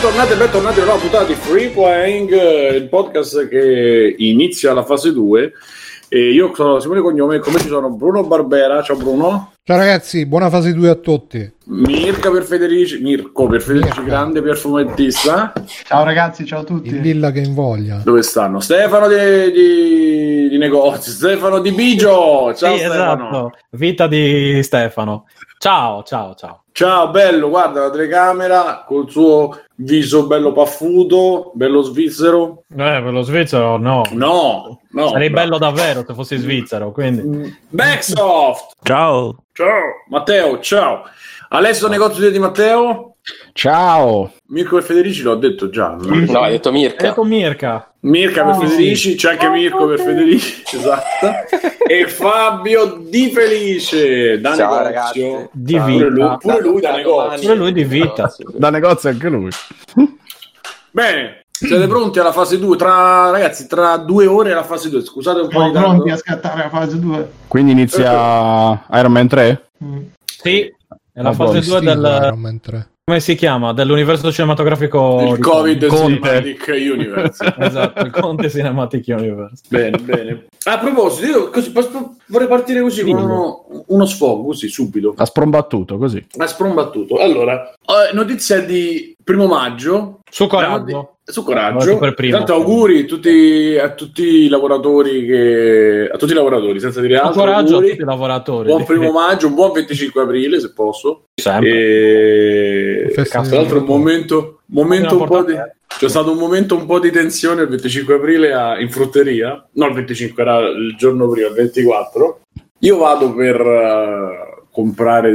bentornati alla nuova puntata di Free Playing, il podcast che inizia la fase 2. E io sono Simone Cognome, come ci sono Bruno Barbera. Ciao Bruno. Ciao ragazzi, buona fase 2 a tutti. Mirko per Federici, grande perfumettista. Ciao ragazzi, ciao a tutti. Il Villa che invoglia. Dove stanno? Stefano di negozio, Stefano Di Bigio. Ciao, sì, Stefano. Esatto, vita di Stefano. Ciao. Ciao, bello, guarda la telecamera col suo viso bello paffuto, bello svizzero. Per lo svizzero no. Sarei bello davvero se fossi svizzero, quindi. Backsoft. Ciao Matteo, ciao. Alessio negozio di Matteo. Ciao. Mirko e Federici l'ho detto già. No, hai detto Mirka. Mirka per Federici, c'è anche Mirko per Federici, esatto. E Fabio Di Felice da ciao, negozio. Ragazzi. Di vita. Pure lui da negozio. Pure lui di vita. Da negozio anche lui. Bene. Siete pronti alla fase 2? Tra 2 ore la fase 2. Scusate un po' di Siamo pronti tanto. a scattare la fase 2. Quindi inizia Iron Man 3? Sì, è la fase 2 del... Come si chiama? Dell'universo cinematografico Il Covid Conte. Cinematic Universe. Esatto, il Conte Cinematic Universe. Bene. A proposito, io vorrei partire così con uno sfogo, così subito. Ha sprombattuto così. Ha sprombattuto. Allora, notizia di 1 maggio. Su coraggio. Su coraggio. Per primo. Tanto auguri a tutti i lavoratori senza dire altro. Coraggio auguri. a tutti i lavoratori. Buon 1 maggio, un buon 25 aprile se posso. Sempre. E tra l'altro un momento un po' di... C'è stato un momento un po' di tensione il 25 aprile in frutteria. No, il 25 era il giorno prima, il 24. Io vado per comprare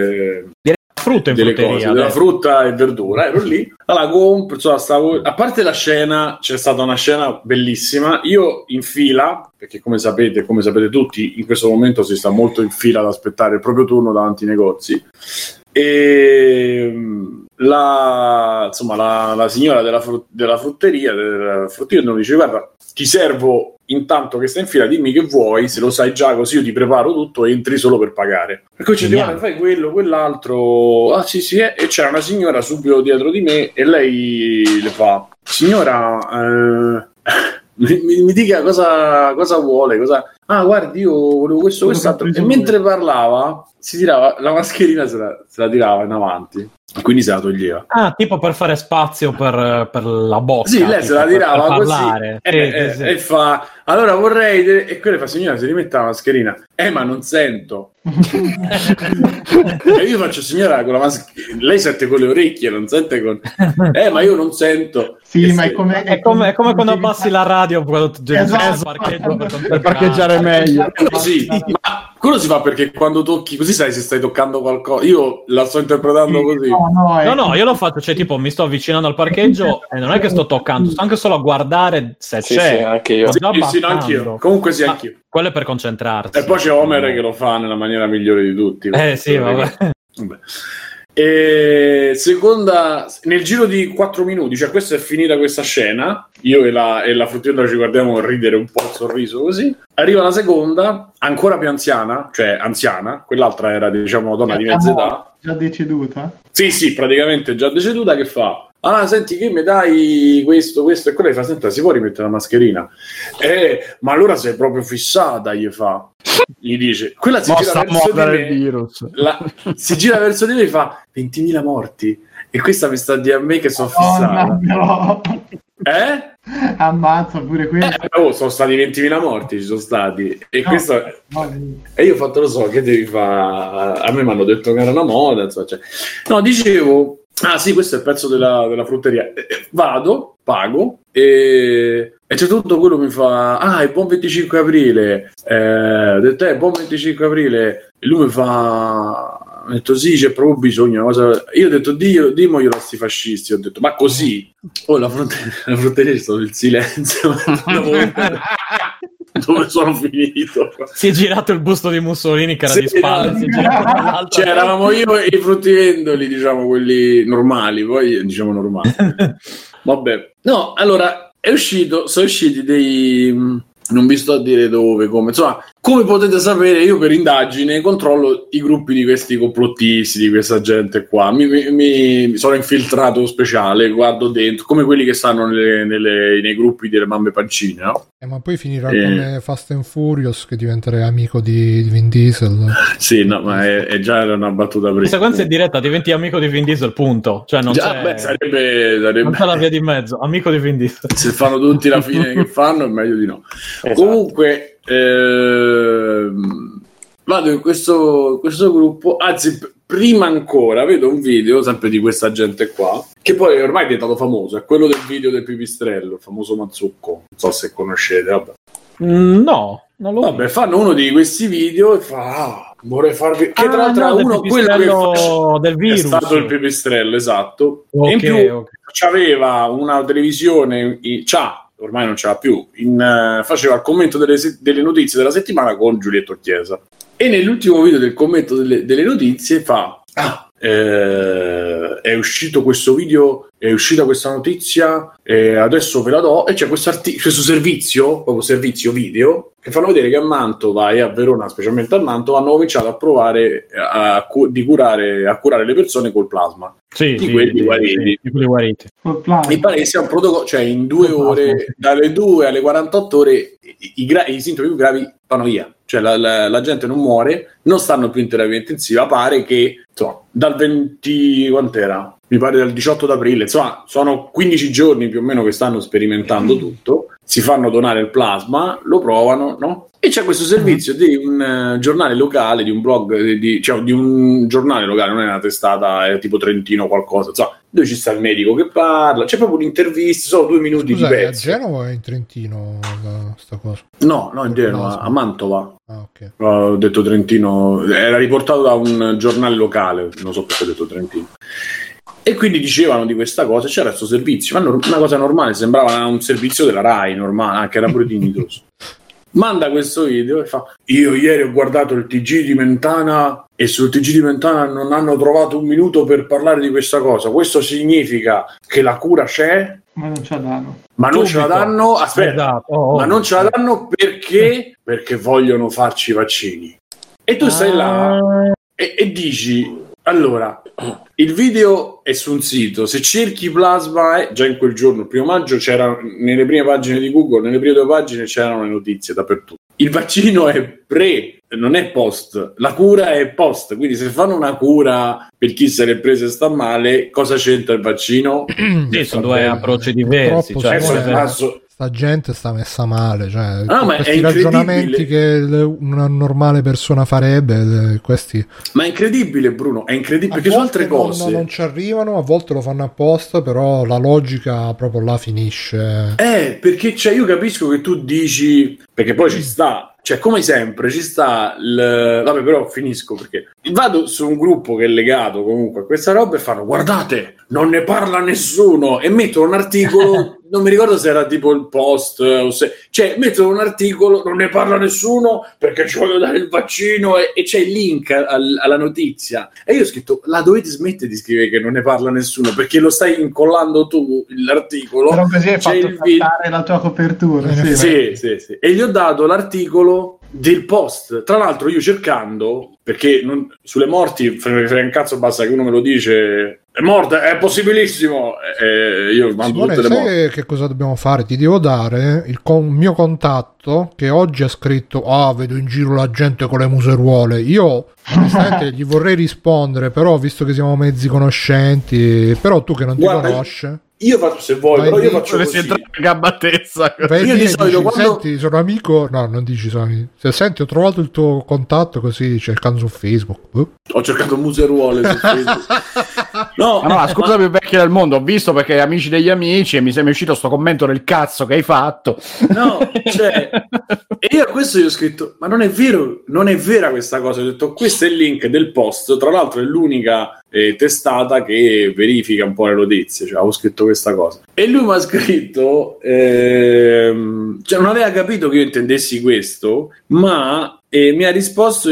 della frutta e verdura, ero lì, allora compro, stavo, a parte la scena, c'è stata una scena bellissima, io in fila, perché come sapete tutti, in questo momento si sta molto in fila ad aspettare il proprio turno davanti ai negozi, e la signora della frutteria non dice: guarda, ti servo intanto che stai in fila, dimmi che vuoi, se lo sai già così io ti preparo tutto e entri solo per pagare. Per cui ci dico: fai quello, quell'altro. Sì, e c'era una signora subito dietro di me e lei le fa: signora, mi dica cosa vuole, guardi, io volevo questo, quest'altro. E mentre parlava si tirava la mascherina, se la tirava in avanti, quindi se la toglieva. Tipo per fare spazio per la bocca. Sì, lei se la tirava per così parlare. Sì. E fa: allora vorrei, e quella fa: signora, si rimetta la mascherina. Ma non sento. E io faccio: signora, con la mascherina lei sente con le orecchie, non sente con... ma io non sento. Sì, ma è come quando abbassi la radio quando esatto. parcheggio per parcheggiare meglio. Sì, ma quello si fa perché quando tocchi così sai se stai toccando qualcosa. Io la sto interpretando così. No, io lo faccio, cioè tipo mi sto avvicinando al parcheggio e non è che sto toccando, sto anche solo a guardare se c'è. Sì, anche io. Sì, anch'io. Comunque sì, anch'io. Quello è per concentrarsi. E poi c'è Homer che lo fa nella maniera migliore di tutti. Sì, vabbè. E seconda, nel giro di 4 minuti, cioè questa è finita questa scena, io e la fruttiera ci guardiamo a ridere un po', il sorriso così. Arriva la seconda, ancora più anziana, cioè anziana, quell'altra era diciamo una donna di mezza età. Già deceduta? Sì, praticamente già deceduta, che fa: senti, che mi dai questo e quello. Gli fa: senta, si può rimettere la mascherina? Ma allora sei proprio fissata, gli fa. Gli dice, quella si gira verso di me, virus. Si gira verso di me e fa: 20.000 morti, e questa mi sta a dire a me che sono fissata. No. Ammazza pure quello. Sono stati 20.000 morti, ci sono stati, e questo e io ho fatto: lo so, che devi fare, a me mi hanno detto che era una moda, insomma, cioè. No, dicevo, sì, questo è il pezzo della frutteria. Vado, pago e c'è tutto quello mi fa: è buon 25 aprile. Ho detto: buon 25 aprile. E lui mi fa: ho detto: sì, c'è proprio bisogno. Io ho detto: dimmelo a sti fascisti. Ho detto: ma così? La frutteria è stato il silenzio. Dove sono finito? Si è girato il busto di Mussolini che era di spalle. Cioè, eravamo io e i fruttivendoli, diciamo, quelli normali, poi diciamo normali. Vabbè. No, allora sono usciti dei... Non vi sto a dire dove, come, insomma, come potete sapere, io per indagine controllo i gruppi di questi complottisti, di questa gente qua. Mi sono infiltrato speciale, guardo dentro, come quelli che stanno nei gruppi delle mamme pancine, no? Ma poi finirà come Fast and Furious, che diventerai amico di Vin Diesel. Sì, no, ma è già era una battuta prima. La sequenza è diretta, diventi amico di Vin Diesel, punto. Cioè non c'è... Beh, sarebbe... Non c'è la via di mezzo, amico di Vin Diesel. Se fanno tutti la fine che fanno, è meglio di no. Esatto. Comunque, vado in questo gruppo, anzi, prima ancora vedo un video sempre di questa gente qua, che poi ormai è diventato famoso, è quello del video del pipistrello, il famoso Mazzucco, non so se conoscete, vabbè. No, non lo so. Vabbè, fanno uno di questi video e fa vorrei farvi, che tra l'altro no, uno quello del virus è stato il pipistrello, esatto. Okay, e in più c'aveva una televisione, ormai non ce l'ha più, faceva il commento delle notizie della settimana con Giulietto Chiesa, e nell'ultimo video del commento delle notizie fa è uscito questo video, è uscita questa notizia, adesso ve la do, e c'è questo servizio, proprio servizio video, che fanno vedere che a Mantova e a Verona, specialmente a Mantova, hanno cominciato a provare a curare le persone col plasma. Sì, di quelli guariti. Di quelli guariti. Mi pare che sia un protocollo, cioè in 2 ore, dalle 2 alle 48 ore, i sintomi più gravi vanno via. Cioè la gente non muore, non stanno più in terapia intensiva. Pare che insomma, dal 20, quant'era? Mi pare dal 18 d'aprile, insomma, sono 15 giorni più o meno che stanno sperimentando tutto. Si fanno donare il plasma, lo provano, no? E c'è questo servizio di un giornale locale, di un blog, cioè di un giornale locale, non è una testata, è tipo Trentino o qualcosa, insomma, dove ci sta il medico che parla, c'è proprio un'intervista, sono 2 minuti. Scusa, di pezzo. a Genova o in Trentino sta cosa? No, in Genova, a Mantova. Ah, ok. Ho detto Trentino, era riportato da un giornale locale, non so perché ho detto Trentino. E quindi dicevano di questa cosa, c'era questo servizio, ma una cosa normale, sembrava un servizio della Rai, normale, anche era pure dignitoso. Manda questo video e fa: io ieri ho guardato il TG di Mentana e sul TG di Mentana non hanno trovato un minuto per parlare di questa cosa. Questo significa che la cura c'è, ma non ce la danno. Ma non ce la danno, aspetta, esatto. Ma non ce la danno perché vogliono farci i vaccini. E tu stai là e dici: allora, il video è su un sito, se cerchi plasma, già in quel giorno, il 1 maggio, c'era nelle prime pagine di Google, nelle prime 2 pagine c'erano le notizie dappertutto. Il vaccino è pre, non è post, la cura è post, quindi se fanno una cura per chi se l'è presa e sta male, cosa c'entra il vaccino? Sì, sono 2 approcci diversi. Sta gente sta messa male, cioè ma questi ragionamenti che una normale persona farebbe, questi. Ma è incredibile, Bruno, è incredibile, perché su altre cose non ci arrivano, a volte lo fanno apposta, però la logica proprio là finisce. Perché io capisco che tu dici, perché poi ci sta, cioè come sempre ci sta vabbè, però finisco, perché vado su un gruppo che è legato comunque a questa roba e fanno: guardate, non ne parla nessuno, e mettono un articolo non mi ricordo se era tipo il Post o cioè mettono un articolo, non ne parla nessuno perché ci voglio dare il vaccino, e c'è il link alla notizia, e io ho scritto: la dovete smettere di scrivere che non ne parla nessuno, perché lo stai incollando tu l'articolo, però così hai fatto saltare la tua copertura. Sì. E gli ho dato l'articolo del Post, tra l'altro io cercando, perché sulle morti frega un cazzo, basta che uno me lo dice è morta, è possibilissimo, io mando Simone, tutte le morti. sai che cosa dobbiamo fare? Ti devo dare il mio contatto che oggi ha scritto: vedo in giro la gente con le museruole. Io onestamente gli vorrei rispondere, però visto che siamo mezzi conoscenti, però tu che non ti conosce, io faccio, se vuoi, però io faccio così. Gabbattezza. Io di solito quando... Senti, sono amico, no, non dici sono. Se senti, ho trovato il tuo contatto, così cercando su Facebook. Ho cercato museruole su Facebook. No, la scusa più vecchia del mondo, ho visto perché amici degli amici e mi sembra uscito sto commento del cazzo che hai fatto. No, cioè, e io a questo gli ho scritto: ma non è vero, non è vera questa cosa. Ho detto: questo è il link del Post, tra l'altro è l'unica testata che verifica un po' le notizie, cioè avevo scritto questa cosa, e lui mi ha scritto cioè non aveva capito che io intendessi questo, ma mi ha risposto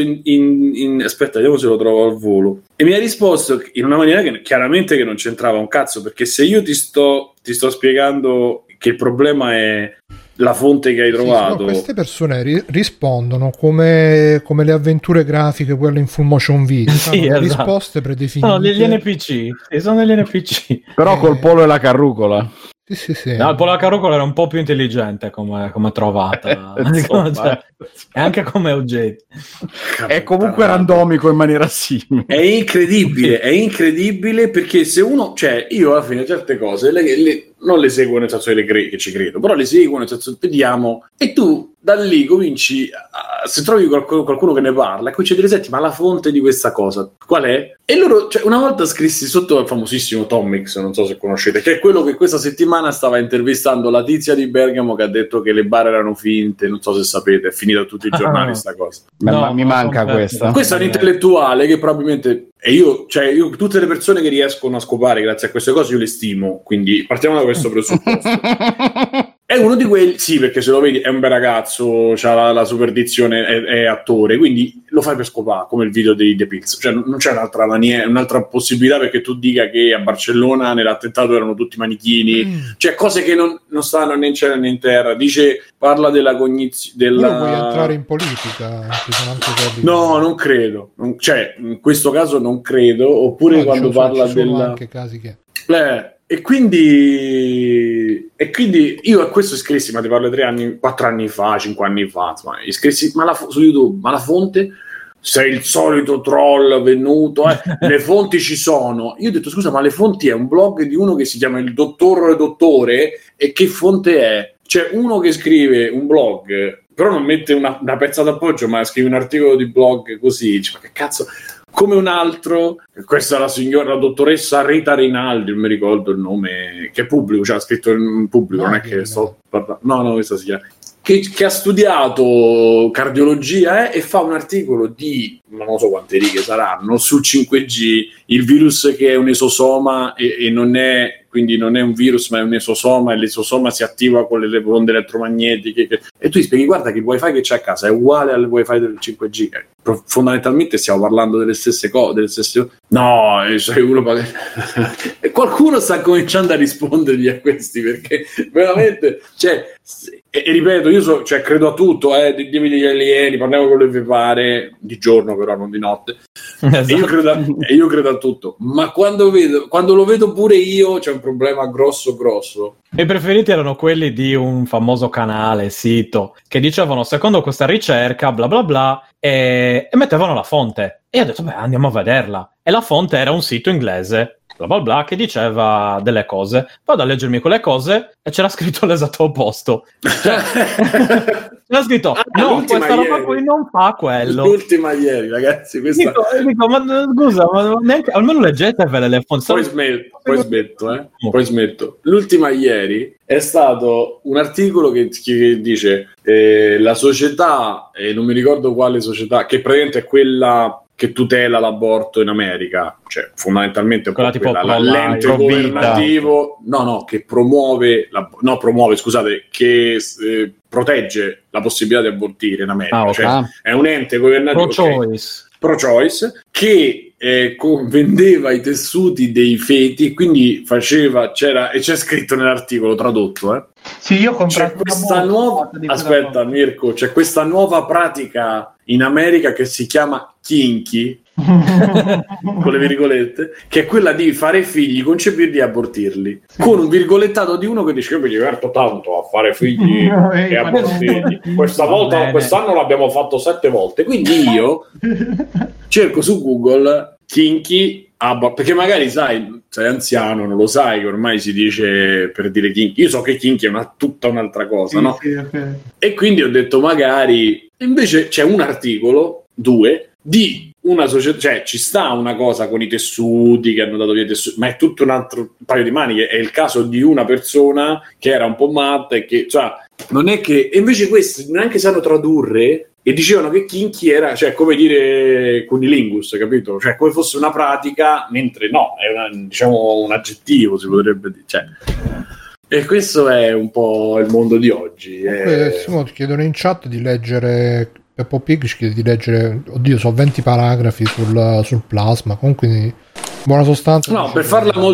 in aspetta, vediamo se lo trovo al volo, e mi ha risposto in una maniera che chiaramente che non c'entrava un cazzo, perché se io ti sto spiegando che il problema è la fonte che hai trovato. No, queste persone rispondono come le avventure grafiche, quelle in full motion video, esatto. Risposte predefinite. No, gli NPC, sono degli NPC. Però col polo e la carrucola. Sì. No, il polo e la carrucola era un po' più intelligente come trovata. E anche come oggetti. È comunque randomico in maniera simile. È incredibile perché se uno, cioè io alla fine certe cose non le seguo nel senso che ci credo, però le seguo nel senso vediamo, e tu da lì cominci se trovi qualcuno che ne parla e cominci a dire senti, ma la fonte di questa cosa qual è? E loro, cioè, una volta scrissi sotto il famosissimo Tommix, non so se conoscete, che è quello che questa settimana stava intervistando la tizia di Bergamo che ha detto che le bar erano finte, non so se sapete, è finita tutti i giornali sta cosa. Mi manca questa. Questo è un intellettuale che probabilmente, e io tutte le persone che riescono a scopare grazie a queste cose io le stimo, quindi partiamo da questo presupposto. È uno di quelli, sì, perché se lo vedi è un bel ragazzo, c'ha la superdizione, è attore, quindi lo fai per scopare, come il video di The Pills. Cioè non c'è un'altra maniera, un'altra possibilità perché tu dica che a Barcellona nell'attentato erano tutti manichini, cioè cose che non stanno né in cielo né in terra. Parla della cognizione. Vuoi entrare in politica? Ci sono anche quelli no, non credo. Cioè, in questo caso non credo. Oppure no, quando parla ci sono della. Anche casi che. E quindi io a questo iscrissi, ma ti parlo 4 anni fa, 5 anni fa, insomma, iscrissi su YouTube, ma la fonte? Sei il solito troll venuto, le fonti ci sono. Io ho detto scusa, ma le fonti è un blog di uno che si chiama il dottore, e che fonte è? C'è uno che scrive un blog, però non mette una pezza d'appoggio, ma scrive un articolo di blog così, dice, ma che cazzo, come un altro. Questa è la dottoressa Rita Rinaldi, non mi ricordo il nome, che è pubblico, cioè ha scritto in pubblico, non è che sto parlando, no, questa si chiama, che ha studiato cardiologia e fa un articolo di non so quante righe saranno sul 5G, il virus che è un esosoma e non è, quindi non è un virus ma è un esosoma, e l'esosoma si attiva con le onde elettromagnetiche e tu gli spieghi guarda che il wifi che c'è a casa è uguale al wifi del 5G, fondamentalmente stiamo parlando delle stesse cose, no, e qualcuno sta cominciando a rispondergli a questi, perché veramente, cioè, e ripeto, io credo a tutto, dimmi degli alieni, parliamo quello che vi pare, di giorno però non di notte, esatto. e io credo a tutto, ma quando lo vedo pure io c'è un problema grosso. I preferiti erano quelli di un famoso canale, sito, che dicevano secondo questa ricerca bla bla bla e mettevano la fonte, e io ho detto beh, andiamo a vederla, e la fonte era un sito inglese bla bla bla che diceva delle cose, vado a leggermi quelle cose e c'era scritto l'esatto opposto, cioè, c'era scritto no, questa roba qui non fa quello. L'ultima ieri, ragazzi, questa... dico ma scusa, ma neanche, almeno leggetevele le fonti. Poi smetto. L'ultima ieri è stato un articolo che dice la società, non mi ricordo quale società, che praticamente è quella che tutela l'aborto in America, cioè fondamentalmente è l'ente governativo, che che protegge la possibilità di abortire in America, cioè è un ente governativo pro-choice che vendeva i tessuti dei feti, quindi c'è scritto nell'articolo tradotto, Sì, io ho comprato questa nuova. Aspetta, Mirko, c'è questa nuova pratica in America che si chiama kinky, con le virgolette, che è quella di fare figli, concepirli e abortirli, con un virgolettato di uno che dice: io mi diverto tanto a fare figli e abortirli. Quest'anno l'abbiamo fatto 7 volte. Quindi io cerco su Google kinky. Perché magari sei anziano, non lo sai che ormai si dice per dire kinky. Io so che kinky è tutta un'altra cosa, no? Sì, okay. E quindi ho detto magari invece c'è un articolo 2 di una società, cioè ci sta una cosa con i tessuti che hanno dato via i tessuti, ma è tutto un altro paio di maniche. È il caso di una persona che era un po' matta e che, cioè, non è che, e invece questi neanche sanno tradurre. E dicevano che kinky era, cioè, come dire cunilingus, capito? Cioè, come fosse una pratica, mentre no, è diciamo un aggettivo, si potrebbe dire. Cioè. E questo è un po' il mondo di oggi. Simo, ti chiedono in chat di leggere, Peppo Pig ci chiede di leggere, oddio, so 20 paragrafi sul plasma, comunque in buona sostanza. No, per farla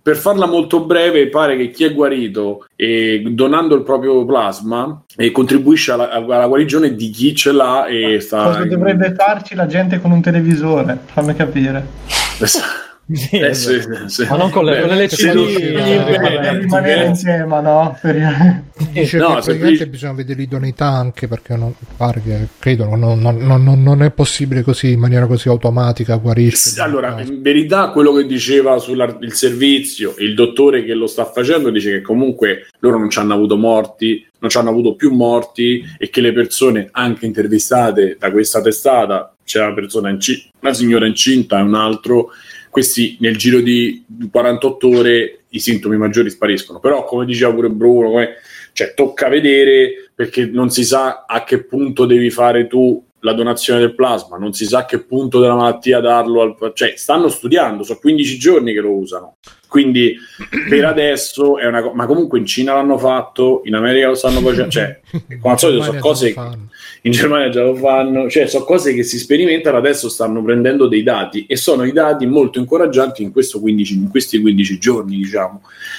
per farla molto breve, pare che chi è guarito e donando il proprio plasma contribuisce alla guarigione di chi ce l'ha e sta... Cosa dovrebbe farci la gente con un televisore? Fammi capire. Sì, sì. Ma non con le CD per rimanere in tema, no? Dice che praticamente bisogna vedere l'idoneità, anche perché non pare che credo non è possibile così in maniera così automatica guarirsi. Allora, in verità quello che diceva il servizio, il dottore che lo sta facendo, dice che comunque loro non ci hanno avuto morti, non ci hanno avuto più morti, e che le persone anche intervistate da questa testata, c'è una signora incinta e un altro, questi nel giro di 48 ore i sintomi maggiori spariscono. Però, come diceva pure Bruno, cioè tocca vedere, perché non si sa a che punto devi fare tu la donazione del plasma, non si sa a che punto della malattia darlo cioè stanno studiando, sono 15 giorni che lo usano, quindi per adesso è ma comunque in Cina l'hanno fatto, in America lo stanno facendo, cioè come al solito sono cose che in Germania già lo fanno, cioè sono cose che si sperimentano, adesso stanno prendendo dei dati e sono i dati molto incoraggianti in questi 15 giorni, diciamo.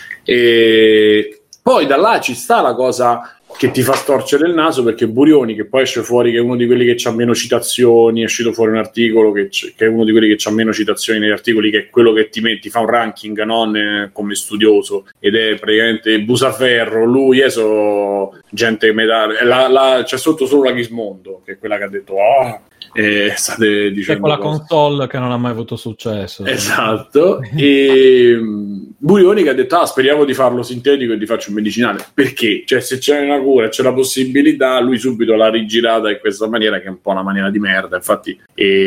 E poi da là ci sta la cosa che ti fa storcere il naso, perché Burioni, che poi esce fuori che è uno di quelli che c'ha meno citazioni, è uscito fuori un articolo che è uno di quelli che c'ha meno citazioni negli articoli, che è quello che ti fa un ranking non come studioso, ed è praticamente Busaferro, lui gente medale, c'è sotto solo la Ghismondo, che è quella che ha detto state dicendo è quella console che non ha mai avuto successo, esatto. E Burioni che ha detto speriamo di farlo sintetico e di farci un medicinale, perché cioè se c'è una cura, c'è la possibilità, lui subito l'ha rigirata in questa maniera, che è un po' una maniera di merda. Infatti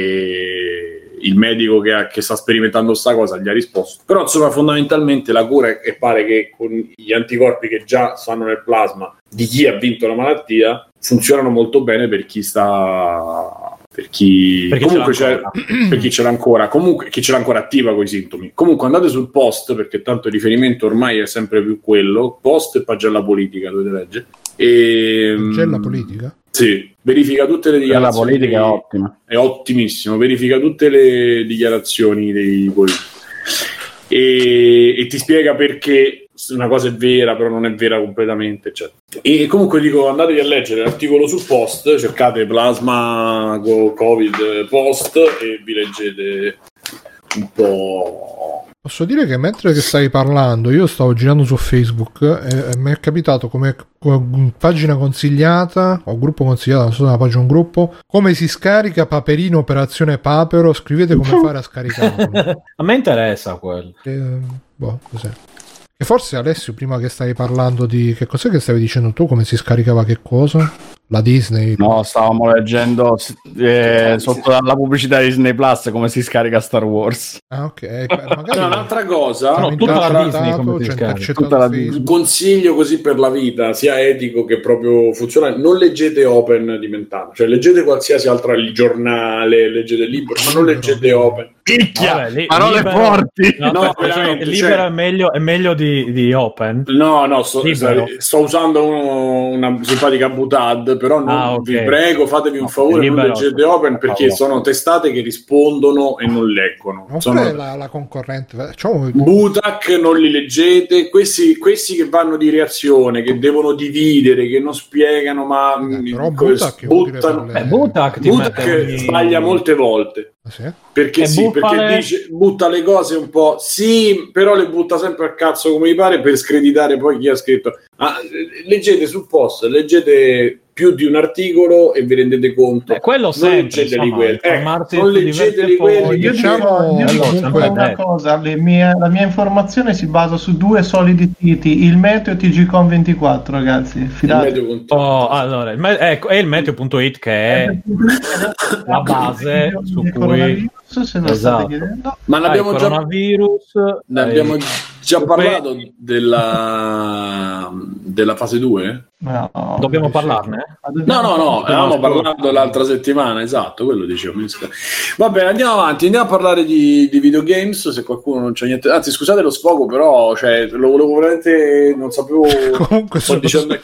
il medico che sta sperimentando sta cosa gli ha risposto, però insomma fondamentalmente la cura è pare che con gli anticorpi che già stanno nel plasma di chi ha vinto la malattia funzionano molto bene per chi sta... per chi ce l'ha ancora, comunque chi ce l'ha ancora attiva coi sintomi. Comunque andate sul post, perché tanto il riferimento ormai è sempre più quello, post e pagella politica, dovete leggere. Pagella politica? Sì, verifica tutte le dichiarazioni. La politica è ottima, è ottimissimo, verifica tutte le dichiarazioni dei politici e ti spiega perché una cosa è vera però non è vera completamente, eccetera. E comunque dico, andatevi a leggere l'articolo sul post, cercate plasma covid post e vi leggete un po'. Posso dire che mentre che stavi parlando io stavo girando su Facebook e mi è capitato come pagina consigliata o gruppo consigliato, non so se è una pagina o un gruppo, come si scarica Paperino Operazione Papero, scrivete come fare a scaricarlo. A me interessa quello. Cos'è? E forse Alessio, prima che stavi parlando di che cos'è che stavi dicendo tu, come si scaricava che cosa? La Disney? No, stavamo leggendo sotto la pubblicità di Disney Plus come si scarica Star Wars. Ah, ok. Magari un'altra cosa, tutta la Disney come si scarica. Un consiglio così per la vita, sia etico che proprio funzionale: non leggete Open di Mentana, cioè leggete qualsiasi altra, il giornale, leggete Libero, ma non leggete Open. Vabbè, parole forti. No, Libero è meglio di Open. No, sto usando una simpatica butad, però vi prego, fatevi un favore, non leggete Open, perché sono testate che rispondono e non leggono. Sono la concorrente. Butac non li leggete, questi che vanno di reazione, che devono dividere, che non spiegano, ma buttano. Butac sbaglia molte volte. Sì? Perché dice, butta le cose un po', sì, però le butta sempre a cazzo come gli pare per screditare poi chi ha scritto. Leggete sul post, leggete più di un articolo e vi rendete conto. Quello non leggeteli quelli. Non leggeteli quelli. Io dico una cosa, la mia informazione si basa su due solidi siti, il Meteo e TGCon24, ragazzi. Fidate. Allora, è il Meteo.it che è la base su cui... Se lo state chiedendo. Ma l'abbiamo ne abbiamo già parlato della fase 2? No, Dobbiamo parlarne? No, stavamo parlando l'altra settimana, esatto, quello dicevo. Vabbè, andiamo avanti, andiamo a parlare di videogames, se qualcuno non c'è niente. Anzi, scusate lo sfogo, però lo volevo veramente, non sapevo. Comunque su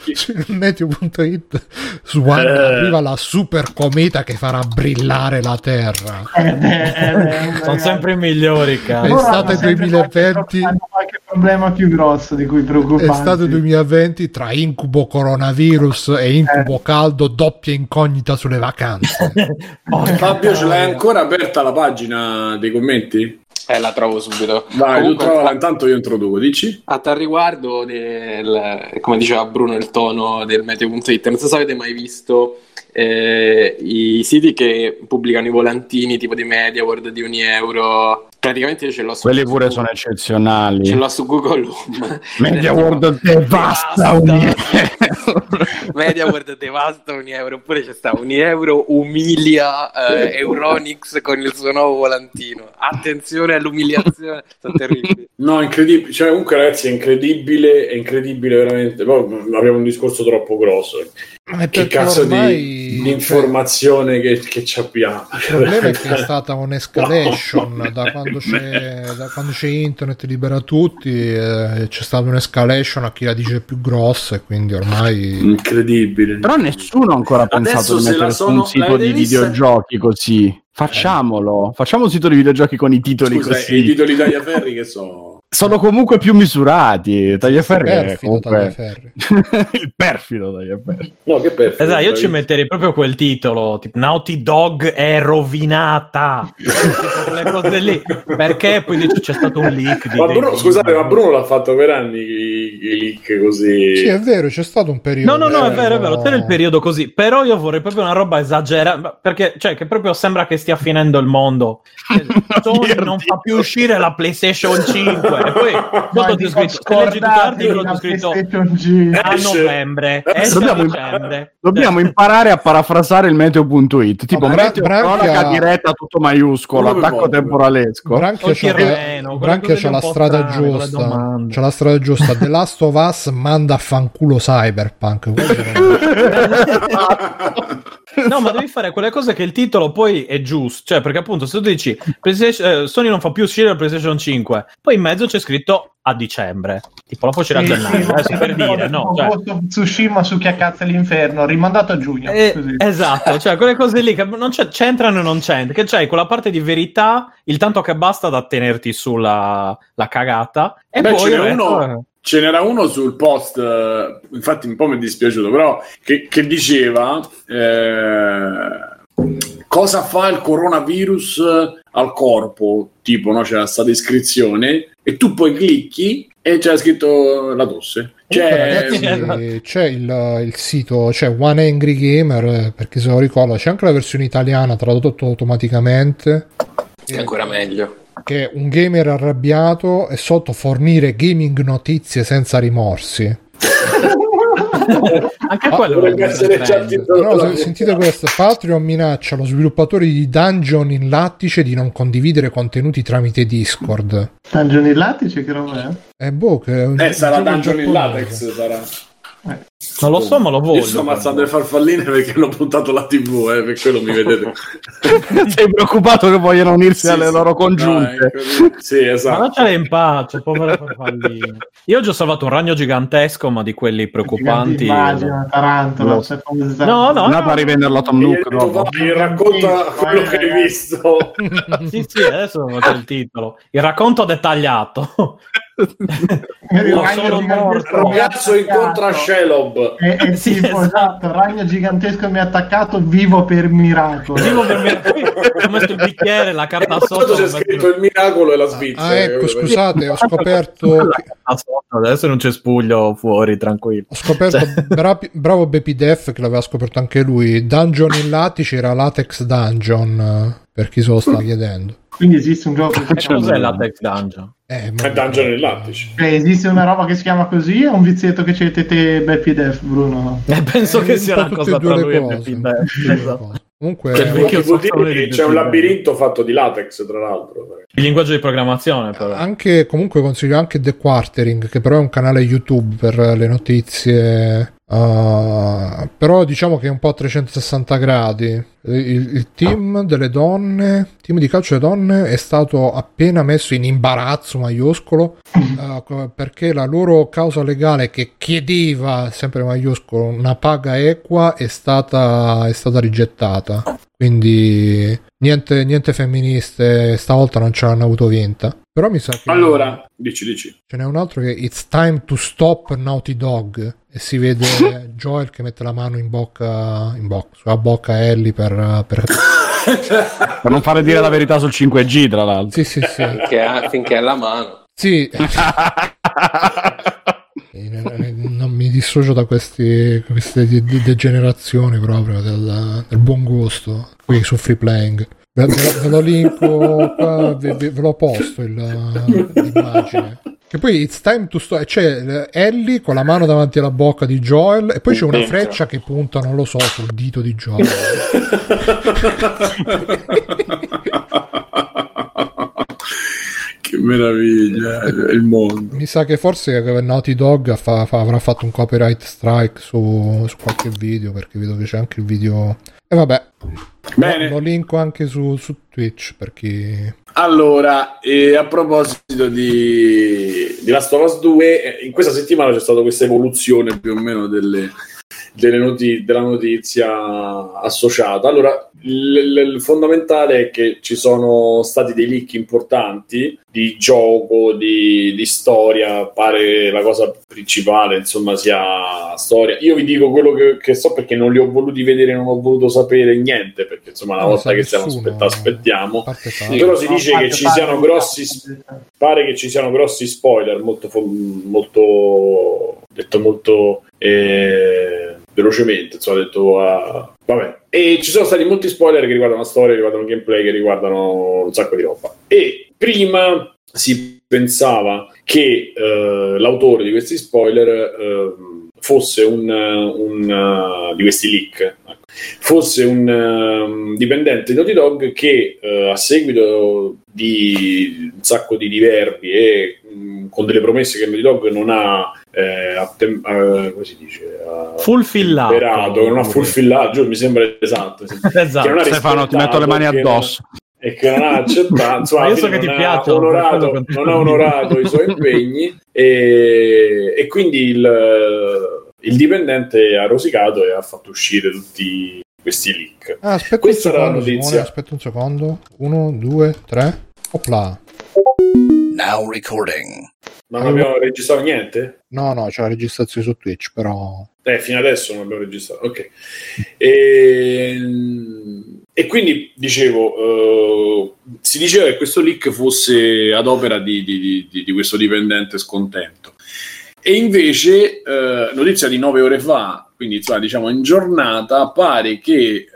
meteo.it su One arriva la super cometa che farà brillare la Terra. Sono sempre i migliori, cazzo. Estate 2020 qualche problema più grosso di cui preoccuparsi. Estate 2020 tra incubo coronavirus e incubo caldo, doppia incognita sulle vacanze. Fabio, ce l'hai ancora aperta la pagina dei commenti? La trovo subito. Vai, comunque, tu trovala, intanto io introduco, dici? A tal riguardo, come diceva Bruno, il tono del meteo.it, non so se avete mai visto i siti che pubblicano i volantini tipo di MediaWorld di €1. Praticamente io ce l'ho su quelli pure su sono eccezionali. Ce l'ho su Google Home. MediaWorld devasta €1. MediaWorld devasta €1. Oppure c'è sta €1 umilia Euronics con il suo nuovo volantino. Attenzione all'umiliazione, sono terribili. No, incredibile. Cioè, comunque, ragazzi, è incredibile veramente. Poi abbiamo un discorso troppo grosso. Che cazzo di informazione che ci abbiamo? Il problema è che è stata un'escalation da quando c'è internet libera tutti, c'è stata un'escalation a chi la dice più grossa e quindi ormai incredibile. Però nessuno ha ancora pensato di mettere su un sito di videogiochi così. Facciamolo, facciamo un sito di videogiochi con i titoli così. I titoli Tagliaferri che sono comunque più misurati. Tagliaferri è comunque il perfido Tagliaferri. No, che perfido. Esatto, io ci metterei proprio quel titolo, tipo Naughty Dog è rovinata. Quelle cose lì. Perché poi dice c'è stato un leak di scusate, ma Bruno l'ha fatto per anni i leak così. Sì, è vero, c'è stato un periodo. No, è vero, c'era il periodo così, però io vorrei proprio una roba esagerata, perché cioè che proprio sembra che stia finendo il mondo. Sony non fa più uscire la PlayStation 5 e poi sotto c'è scritto, se leggi tutto l'articolo c'è scritto a novembre, dobbiamo imparare a parafrasare il meteo.it, tipo cronaca diretta tutto maiuscolo, attacco temporalesco. Branchia c'ha la strada giusta, c'ha la strada giusta. The Last of Us manda a fanculo Cyberpunk. No, ma devi fare quelle cose che il titolo poi è giusto, cioè perché appunto se tu dici Sony non fa più uscire la PlayStation 5, poi in mezzo c'è scritto a dicembre, tipo la puoi uscire a gennaio, per dire, no? Cioè, Tsushima su chi accazza l'inferno, rimandato a giugno. Esatto, cioè quelle cose lì che non c'entrano e non c'entrano, che c'hai quella parte di verità, il tanto che basta da tenerti sulla cagata, e poi ce n'era uno sul post, infatti un po' mi è dispiaciuto, però che diceva cosa fa il coronavirus al corpo, tipo, no? C'era questa descrizione e tu poi clicchi e c'era scritto la tosse. C'è il sito, c'è One Angry Gamer, per chi se lo ricorda, c'è anche la versione italiana tradotta automaticamente. È ancora meglio. Che è un gamer arrabbiato e sotto fornire gaming notizie senza rimorsi. Anche quello dovrebbe essere già però sentite questo: Patreon minaccia lo sviluppatore di Dungeon in Lattice di non condividere contenuti tramite Discord. Dungeon in Lattice che roba è? Sarà Dungeon in Latex, sarà. Non lo so, ma lo voglio. Io sto ammazzando le farfalline perché l'ho puntato la TV, per quello mi vedete. Sei preoccupato che vogliono unirsi alle loro congiunte? Sì, esatto. Ma lasciale in pace, povere farfalline. Io ho già salvato un ragno gigantesco, ma di quelli preoccupanti. Immagino, tarantola. No, andate a rivenderlo a Tom Nook. Racconta quello che hai visto. Sì, adesso faccio il titolo. Il racconto dettagliato. Sono morto. Ragazzo incontra Shelob. Sì, esatto. Ragno gigantesco mi ha attaccato, vivo per miracolo. Ho messo il bicchiere, la carta sotto. C'è scritto il miracolo e la Svizzera. Ecco, scusate, ho scoperto. Adesso non c'è spuglio fuori, tranquillo. Ho scoperto, bravo Baby Def che l'aveva scoperto anche lui. Dungeon in Lattice era Latex Dungeon, per chi se lo sta chiedendo. Quindi esiste un gioco che cos'è Latex Dungeon? È Dungeon in Lattice. Esiste una roba che si chiama così o un vizietto che c'è te Baby Def, Bruno? Penso che sia una cosa tra lui e Baby Def. Comunque vuol dire che c'è un labirinto fatto di latex, tra l'altro. Il linguaggio di programmazione, però. Anche, comunque consiglio anche The Quartering, che però è un canale YouTube per le notizie Però diciamo che è un po' a 360 gradi. Il team delle donne, team di calcio delle donne, è stato appena messo in imbarazzo maiuscolo perché la loro causa legale, che chiedeva, sempre maiuscolo, una paga equa, è stata rigettata. Quindi niente femministe, stavolta non ce l'hanno avuto vinta. Però mi sa che allora dici ce n'è un altro che It's Time to Stop Naughty Dog, e si vede Joel che mette la mano in bocca sulla bocca a Ellie per non fare dire la verità sul 5G, tra l'altro. Sì. Finché ha la mano. Sì. Non mi dissocio da queste degenerazioni proprio del buon gusto qui su Free Playing. Ve lo linko qua, ve lo posto l'immagine. Che poi It's Time to Stop, c'è Ellie con la mano davanti alla bocca di Joel e poi c'è una freccia che punta, non lo so, sul dito di Joel. Che meraviglia, il mondo. Mi sa che forse Naughty Dog avrà fatto un copyright strike su qualche video, perché vedo che c'è anche il video. E vabbè, bene. Lo linko anche su Twitch per chi... Allora, a proposito di Last of Us 2, in questa settimana c'è stata questa evoluzione più o meno della notizia associata. Allora, il fondamentale è che ci sono stati dei leak importanti di gioco, di storia. Pare la cosa principale, insomma, sia storia. Io vi dico quello che so, perché non li ho voluti vedere, non ho voluto sapere niente, perto insomma una volta che stiamo aspettiamo. Però si dice che ci siano pare che ci siano grossi spoiler, molto velocemente, insomma, vabbè. E ci sono stati molti spoiler che riguardano la storia, che riguardano il gameplay, che riguardano un sacco di roba. E prima si pensava che l'autore di questi spoiler fosse un di questi leak, fosse un dipendente di Naughty Dog che a seguito di un sacco di diverbi e con delle promesse che Naughty Dog non ha come si dice, fulfillato, non ha fulfillato, mi sembra esatto. Che non ha Stefano, ti metto le mani addosso. E che non ha accettato, insomma, io so che ti piace, non ha onorato i suoi impegni e quindi il dipendente ha rosicato e ha fatto uscire tutti questi leak. Questa era la notizia. Aspetta un secondo. 1, 2, 3. Opla. Now recording. Ma non abbiamo registrato niente? No, c'è la registrazione su Twitch, però... fino adesso non abbiamo registrato, ok. E quindi, dicevo, si diceva che questo leak fosse ad opera di questo dipendente scontento. E invece, notizia di 9 ore fa, quindi insomma, diciamo in giornata, pare che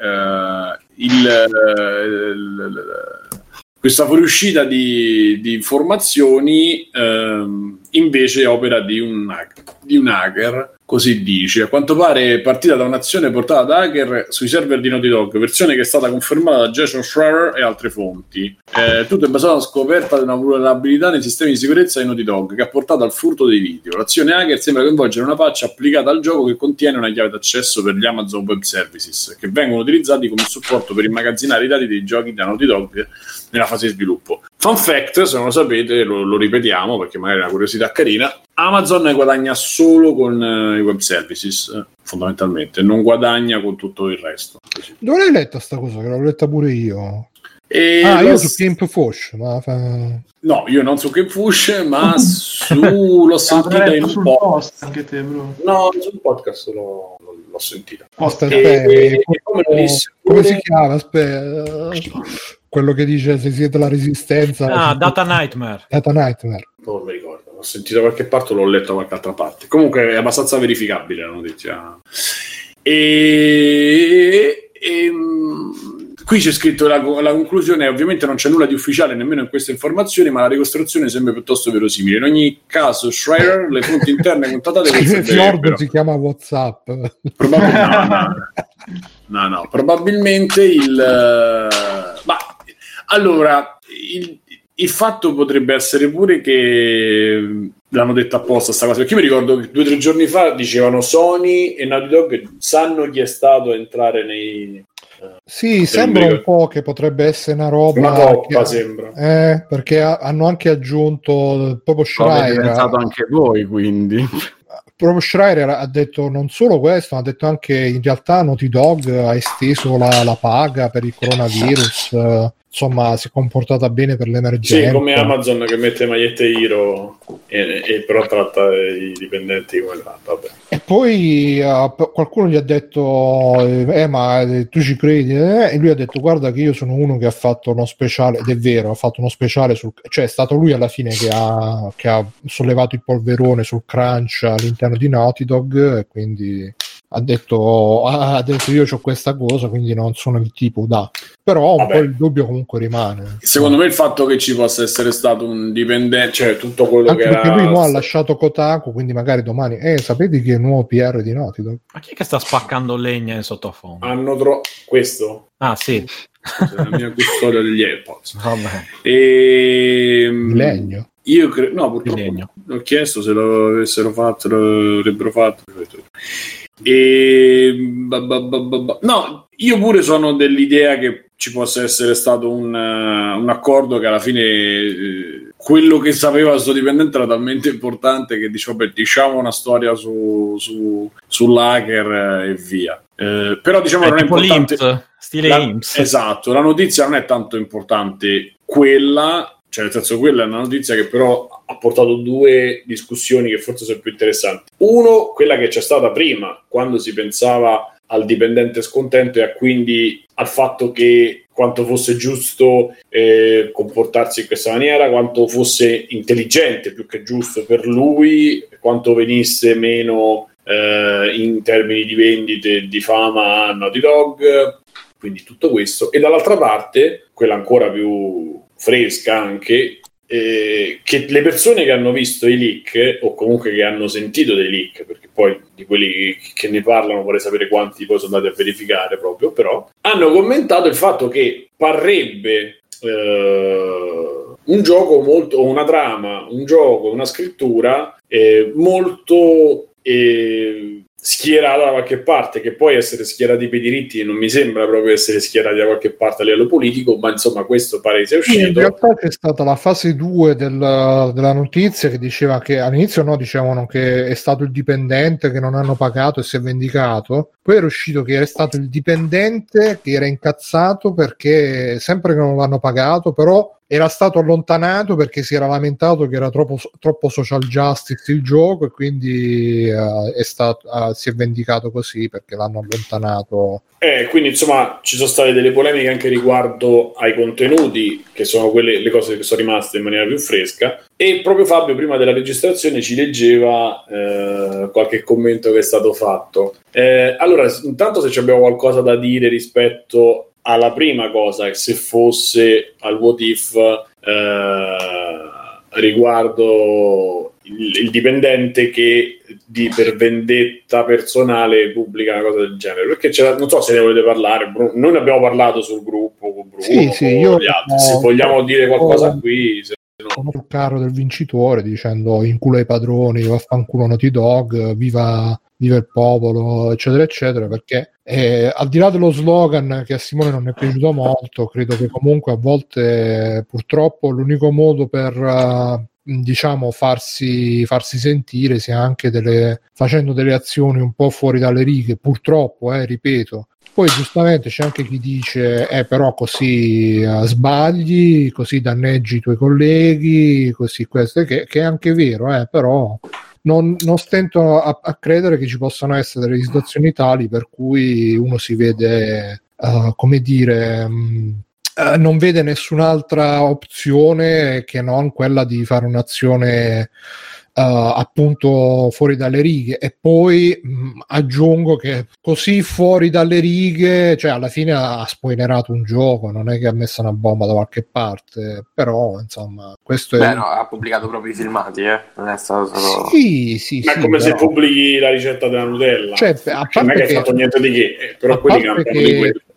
questa fuoriuscita di informazioni invece è opera di un hacker, così dice. A quanto pare è partita da un'azione portata da hacker sui server di Naughty Dog, versione che è stata confermata da Jason Schreier e altre fonti. Tutto è basato sulla scoperta di una vulnerabilità nei sistemi di sicurezza di Naughty Dog che ha portato al furto dei video. L'azione hacker sembra coinvolgere una patch applicata al gioco che contiene una chiave d'accesso per gli Amazon Web Services, che vengono utilizzati come supporto per immagazzinare i dati dei giochi da Naughty Dog nella fase di sviluppo. Fun fact, se non lo sapete, lo ripetiamo perché magari è una curiosità carina: Amazon ne guadagna solo con i web services, fondamentalmente, non guadagna con tutto il resto. Così. Dove l'hai letta sta cosa? Che l'ho letta pure io. Io su GamePush, no, io non su GamePush, ma l'ho sentita in un podcast anche te, bro. No, sul podcast l'ho sentita. Come si chiama? Aspetta, quello che dice se siete la resistenza. Data Nightmare. Non mi ricordo, l'ho sentita da qualche parte o l'ho letta da qualche altra parte. Comunque è abbastanza verificabile la notizia. Qui c'è scritto la conclusione: ovviamente non c'è nulla di ufficiale nemmeno in queste informazioni, ma la ricostruzione sembra piuttosto verosimile. In ogni caso, Schreier, le fonti interne contattate Fiordo si chiama WhatsApp. Probabilmente il fatto potrebbe essere pure che l'hanno detta apposta sta cosa, perché io mi ricordo che 2 o 3 giorni fa dicevano Sony e Naughty Dog sanno chi è stato a entrare nei... Sì, sembra un po' che potrebbe essere una roba, una coppa, sembra. Perché hanno anche aggiunto proprio Schreier. L'avete pensato anche voi, quindi. Proprio Schreier ha detto non solo questo, ma ha detto anche in realtà Naughty Dog ha esteso la paga per il coronavirus, insomma si è comportata bene per l'emergenza. Sì, come Amazon che mette magliette Hero e però tratta i dipendenti come vabbè. E poi qualcuno gli ha detto ma tu ci credi? E lui ha detto guarda che io sono uno che ha fatto uno speciale, ed è vero, ha fatto uno speciale cioè è stato lui alla fine che ha sollevato il polverone sul crunch all'interno di Naughty Dog, e quindi ha detto io c'ho questa cosa, quindi non sono il tipo da, però un po' il dubbio comunque rimane. Secondo me il fatto che ci possa essere stato un dipendente, cioè tutto quello anche che perché era... lui ha lasciato Kotaku, quindi magari domani sapete che è il nuovo PR di Naughty Dog? Ma chi è che sta spaccando legna in sottofondo? Hanno questo? Ah sì, la mia custodia degli AirPods. vabbè. Legno. Io credo, no, purtroppo ho chiesto se lo avessero fatto, lo avrebbero fatto. No, io pure sono dell'idea che ci possa essere stato un accordo che alla fine quello che sapeva sto dipendente era talmente importante che dice vabbè, diciamo una storia sull'hacker e via. Però diciamo non è importante stile IMSS. Esatto, la notizia non è tanto importante quella, cioè nel senso quella è una notizia che però ha portato 2 discussioni che forse sono più interessanti. Uno, quella che c'è stata prima, quando si pensava al dipendente scontento e quindi al fatto che quanto fosse giusto comportarsi in questa maniera, quanto fosse intelligente più che giusto per lui, quanto venisse meno in termini di vendite, di fama a Naughty Dog, quindi tutto questo. E dall'altra parte, quella ancora più fresca anche, che le persone che hanno visto i leak o comunque che hanno sentito dei leak, perché poi di quelli che ne parlano vorrei sapere quanti poi sono andati a verificare proprio, però hanno commentato il fatto che parrebbe un gioco molto, o una trama, un gioco, una scrittura molto schierata da qualche parte, che poi essere schierati per i diritti non mi sembra proprio essere schierati da qualche parte a livello politico, ma insomma questo pare sia uscito. In realtà c'è stata la fase 2 della notizia che diceva che all'inizio dicevano che è stato il dipendente che non hanno pagato e si è vendicato, poi era uscito che era stato il dipendente che era incazzato perché sempre che non l'hanno pagato, però era stato allontanato perché si era lamentato che era troppo social justice il gioco, e quindi si è vendicato così perché l'hanno allontanato. Quindi insomma ci sono state delle polemiche anche riguardo ai contenuti, che sono le cose che sono rimaste in maniera più fresca, e proprio Fabio prima della registrazione ci leggeva qualche commento che è stato fatto. Allora, intanto se abbiamo qualcosa da dire rispetto alla prima cosa, se fosse al what if riguardo il dipendente che per vendetta personale pubblica una cosa del genere, perché non so se ne volete parlare. Noi ne abbiamo parlato sul gruppo con Bruno, sì, io gli altri. Se vogliamo dire qualcosa qui, sono sul carro del vincitore dicendo in culo ai padroni, vaffanculo Naughty Dog, viva il popolo, eccetera eccetera, perché al di là dello slogan che a Simone non è piaciuto molto, credo che comunque a volte purtroppo l'unico modo per diciamo farsi sentire sia anche facendo delle azioni un po' fuori dalle righe, purtroppo, ripeto. Poi giustamente c'è anche chi dice però così sbagli, così danneggi i tuoi colleghi, così questo, che è anche vero, però non stento a credere che ci possano essere delle situazioni tali per cui uno si vede, come dire, non vede nessun'altra opzione che non quella di fare un'azione appunto fuori dalle righe. E poi aggiungo che così fuori dalle righe, cioè alla fine ha spoilerato un gioco, non è che ha messo una bomba da qualche parte, però insomma questo no, ha pubblicacato proprio i filmati, non è stato solo... sì, ma è come però... se pubblichi la ricetta della Nutella, cioè, a parte non è che hai fatto niente di che, però quelli campano di quello.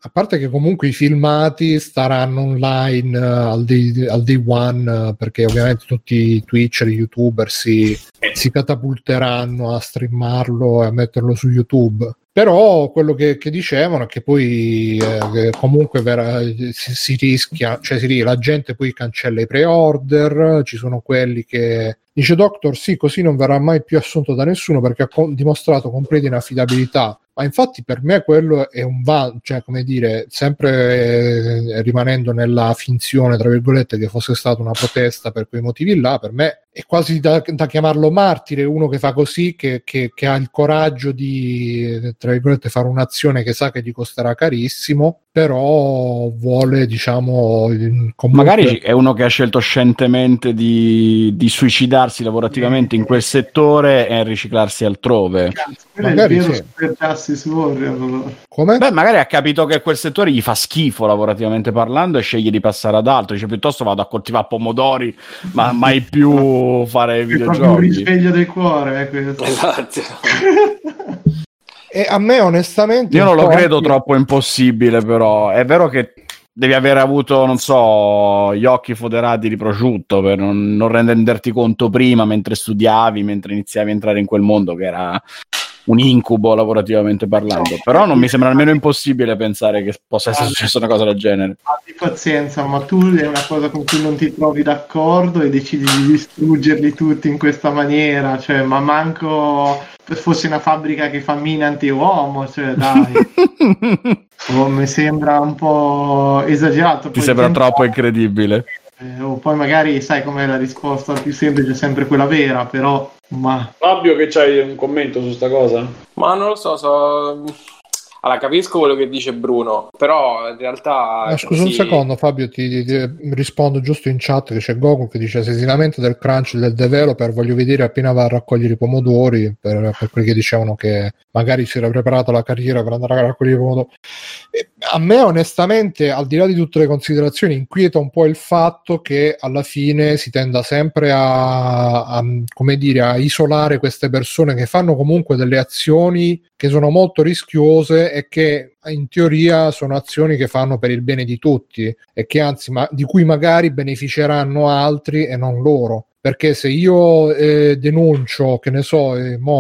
a parte che comunque i filmati staranno online al day one, perché ovviamente tutti i Twitcher, i YouTuber si catapulteranno a streamarlo e a metterlo su YouTube. Però quello che dicevano è che poi comunque si rischia, cioè la gente poi cancella i pre-order, ci sono quelli che... Dice Doctor, sì, così non verrà mai più assunto da nessuno perché ha dimostrato completa inaffidabilità. Ma infatti per me quello è un cioè come dire, sempre rimanendo nella finzione, tra virgolette, che fosse stata una protesta per quei motivi là, per me è quasi da chiamarlo martire, uno che fa così, che ha il coraggio di, tra virgolette, fare un'azione che sa che gli costerà carissimo, però vuole, diciamo, comunque... Magari è uno che ha scelto scientemente di suicidarsi lavorativamente in quel settore e riciclarsi altrove. Magari sì. Justice Warrior. Come? Beh, magari ha capito che quel settore gli fa schifo lavorativamente parlando e sceglie di passare ad altro. Dice, piuttosto vado a coltivare pomodori, ma mai più fare videogiochi. È un risveglio del cuore, questo. Esatto. E a me onestamente io non lo credo troppo impossibile, però è vero che devi aver avuto, non so, gli occhi foderati di prosciutto per non renderti conto prima, mentre studiavi, mentre iniziavi a entrare in quel mondo che era un incubo lavorativamente parlando. Però non mi sembra nemmeno impossibile pensare che possa essere successa una cosa del genere. Abbi pazienza, ma tu è una cosa con cui non ti trovi d'accordo e decidi di distruggerli tutti in questa maniera, cioè, ma manco fosse una fabbrica che fa mine anti-uomo, cioè dai. Mi sembra un po' esagerato. Ti sembra troppo incredibile. O poi magari sai com'è la risposta più semplice, sempre quella vera, però Fabio, che c'hai un commento su sta cosa? Ma non lo so. Allora, capisco quello che dice Bruno, però in realtà... scusa un secondo, Fabio, ti rispondo giusto in chat che c'è Goku che dice: se si lamenta del crunch del developer, voglio vedere appena va a raccogliere i pomodori, per quelli che dicevano che magari si era preparata la carriera per andare a raccogliere i pomodori. E a me onestamente, al di là di tutte le considerazioni, inquieta un po' il fatto che alla fine si tenda sempre a come dire, a isolare queste persone che fanno comunque delle azioni che sono molto rischiose e che in teoria sono azioni che fanno per il bene di tutti e che anzi di cui magari beneficeranno altri e non loro. Perché se io denuncio, che ne so,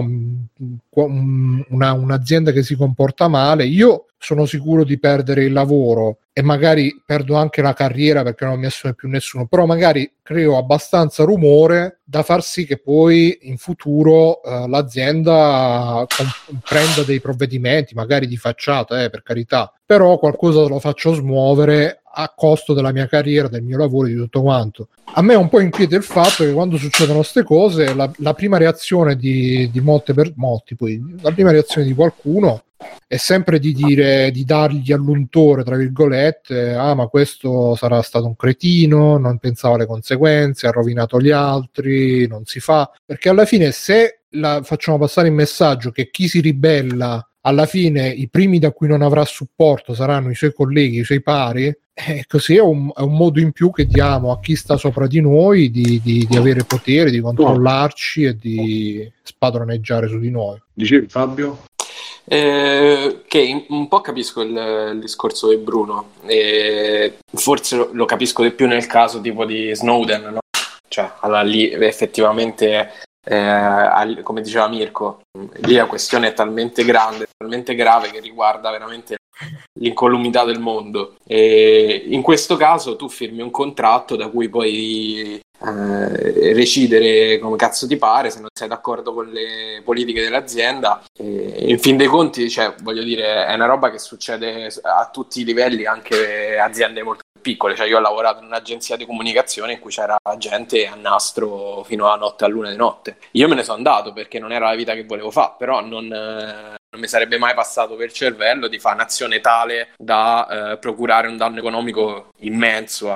un'azienda che si comporta male, io sono sicuro di perdere il lavoro e magari perdo anche la carriera perché non mi assume più nessuno, però magari creo abbastanza rumore da far sì che poi in futuro l'azienda prenda dei provvedimenti, magari di facciata, per carità, però qualcosa lo faccio smuovere a costo della mia carriera, del mio lavoro, di tutto quanto. A me un po' inquieta il fatto che quando succedono queste cose la prima reazione di molti, poi la prima reazione di qualcuno è sempre di dargli all'untore, tra virgolette, ma questo sarà stato un cretino, non pensava alle conseguenze, ha rovinato gli altri, non si fa, perché alla fine se facciamo passare il messaggio che chi si ribella alla fine i primi da cui non avrà supporto saranno i suoi colleghi, i suoi pari, così è un modo in più che diamo a chi sta sopra di noi di avere potere, di controllarci e di spadroneggiare su di noi. Dicevi, Fabio? Che un po' capisco il discorso di Bruno, forse lo capisco di più nel caso tipo di Snowden, no? Cioè, allora lì effettivamente come diceva Mirko, lì la questione è talmente grande, talmente grave che riguarda veramente l'incolumità del mondo, e in questo caso tu firmi un contratto da cui puoi recidere come cazzo ti pare se non sei d'accordo con le politiche dell'azienda, e in fin dei conti, cioè, voglio dire, è una roba che succede a tutti i livelli, anche aziende molto piccole. Cioè, io ho lavorato in un'agenzia di comunicazione in cui c'era gente a nastro fino a notte, a luna di notte. Io me ne sono andato perché non era la vita che volevo fare, però non mi sarebbe mai passato per cervello di fare un'azione tale da procurare un danno economico immenso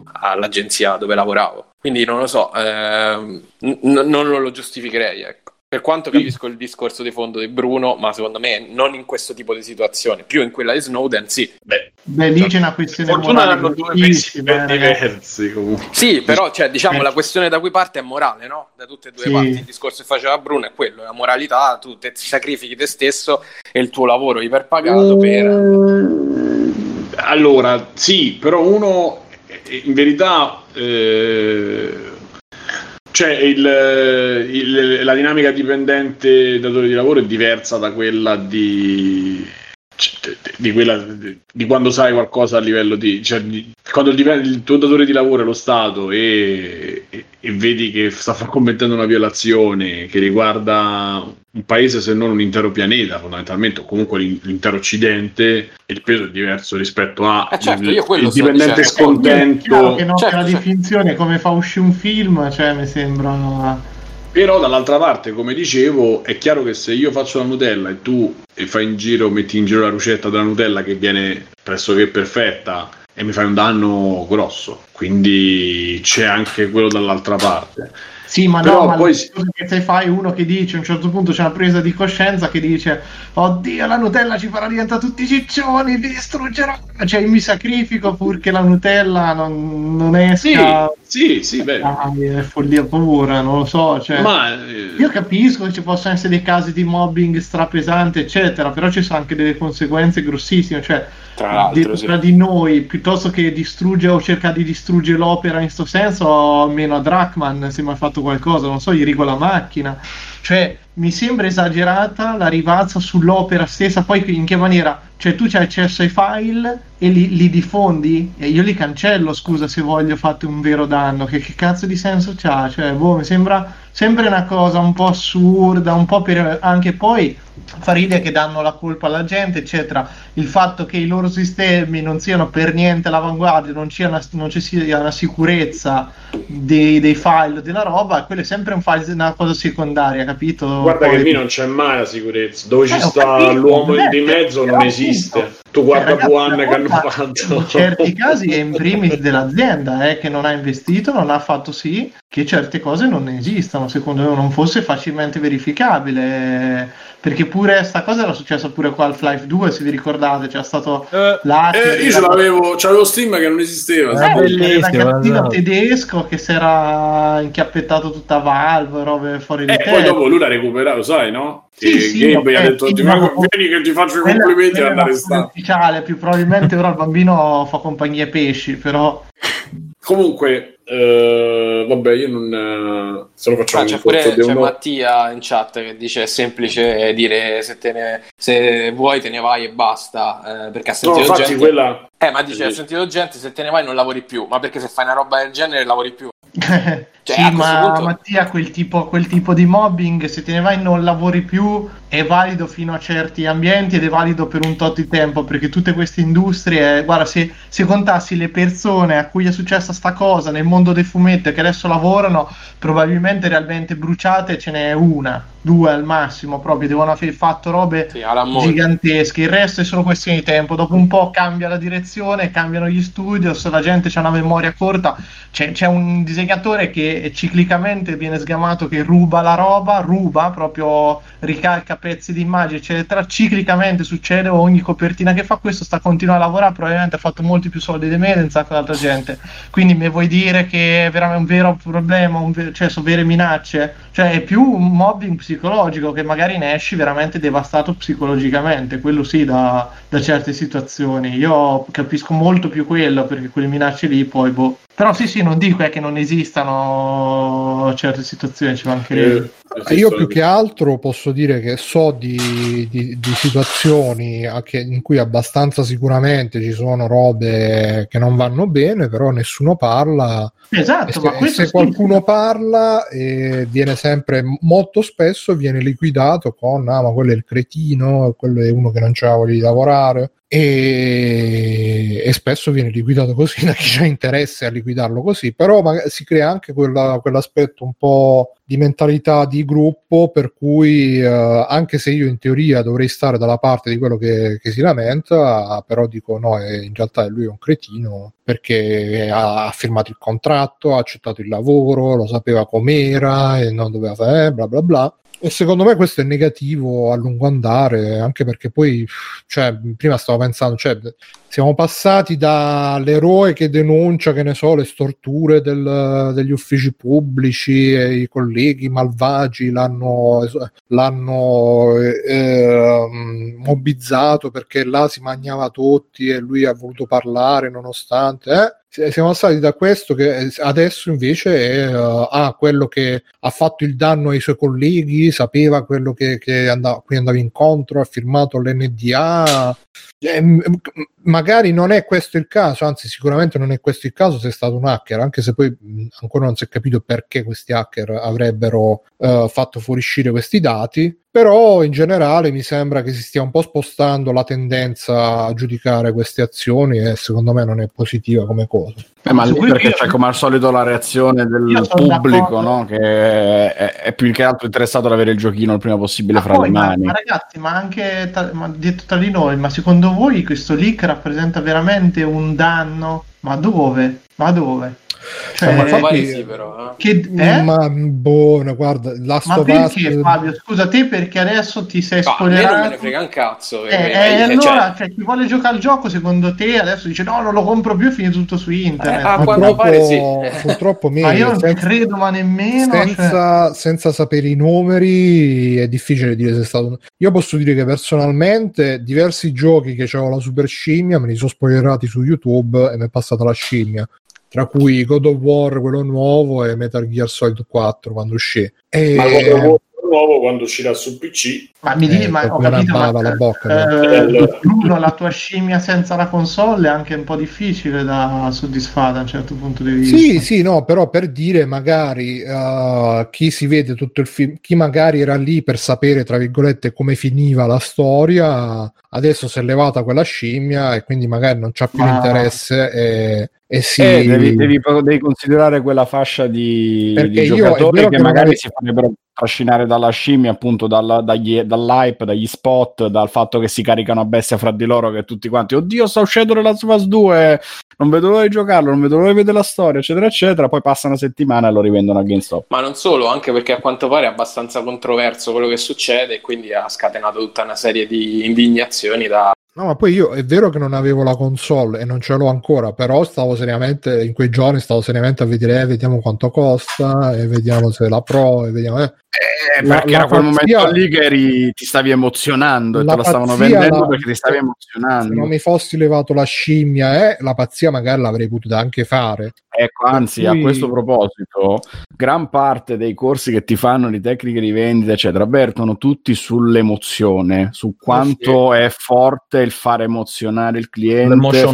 all'agenzia dove lavoravo. Quindi non lo so, non lo giustificherei, ecco. Per quanto capisco il discorso di fondo di Bruno, ma secondo me non in questo tipo di situazione, più in quella di Snowden, sì. Beh, lì c'è una questione Fortuna morale hanno due pesi ben ragazzi. diversi comunque. Sì, però cioè, diciamo la questione da cui parte è morale, no? Da tutte e due Sì. parti. Il discorso che faceva Bruno è quello, la moralità, tu ti sacrifichi te stesso e il tuo lavoro iperpagato per... Allora, sì, però uno in verità cioè la dinamica dipendente datore di lavoro è diversa da quella di quando sai qualcosa a livello quando il tuo datore di lavoro è lo Stato e vedi che sta commettendo una violazione che riguarda un paese se non un intero pianeta fondamentalmente, o comunque l'intero occidente, il peso è diverso rispetto a certo, io quello il sto dipendente dicendo. scontento. Che no, Certo, la certo. definizione è come fa uscire un film, cioè mi sembra... Però dall'altra parte, come dicevo, è chiaro che se io faccio la Nutella e tu metti in giro la ricetta della Nutella che viene pressoché perfetta e mi fai un danno grosso, quindi c'è anche quello dall'altra parte. Sì, ma però no, ma poi che se fai uno che dice a un certo punto c'è una presa di coscienza che dice oddio la Nutella ci farà diventare tutti ciccioni, vi distruggerà, cioè io mi sacrifico purché la Nutella non esca. Sì, beh. È follia pura, non lo so, cioè, io capisco che ci possono essere dei casi di mobbing strapesanti eccetera, però ci sono anche delle conseguenze grossissime, cioè tra l'altro tra di noi, piuttosto che distrugge o cercare di distruggere l'opera in sto senso, almeno a Drachman se mi ha fatto qualcosa, non so, gli rigo la macchina, cioè mi sembra esagerata la rivalsa sull'opera stessa. Poi in che maniera? Cioè tu c'hai accesso ai file e li diffondi e io li cancello, scusa, se voglio fate un vero danno, che cazzo di senso c'ha? Cioè mi sembra sempre una cosa un po' assurda, un po' per anche poi fa ridere che danno la colpa alla gente eccetera, il fatto che i loro sistemi non siano per niente all'avanguardia, non ci sia una sicurezza dei file della roba, quello è sempre una cosa secondaria, capito? Guarda poi... che lì non c'è mai la sicurezza, dove ci sta capito, l'uomo di mezzo non esiste. Tu guarda Puan che hanno fatto in certi casi è in primis dell'azienda che non ha investito, non ha fatto sì che certe cose non esistano, secondo me non fosse facilmente verificabile, perché pure sta cosa era successa pure con Half-Life 2, se vi ricordate, c'era stato io c'avevo Steam che non esisteva, il ragazzino tedesco che si era inchiappettato tutta Valve, robe fuori di testa. Poi dopo lui l'ha recuperato, sai, no? Sì, Gabe ha detto vieni che ti faccio i complimenti e andare ufficiale. Più probabilmente ora il bambino fa compagnia ai pesci, però comunque vabbè, io non se lo facciamo c'è Mattia in chat che dice è semplice dire se vuoi te ne vai e basta, perché ha sentito gente quella... ma dice ha sentito gente, se te ne vai non lavori più, ma perché se fai una roba del genere lavori più. Cioè, sì, ma punto... Mattia, quel tipo di mobbing, se te ne vai non lavori più, è valido fino a certi ambienti ed è valido per un tot di tempo, perché tutte queste industrie, guarda, se contassi le persone a cui è successa sta cosa nel mondo dei fumetti che adesso lavorano, probabilmente realmente bruciate ce n'è una, due al massimo, proprio devono aver fatto robe gigantesche, il resto è solo questione di tempo, dopo un po' cambia la direzione, cambiano gli studios, la gente c'ha una memoria corta, c'è un disegnatore che ciclicamente viene sgamato, che ruba la roba, proprio ricalca pezzi di immagini eccetera, ciclicamente succede, ogni copertina che fa questo sta continuando a lavorare, probabilmente ha fatto molti più soldi di me e un sacco di altra gente, quindi mi vuoi dire che è veramente un vero problema, cioè sono vere minacce, cioè è più un mobbing psicologico che magari ne esci veramente devastato psicologicamente, quello sì, da certe situazioni. Io capisco molto più quello, perché quelle minacce lì poi però sì, non dico che non esistano certe situazioni, ci mancherebbe. Io più che altro posso dire che so di situazioni in cui abbastanza sicuramente ci sono robe che non vanno bene, però nessuno parla. Esatto, ma se qualcuno parla viene sempre, molto spesso viene liquidato con ma quello è il cretino, quello è uno che non c'ha voglia di lavorare, e spesso viene liquidato così da chi ha interesse a liquidarlo così, però si crea anche quell'aspetto un po' di mentalità di gruppo, per cui anche se io in teoria dovrei stare dalla parte di quello che si lamenta, però dico no, in realtà lui è un cretino perché ha firmato il contratto, ha accettato il lavoro, lo sapeva com'era e non doveva fare bla bla bla. E secondo me questo è negativo a lungo andare, anche perché poi, cioè, prima stavo pensando, cioè, siamo passati dall'eroe che denuncia, che ne so, le storture degli uffici pubblici e i colleghi malvagi l'hanno mobbizzato perché là si mangiava tutti e lui ha voluto parlare nonostante, siamo passati da questo che adesso invece è quello che ha fatto il danno ai suoi colleghi, sapeva quello che cui andava incontro, ha firmato l'NDA. Magari non è questo il caso, anzi sicuramente non è questo il caso se è stato un hacker, anche se poi ancora non si è capito perché questi hacker avrebbero fatto fuoriuscire questi dati, però in generale mi sembra che si stia un po' spostando la tendenza a giudicare queste azioni e secondo me non è positiva come cosa. Ma lì perché c'è come al solito la reazione del pubblico, no? Che è più che altro interessato ad avere il giochino il prima possibile fra le mani. Ma ragazzi, ma anche detto tra di noi, ma secondo voi questo leak rappresenta veramente un danno? Ma dove? Cioè, sì, però, ma buono, guarda, ma perché Fabio? Scusa, te perché adesso ti sei spoilerato? A me non me ne frega un cazzo. Allora, cioè, chi vuole giocare al gioco secondo te adesso dice no, non lo compro più, è finito tutto su internet. Quando pare sì. Purtroppo ma io non ci credo, ma nemmeno. Senza sapere i numeri è difficile dire se è stato. Io posso dire che personalmente diversi giochi che c'avevo la super scimmia me li sono spoilerati su YouTube e mi è passata la scimmia, tra cui God of War, quello nuovo, e Metal Gear Solid 4 quando uscì. Ma God of War nuovo quando uscirà su PC? Ma mi dici, ma ho capito, la bocca, Bruno, la tua scimmia senza la console è anche un po' difficile da soddisfare da un certo punto di vista. Sì, no, però per dire magari chi si vede tutto il film, chi magari era lì per sapere, tra virgolette, come finiva la storia, adesso si è levata quella scimmia e quindi magari non c'ha più interesse devi considerare quella fascia di giocatori che magari si farebbero trascinare dalla scimmia, appunto dall'hype, dagli spot, dal fatto che si caricano a bestia fra di loro, che tutti quanti oddio sta uscendo The Last of Us 2, non vedo l'ora di giocarlo, non vedo l'ora di vedere la storia, eccetera eccetera, poi passa una settimana e lo rivendono a GameStop. Ma non solo, anche perché a quanto pare è abbastanza controverso quello che succede e quindi ha scatenato tutta una serie di indignazioni da... No, ma poi io è vero che non avevo la console e non ce l'ho ancora, però stavo seriamente, in quei giorni stavo seriamente a vedere, vediamo quanto costa e vediamo se la Pro e vediamo... perché era quel momento lì che ti stavi emozionando e te la stavano vendendo perché ti stavi emozionando. Se non mi fossi levato la scimmia la pazzia magari l'avrei potuta anche fare. Ecco, anzi, a questo proposito, gran parte dei corsi che ti fanno di tecniche di vendita, eccetera, vertono tutti sull'emozione, su quanto è forte il fare emozionare il cliente,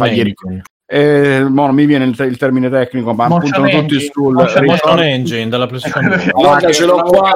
non mi viene il termine tecnico, ma puntano tutti sul Motion Engine della PlayStation 2. Ce l'ho qua.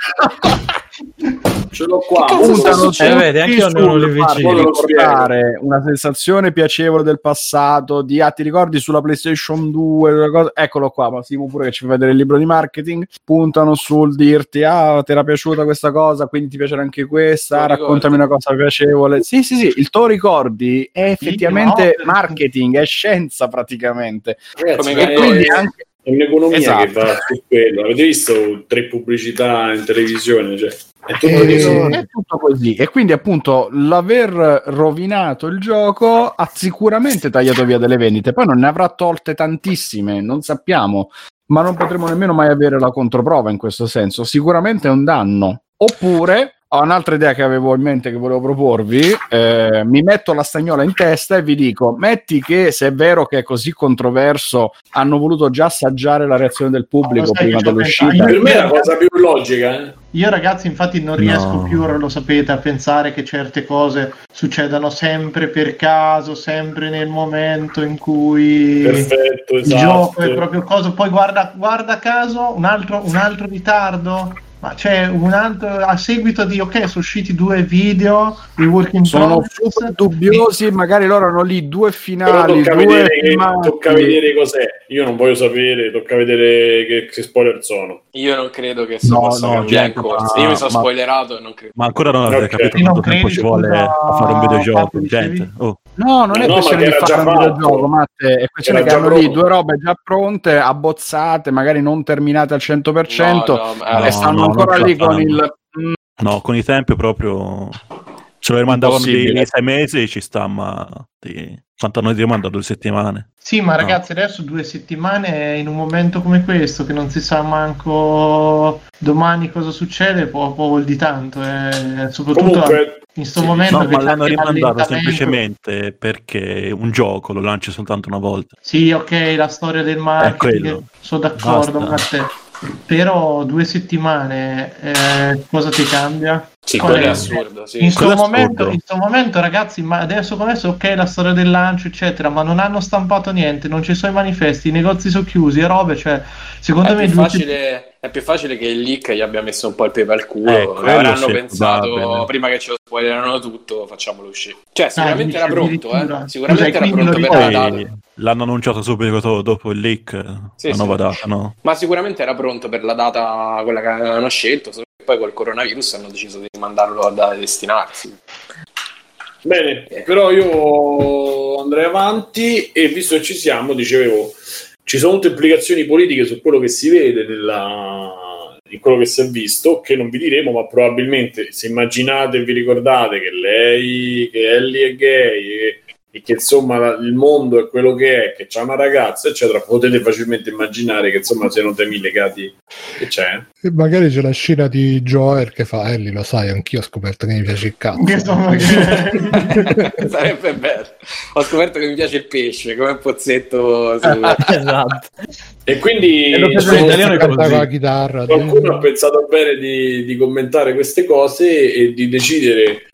Ce l'ho qua. Puntano vedi, anche io non li vicino. Portare una sensazione piacevole del passato, ti ricordi sulla PlayStation 2, eccolo qua, ma Simo pure che ci fa vedere il libro di marketing, puntano sul dirti ti era piaciuta questa cosa, quindi ti piacerà anche questa, raccontami una cosa piacevole. Sì, il tuo ricordi è effettivamente marketing, è scienza praticamente. Ragazzi, e quindi anche è un'economia che va su quello. Avete visto 3 pubblicità in televisione? Cioè, è tutto così. E quindi appunto l'aver rovinato il gioco ha sicuramente tagliato via delle vendite. Poi non ne avrà tolte tantissime, non sappiamo, ma non potremo nemmeno mai avere la controprova in questo senso. Sicuramente è un danno. Oppure ho un'altra idea che avevo in mente, che volevo proporvi, mi metto la stagnola in testa e vi dico, metti che se è vero che è così controverso hanno voluto già assaggiare la reazione del pubblico prima dell'uscita. Per me è la cosa più logica. Io ragazzi infatti non riesco più, lo sapete, a pensare che certe cose succedano sempre per caso, sempre nel momento in cui perfetto, il gioco è proprio cosa. Poi guarda caso un altro ritardo. Ma c'è un altro a seguito di sono usciti 2 video di working sono super dubbiosi, magari loro hanno lì 2 finali, tocca vedere cos'è. Io non voglio sapere, tocca vedere che spoiler sono. Io non credo che possa cambiare in corso. Io mi sono spoilerato e non credo. Ma ancora non avete capito quanto tempo ci vuole a fare un videogioco, gente. No, non è questione di fare un videogioco, Matte, è questione che hanno lì 2 robe già pronte, abbozzate, magari non terminate al 100%, e stanno ancora lì con il No, con i tempi proprio... Se lo rimandavano di 6 mesi ci sta, ma quanto hanno rimandato 2 settimane? Sì, ma ragazzi, adesso 2 settimane in un momento come questo, che non si sa manco domani cosa succede, può vuol di tanto. Soprattutto Comunque, in questo momento. No, che ma l'hanno rimandato allentamento... semplicemente perché un gioco lo lanci soltanto una volta. Sì, ok, la storia del marketing, sono d'accordo con te. Però 2 settimane, cosa ti cambia? Sì, quello è assurdo. Sì. In questo momento, ragazzi, ma adesso ok, la storia del lancio, eccetera, ma non hanno stampato niente, non ci sono i manifesti, i negozi sono chiusi e robe, cioè, secondo me è più facile che il leak gli abbia messo un po' il pepe al culo. Avranno pensato, prima che ce lo spoilerano tutto, facciamolo uscire. Cioè, sicuramente era pronto, sicuramente era pronto per la data. L'hanno annunciato subito dopo il leak, la nuova data, no? Ma sicuramente era pronto per la data, quella che avevano scelto, solo che poi col coronavirus hanno deciso di mandarlo da destinarsi. Bene, però io andrei avanti e visto che ci siamo, dicevo, ci sono molte implicazioni politiche su quello che si vede in quello che si è visto, che non vi diremo, ma probabilmente se immaginate e vi ricordate che Ellie è gay e che insomma il mondo è quello che c'ha una ragazza eccetera, potete facilmente immaginare che insomma siano temi legati che c'è. E magari c'è la scena di Joel che fa Ellie, lo sai, anch'io ho scoperto che mi piace il cazzo. Sarebbe bello. Ho scoperto che mi piace il pesce come pozzetto esatto. E quindi la chitarra, qualcuno ha pensato bene di commentare queste cose e di decidere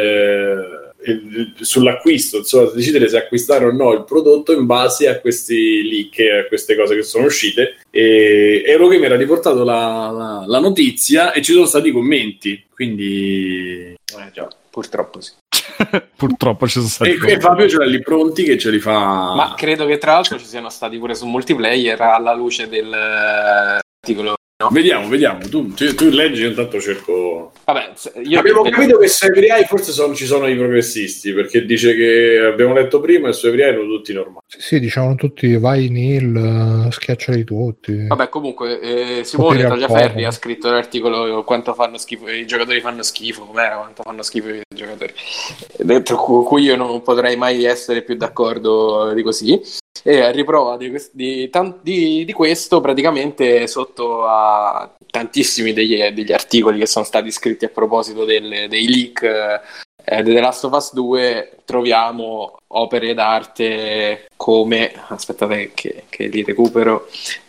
sull'acquisto, insomma, decidere se acquistare o no il prodotto in base a questi leak, a queste cose che sono uscite. E Eurogamer era riportato la notizia e ci sono stati i commenti, quindi già, purtroppo sì. Purtroppo ci sono stati e Fabio ce l'ha lì pronti che ce li fa. Ma credo che tra l'altro ci siano stati pure su multiplayer alla luce dell'articolo. No? Vediamo, tu leggi, intanto cerco. Vabbè, abbiamo capito che su Everai forse ci sono i progressisti, perché dice che abbiamo letto prima e su Everai erano tutti normali. Sì, diciamo tutti vai Neil, schiacciali tutti. Vabbè, comunque Simone Tagliaferri ha scritto l'articolo quanto fanno schifo i giocatori, fanno schifo, com'era, quanto fanno schifo i giocatori, dentro cui io non potrei mai essere più d'accordo di così. E a riprova di questo, praticamente sotto a tantissimi degli articoli che sono stati scritti a proposito dei leak di The Last of Us 2 troviamo opere d'arte come, aspettate che li recupero,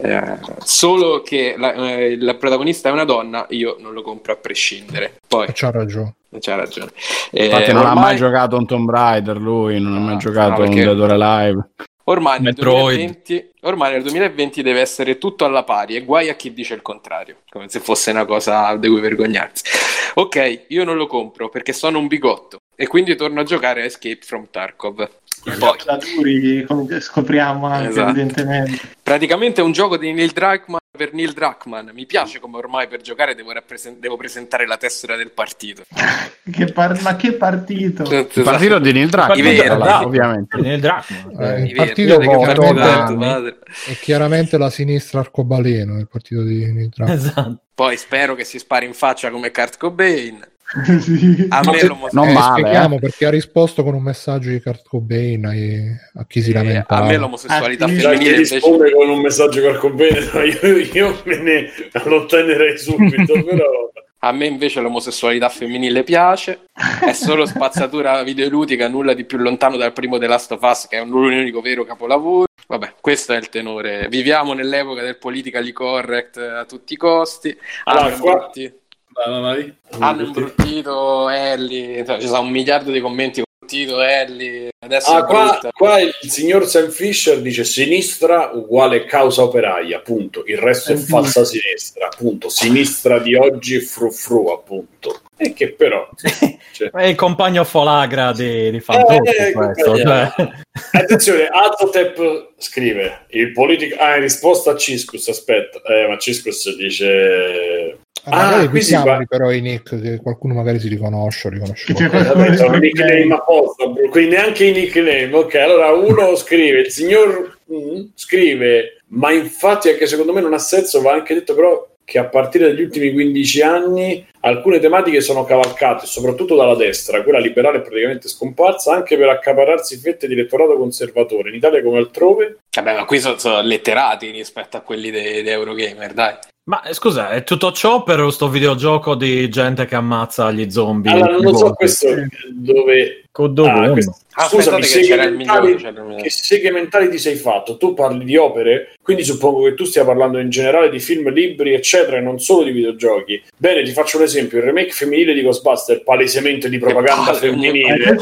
solo che la protagonista è una donna, io non lo compro a prescindere. Poi c'ha ragione. Infatti non ha mai giocato un Tomb Raider, lui non ha mai giocato un Dead or Alive. Ormai nel 2020 deve essere tutto alla pari e guai a chi dice il contrario, come se fosse una cosa di cui vergognarsi. Ok, io non lo compro perché sono un bigotto e quindi torno a giocare a Escape from Tarkov. Poi scopriamo anche, evidentemente. Praticamente è un gioco di Neil Druckmann per Neil Druckmann. Mi piace come ormai per giocare devo presentare la tessera del partito. Ma che partito? Il partito di Neil Druckmann, ovviamente. Neil Druckmann. Il partito è chiaramente la sinistra arcobaleno, il partito di Neil Druckmann. Esatto. Poi spero che si spari in faccia come Kurt Cobain. Sì. A me spieghiamo perché ha risposto con un messaggio di Kurt Cobain a chi si lamentava. A me l'omosessualità femminile risponde con un messaggio di Kurt Cobain, io me ne allontanerei subito. Però a me invece l'omosessualità femminile piace, è solo spazzatura videoludica, nulla di più lontano dal primo The Last of Us, che è l'unico vero capolavoro. Vabbè, questo è il tenore. Viviamo nell'epoca del politically correct a tutti i costi. Hanno imbruttito Ellie, ci sono 1 miliardo di commenti imbruttito Ellie. Adesso qua il signor Sam Fisher dice sinistra uguale causa operaia, appunto. Il resto è falsa sinistra, appunto. Sinistra di oggi frufru, appunto. E che però è il compagno folagra di Fantozzi questo, attenzione, Azotep scrive il politico in risposta a Ciscus, aspetta, ma Ciscus dice però i nick che qualcuno magari si riconosce sono nickname apposta, quindi neanche i nickname. Ok, allora uno scrive, il signor scrive, ma infatti anche secondo me non ha senso, va anche detto, però che a partire dagli ultimi 15 anni alcune tematiche sono cavalcate, soprattutto dalla destra, quella liberale è praticamente scomparsa, anche per accaparrarsi fette di elettorato conservatore, in Italia come altrove. Vabbè, ma qui sono letterati rispetto a quelli di Eurogamer, dai. Ma scusa, è tutto ciò per sto videogioco di gente che ammazza gli zombie? Allora, non lo so, questo dove... Scusami, che seghe mentali ti sei fatto? Tu parli di opere, quindi suppongo che tu stia parlando in generale di film, libri, eccetera, e non solo di videogiochi. Bene, ti faccio un esempio: il remake femminile di Ghostbuster, palesemente di propaganda femminile.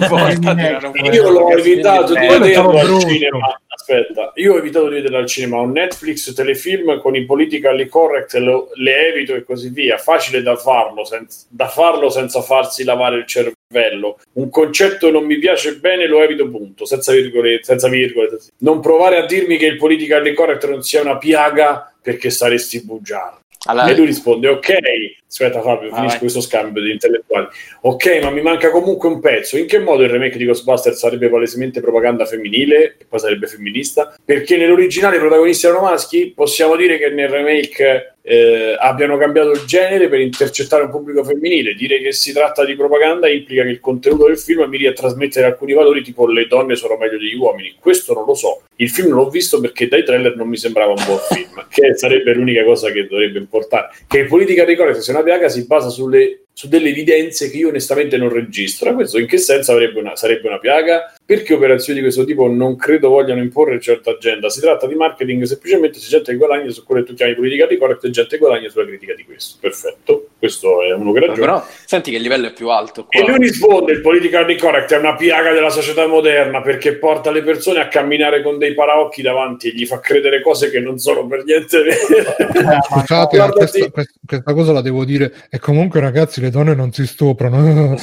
Io l'ho evitato di vederlo al cinema. Aspetta, io ho evitato di vederlo al cinema. Ho Netflix, telefilm con i politically correct, le evito e così via. Facile da farlo senza farsi lavare il cervello. Un concetto non mi piace bene, lo evito, punto, senza virgolette. Non provare a dirmi che il politically correct non sia una piaga, perché saresti bugiardo. Allora, e lui risponde: ok, aspetta Fabio, finisco questo scambio di intellettuali. Ok, ma mi manca comunque un pezzo. In che modo il remake di Ghostbusters sarebbe palesemente propaganda femminile e poi sarebbe femminista? Perché nell'originale i protagonisti erano maschi? Possiamo dire che nel remake abbiano cambiato il genere per intercettare un pubblico femminile. Dire che si tratta di propaganda implica che il contenuto del film miri a trasmettere alcuni valori, tipo le donne sono meglio degli uomini. Questo non lo so, il film non l'ho visto perché dai trailer non mi sembrava un buon film, che sarebbe l'unica cosa che dovrebbe importare. Che il politica correct sia una piaga si basa su delle evidenze che io onestamente non registro. Questo in che senso sarebbe una piaga? Perché operazioni di questo tipo non credo vogliano imporre certa agenda. Si tratta di marketing, semplicemente c'è gente che guadagna su quello che tu chiami politica correct e gente che guadagna sulla critica di questo. Perfetto, questo è uno che ragiona. Però senti che il livello è più alto qua. E lui risponde: il politically correct è una piaga della società moderna perché porta le persone a camminare con dei paraocchi davanti e gli fa credere cose che non sono per niente vere. Scusate, questa cosa la devo dire. E comunque, ragazzi, le donne non si stuprano.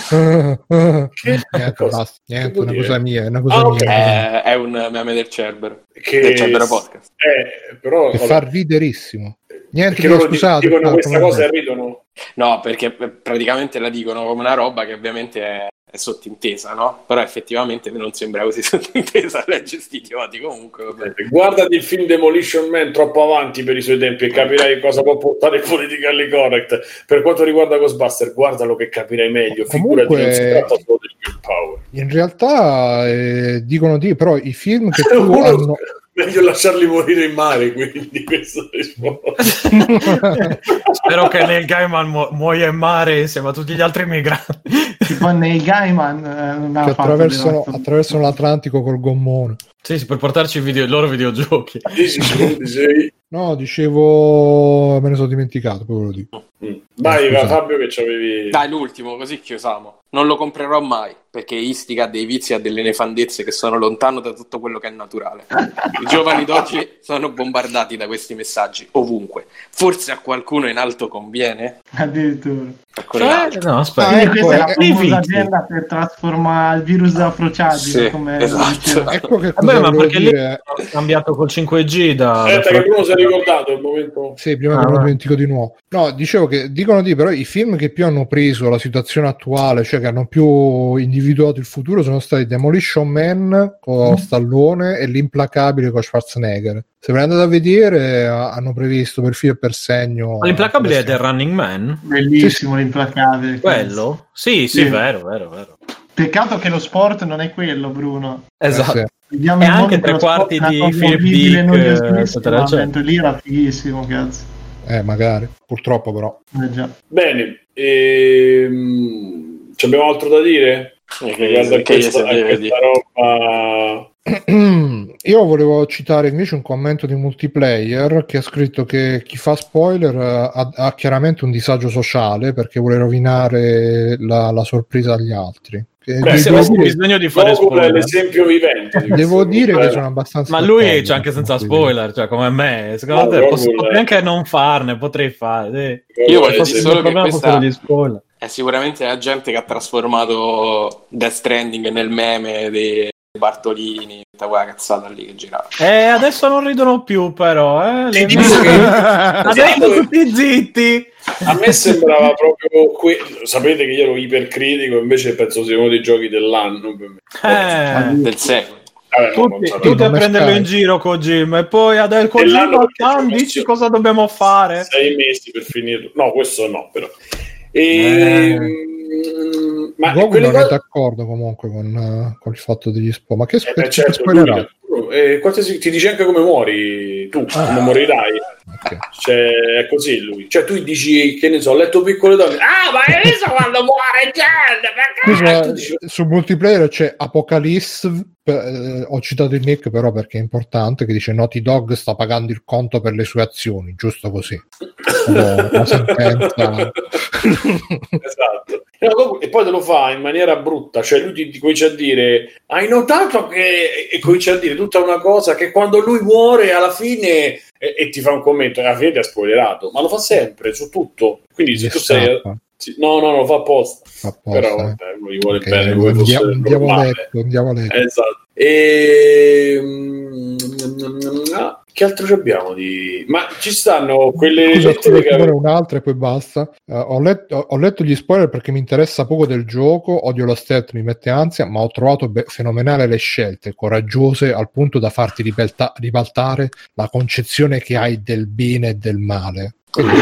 Niente, una cosa mia. È un meme del Cerbero. Del Cerbero Podcast. Però, che fa riderissimo. Niente, scusate. Dicono questa cosa e ridono. No, perché praticamente la dicono come una roba che ovviamente è sottintesa, no? Però effettivamente non sembra così sottintesa, legge sti idioti comunque. Vabbè. Guardati il film Demolition Man, troppo avanti per i suoi tempi, e capirai cosa può portare il politically correct. Per quanto riguarda Ghostbuster, guardalo che capirai meglio. Figurati, non si tratta solo del Will Power. In realtà dicono però i film che tu hanno... Meglio lasciarli morire in mare, quindi questo risponde. Spero che Neil Gaiman muoia in mare insieme a tutti gli altri migranti. Tipo Neil Gaiman che attraversano l'Atlantico col gommone. Sì, per portarci i loro videogiochi. No, dicevo, me ne sono dimenticato, poi ve lo dico. Vai, Fabio, che c'avevi. Dai, l'ultimo, così chiusiamo. Non lo comprerò mai, perché istiga a dei vizi e a delle nefandezze che sono lontano da tutto quello che è naturale. I giovani d'oggi sono bombardati da questi messaggi ovunque. Forse a qualcuno in alto conviene? Addirittura. No, aspetta. Questa è la famosa azienda per trasformare il virus da frociaggine. Sì, come esatto. Ecco che ma perché lì è cambiato col 5G aspetta che uno si è ricordato il momento. Sì, prima che me lo dimentico di nuovo. No, dicevo che dicono però i film che più hanno preso la situazione attuale, cioè che hanno più individuato il futuro, sono stati Demolition Man con Stallone e L'Implacabile con Schwarzenegger. Se ve ne andate a vedere, hanno previsto per filo e per segno. Ma L'Implacabile è del Running Man? Bellissimo, L'Implacabile. Quello? Sì, vero. Peccato che lo sport non è quello, Bruno. Esatto. Vediamo e anche 3/4 di Philip Dick, lì era fighissimo, cazzo. Magari, purtroppo però. Già. Bene, abbiamo altro da dire? Questa roba. Io volevo citare invece un commento di Multiplayer che ha scritto che chi fa spoiler ha chiaramente un disagio sociale perché vuole rovinare la sorpresa agli altri. Bisogno di fare spoiler. L'esempio vivente. Devo dire che sono abbastanza. Ma lui c'è anche senza spoiler, cioè come me. Secondo te posso anche non farne, potrei fare. Io voglio dire solo che questa è sicuramente la gente che ha trasformato Death Stranding nel meme di Bartolini, tutta quella cazzata lì che girava. Adesso non ridono più, però. Adesso tutti zitti. A me sembrava proprio sapete che io ero ipercritico, invece penso sia uno dei giochi dell'anno per me. Del secolo. tutti a prenderlo in giro Kojima e poi adesso Kojima dici cosa dobbiamo fare? 6 mesi per finirlo. No, questo no, però. Ma non è d'accordo comunque con il fatto degli spoiler. Ma che certo, ti dice anche come muori tu, come morirai. Okay. Cioè, è così lui. Cioè, tu dici, che ne so, ho letto Piccole Donne. Ma hai visto quando muore Jen? Su multiplayer c'è Apocalypse. Ho citato il nick però perché è importante, che dice Naughty Dog sta pagando il conto per le sue azioni, giusto così. Una sentenza. Esatto. E poi te lo fa in maniera brutta, cioè lui ti comincia a dire hai notato che, e comincia a dire tutta una cosa che quando lui muore alla fine e ti fa un commento, alla fine ti ha spoilerato, ma lo fa sempre su tutto, quindi se tu sei no, lo fa apposta. Però vabbè, lui vuole bene, andiamo a letto. Esatto. Che altro abbiamo di... Ma ci stanno quelle lettere che un'altra e poi basta. Ho letto gli spoiler perché mi interessa poco del gioco, odio la stealth, mi mette ansia, ma ho trovato fenomenale le scelte, coraggiose al punto da farti ribaltare la concezione che hai del bene e del male.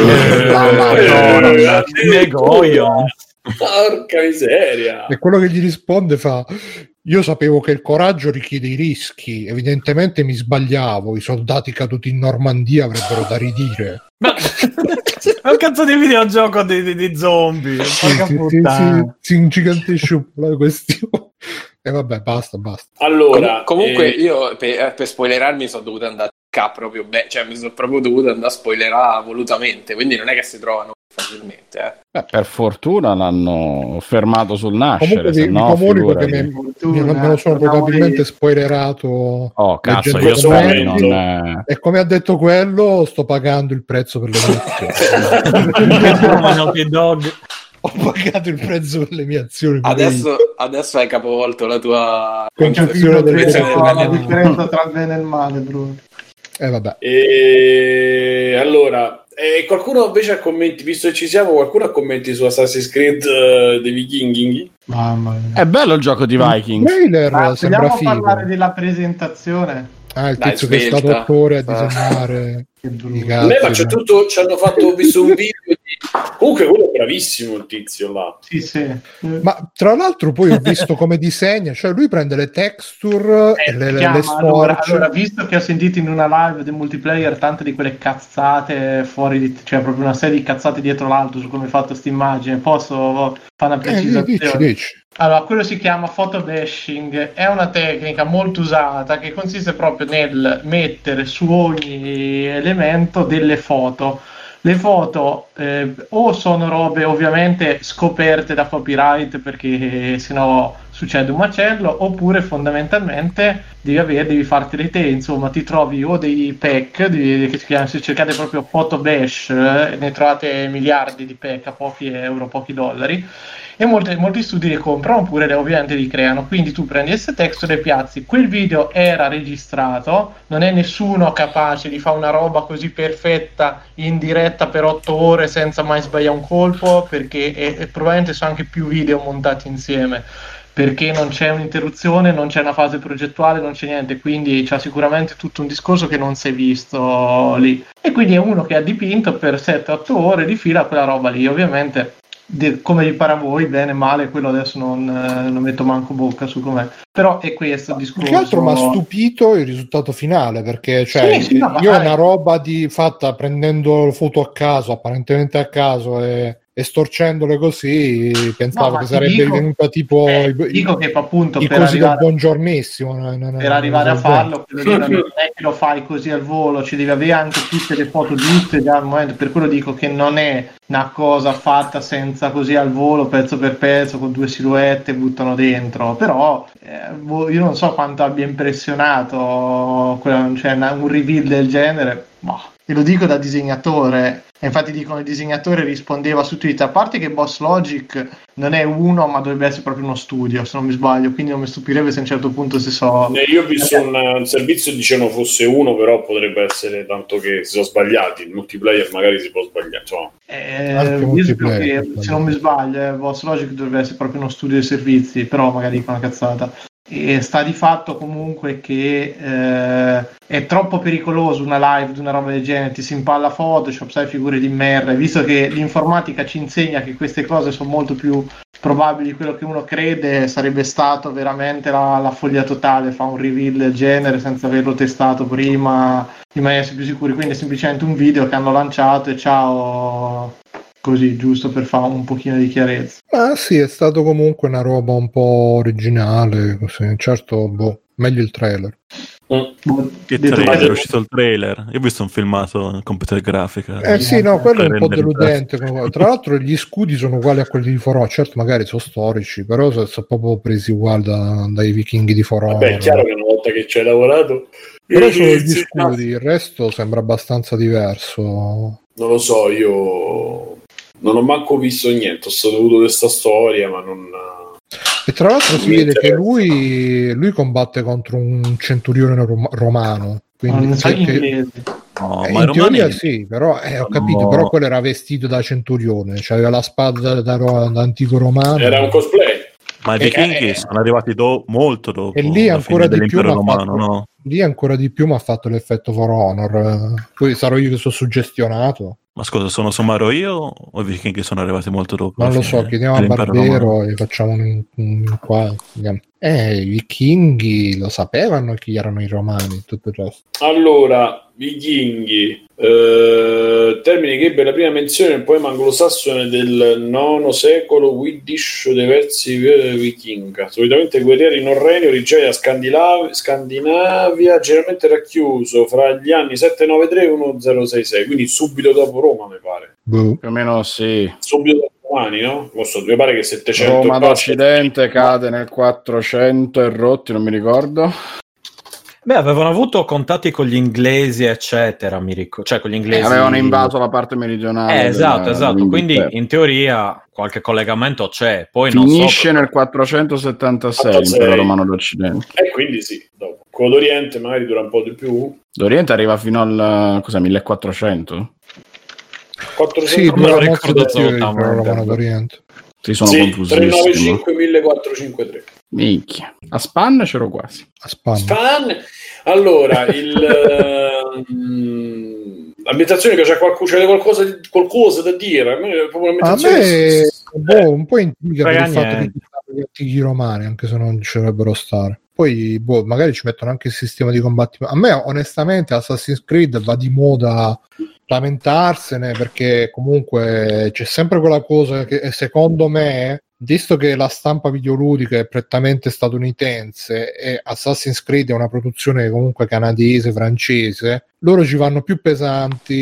Porca miseria. E quello che gli risponde fa: io sapevo che il coraggio richiede i rischi, evidentemente mi sbagliavo, i soldati caduti in Normandia avrebbero da ridire. Ma è un cazzo di videogioco di zombie. Si ingigantisce la questione. E vabbè, basta. Allora, comunque io per spoilerarmi sono dovuto andare proprio cioè mi sono proprio dovuto andare a spoilerare volutamente, quindi non è che si trovano facilmente. Per fortuna l'hanno fermato sul nascere. Comunque mi comunico che me lo sono probabilmente spoilerato. Oh cazzo, io so e come ha detto quello, sto pagando il prezzo per le mie azioni. Ho pagato il prezzo per le mie azioni. Adesso hai capovolto la tua concezione la differenza tra il bene e il male, Bruno. Vabbè. Allora, qualcuno invece ha commenti, visto che ci siamo, qualcuno ha commenti su Assassin's Creed dei Vichinghi? Mamma mia. È bello il gioco di Vikings. Sembra figo. Parlare della presentazione. Il tizio che è stato 8 ore a disegnare. Ma c'è tutto, ci hanno fatto, visto un video di... Comunque quello è bravissimo il tizio là. Sì. Ma tra l'altro poi ho visto come disegna, cioè lui prende le texture e le sforce. Allora, visto che ho sentito in una live del multiplayer tante di quelle cazzate cioè proprio una serie di cazzate dietro l'altro su come è fatta sta immagine, posso fare una precisazione? Dici. Allora, quello si chiama photobashing, è una tecnica molto usata che consiste proprio nel mettere su ogni elemento delle foto. Le foto o sono robe ovviamente scoperte da copyright perché sennò succede un macello, oppure fondamentalmente devi fartele te, insomma ti trovi o dei pack che si chiamano, se cercate proprio photobash ne trovate miliardi di pack a pochi euro, pochi dollari, e molti studi li comprano oppure ovviamente li creano. Quindi tu prendi queste texture e piazzi. Quel video era registrato, non è nessuno capace di fare una roba così perfetta in diretta per 8 ore senza mai sbagliare un colpo, perché probabilmente sono anche più video montati insieme, perché non c'è un'interruzione, non c'è una fase progettuale, non c'è niente, quindi c'è sicuramente tutto un discorso che non si è visto lì. E quindi è uno che ha dipinto per 7-8 ore di fila quella roba lì, ovviamente come vi pare a voi, bene, male, quello adesso non metto manco bocca su com'è, però è questo il discorso. Più che altro mi ha stupito il risultato finale, perché cioè, io una roba fatta prendendo foto a caso, apparentemente a caso, e storcendole così pensavo che sarebbe venuta tipo dico che appunto i per cosi arrivare, del buongiornissimo per arrivare a farlo non è che lo fai così al volo, ci devi avere anche tutte le foto giuste già al momento, per quello dico che non è una cosa fatta senza così al volo, pezzo per pezzo, con 2 silhouette buttano dentro, però io non so quanto abbia impressionato cioè un reveal del genere, e lo dico da disegnatore, e infatti dicono il disegnatore rispondeva su Twitter, a parte che Boss Logic non è uno ma dovrebbe essere proprio uno studio se non mi sbaglio, quindi non mi stupirebbe se a un certo punto io ho visto un servizio dicevano fosse uno, però potrebbe essere tanto che si sono sbagliati, il multiplayer magari si può sbagliare, che, se non mi sbaglio Boss Logic dovrebbe essere proprio uno studio di servizi, però magari dico una cazzata. E sta di fatto comunque che è troppo pericoloso una live di una roba del genere, ti si impalla Photoshop, sai, figure di merda, visto che l'informatica ci insegna che queste cose sono molto più probabili di quello che uno crede, sarebbe stato veramente la follia totale fa un reveal del genere senza averlo testato prima, in maniera più sicuri. Quindi è semplicemente un video che hanno lanciato e ciao, così, giusto per fare un pochino di chiarezza. Ma sì, è stato comunque una roba un po' originale, così. Certo, meglio il trailer. Che trailer? È uscito il trailer. Io ho visto un filmato in computer grafica. Sì, no, quello è un po' deludente. Tra l'altro gli scudi sono uguali a quelli di For Honor. Certo, magari sono storici, però sono proprio presi uguali dai vichinghi di For Honor. Beh, è chiaro che una volta che ci hai lavorato... Però sono gli scudi, il resto sembra abbastanza diverso. Non lo so, io non ho manco visto niente, ho saputo di sta storia, ma non... E tra l'altro si vede che lui combatte contro un centurione romano, quindi non sai inglese. No, ma in teoria sì, però ho capito, però quello era vestito da centurione, cioè aveva la spada da antico romano. Era un cosplay. Ma i vichinghi sono arrivati molto dopo. E lì ancora di più romano, no? Lì ancora di più mi ha fatto l'effetto For Honor. Poi sarò io che sono suggestionato. Ma scusa, sono somaro io o i vichinghi sono arrivati molto dopo? Non lo so, chiediamo a Barbero e facciamo un qua. I vichinghi lo sapevano chi erano i romani, tutto il resto. Allora, vichinghi, termine che ebbe la prima menzione nel poema anglosassone del IX secolo, Widdish dei versi vichinga. Solitamente guerrieri norreni originari da Scandinavia, generalmente racchiuso fra gli anni 793 e 1066, quindi subito dopo Roma, mi pare. Più o meno sì. Subito dopo Romani, no? Mi pare che 700 Roma d'Occidente cade nel 400 e rotti, non mi ricordo. Beh, avevano avuto contatti con gli inglesi, eccetera, mi ricordo. Cioè, con gli inglesi... avevano invaso la parte meridionale. Esatto. Quindi, in teoria, qualche collegamento c'è. Poi finisce nel 476 l'impero romano d'Occidente. E quindi sì, dopo. Quello d'Oriente magari dura un po' di più. D'Oriente arriva fino al 1400? 400, sì, non me lo ricordo romano d'Oriente. Sì, sono confusissimo. 395 1453. Minchia. A Span c'ero quasi. Span. Allora, l'ambientazione che c'è qualcosa da dire. A me un po' intriga per il fatto che gli antichi romani, anche se non ci dovrebbero stare. Poi magari ci mettono anche il sistema di combattimento. A me onestamente Assassin's Creed va di moda lamentarsene, perché comunque c'è sempre quella cosa che secondo me, visto che la stampa videoludica è prettamente statunitense e Assassin's Creed è una produzione comunque canadese, francese, loro ci vanno più pesanti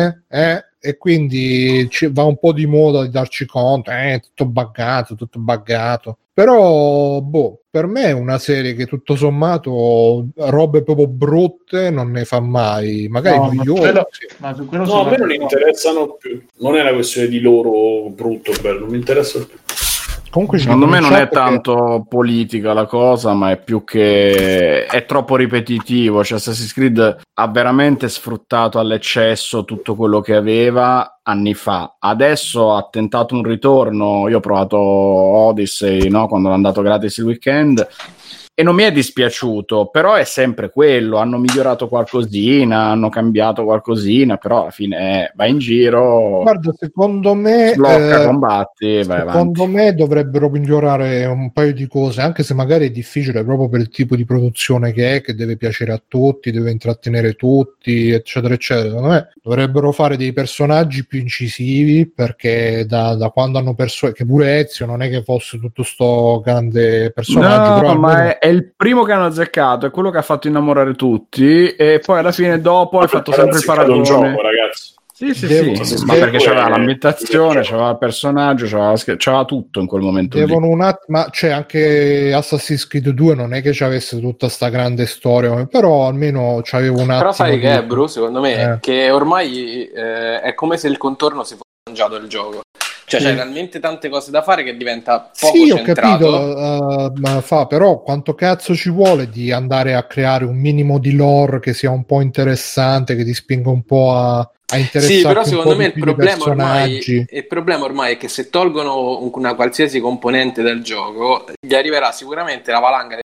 e quindi va un po' di moda di darci conto, tutto buggato. Però per me è una serie che tutto sommato robe proprio brutte non ne fa mai, magari migliori. A me non interessano più, non è una questione di loro brutto o bello, non mi interessa più. Comunque, secondo me non è tanto politica la cosa, ma è più che è troppo ripetitivo. Cioè, Assassin's Creed ha veramente sfruttato all'eccesso tutto quello che aveva anni fa. Adesso ha tentato un ritorno. Io ho provato Odyssey, no? Quando è andato gratis il weekend, e non mi è dispiaciuto, però è sempre quello. Hanno migliorato qualcosina, hanno cambiato qualcosina, però alla fine vai in giro, guarda, secondo me sblocca, combatti, vai secondo avanti. Me dovrebbero migliorare un paio di cose, anche se magari è difficile proprio per il tipo di produzione che deve piacere a tutti, deve intrattenere tutti, eccetera eccetera. Secondo me dovrebbero fare dei personaggi più incisivi, perché da quando hanno che pure Ezio non è che fosse tutto sto grande personaggio, No, però ma è il primo che hanno azzeccato, è quello che ha fatto innamorare tutti, e poi alla fine dopo ha fatto sempre il paragone. Un gioco, ragazzi. Sì, ma perché c'aveva l'ambientazione, c'aveva il personaggio, c'aveva tutto in quel momento. Ma c'è anche Assassin's Creed 2, non è che c'avesse tutta sta grande storia, però almeno c'avevo un attimo. Però sai che è, Bru, secondo me, che ormai è come se il contorno si fosse mangiato il gioco. Cioè c'è talmente tante cose da fare che diventa poco centrato. Ho capito, però quanto cazzo ci vuole di andare a creare un minimo di lore che sia un po' interessante, che ti spinga un po' a interessarti. Sì, però secondo me il problema ormai è che se tolgono una qualsiasi componente del gioco, gli arriverà sicuramente la valanga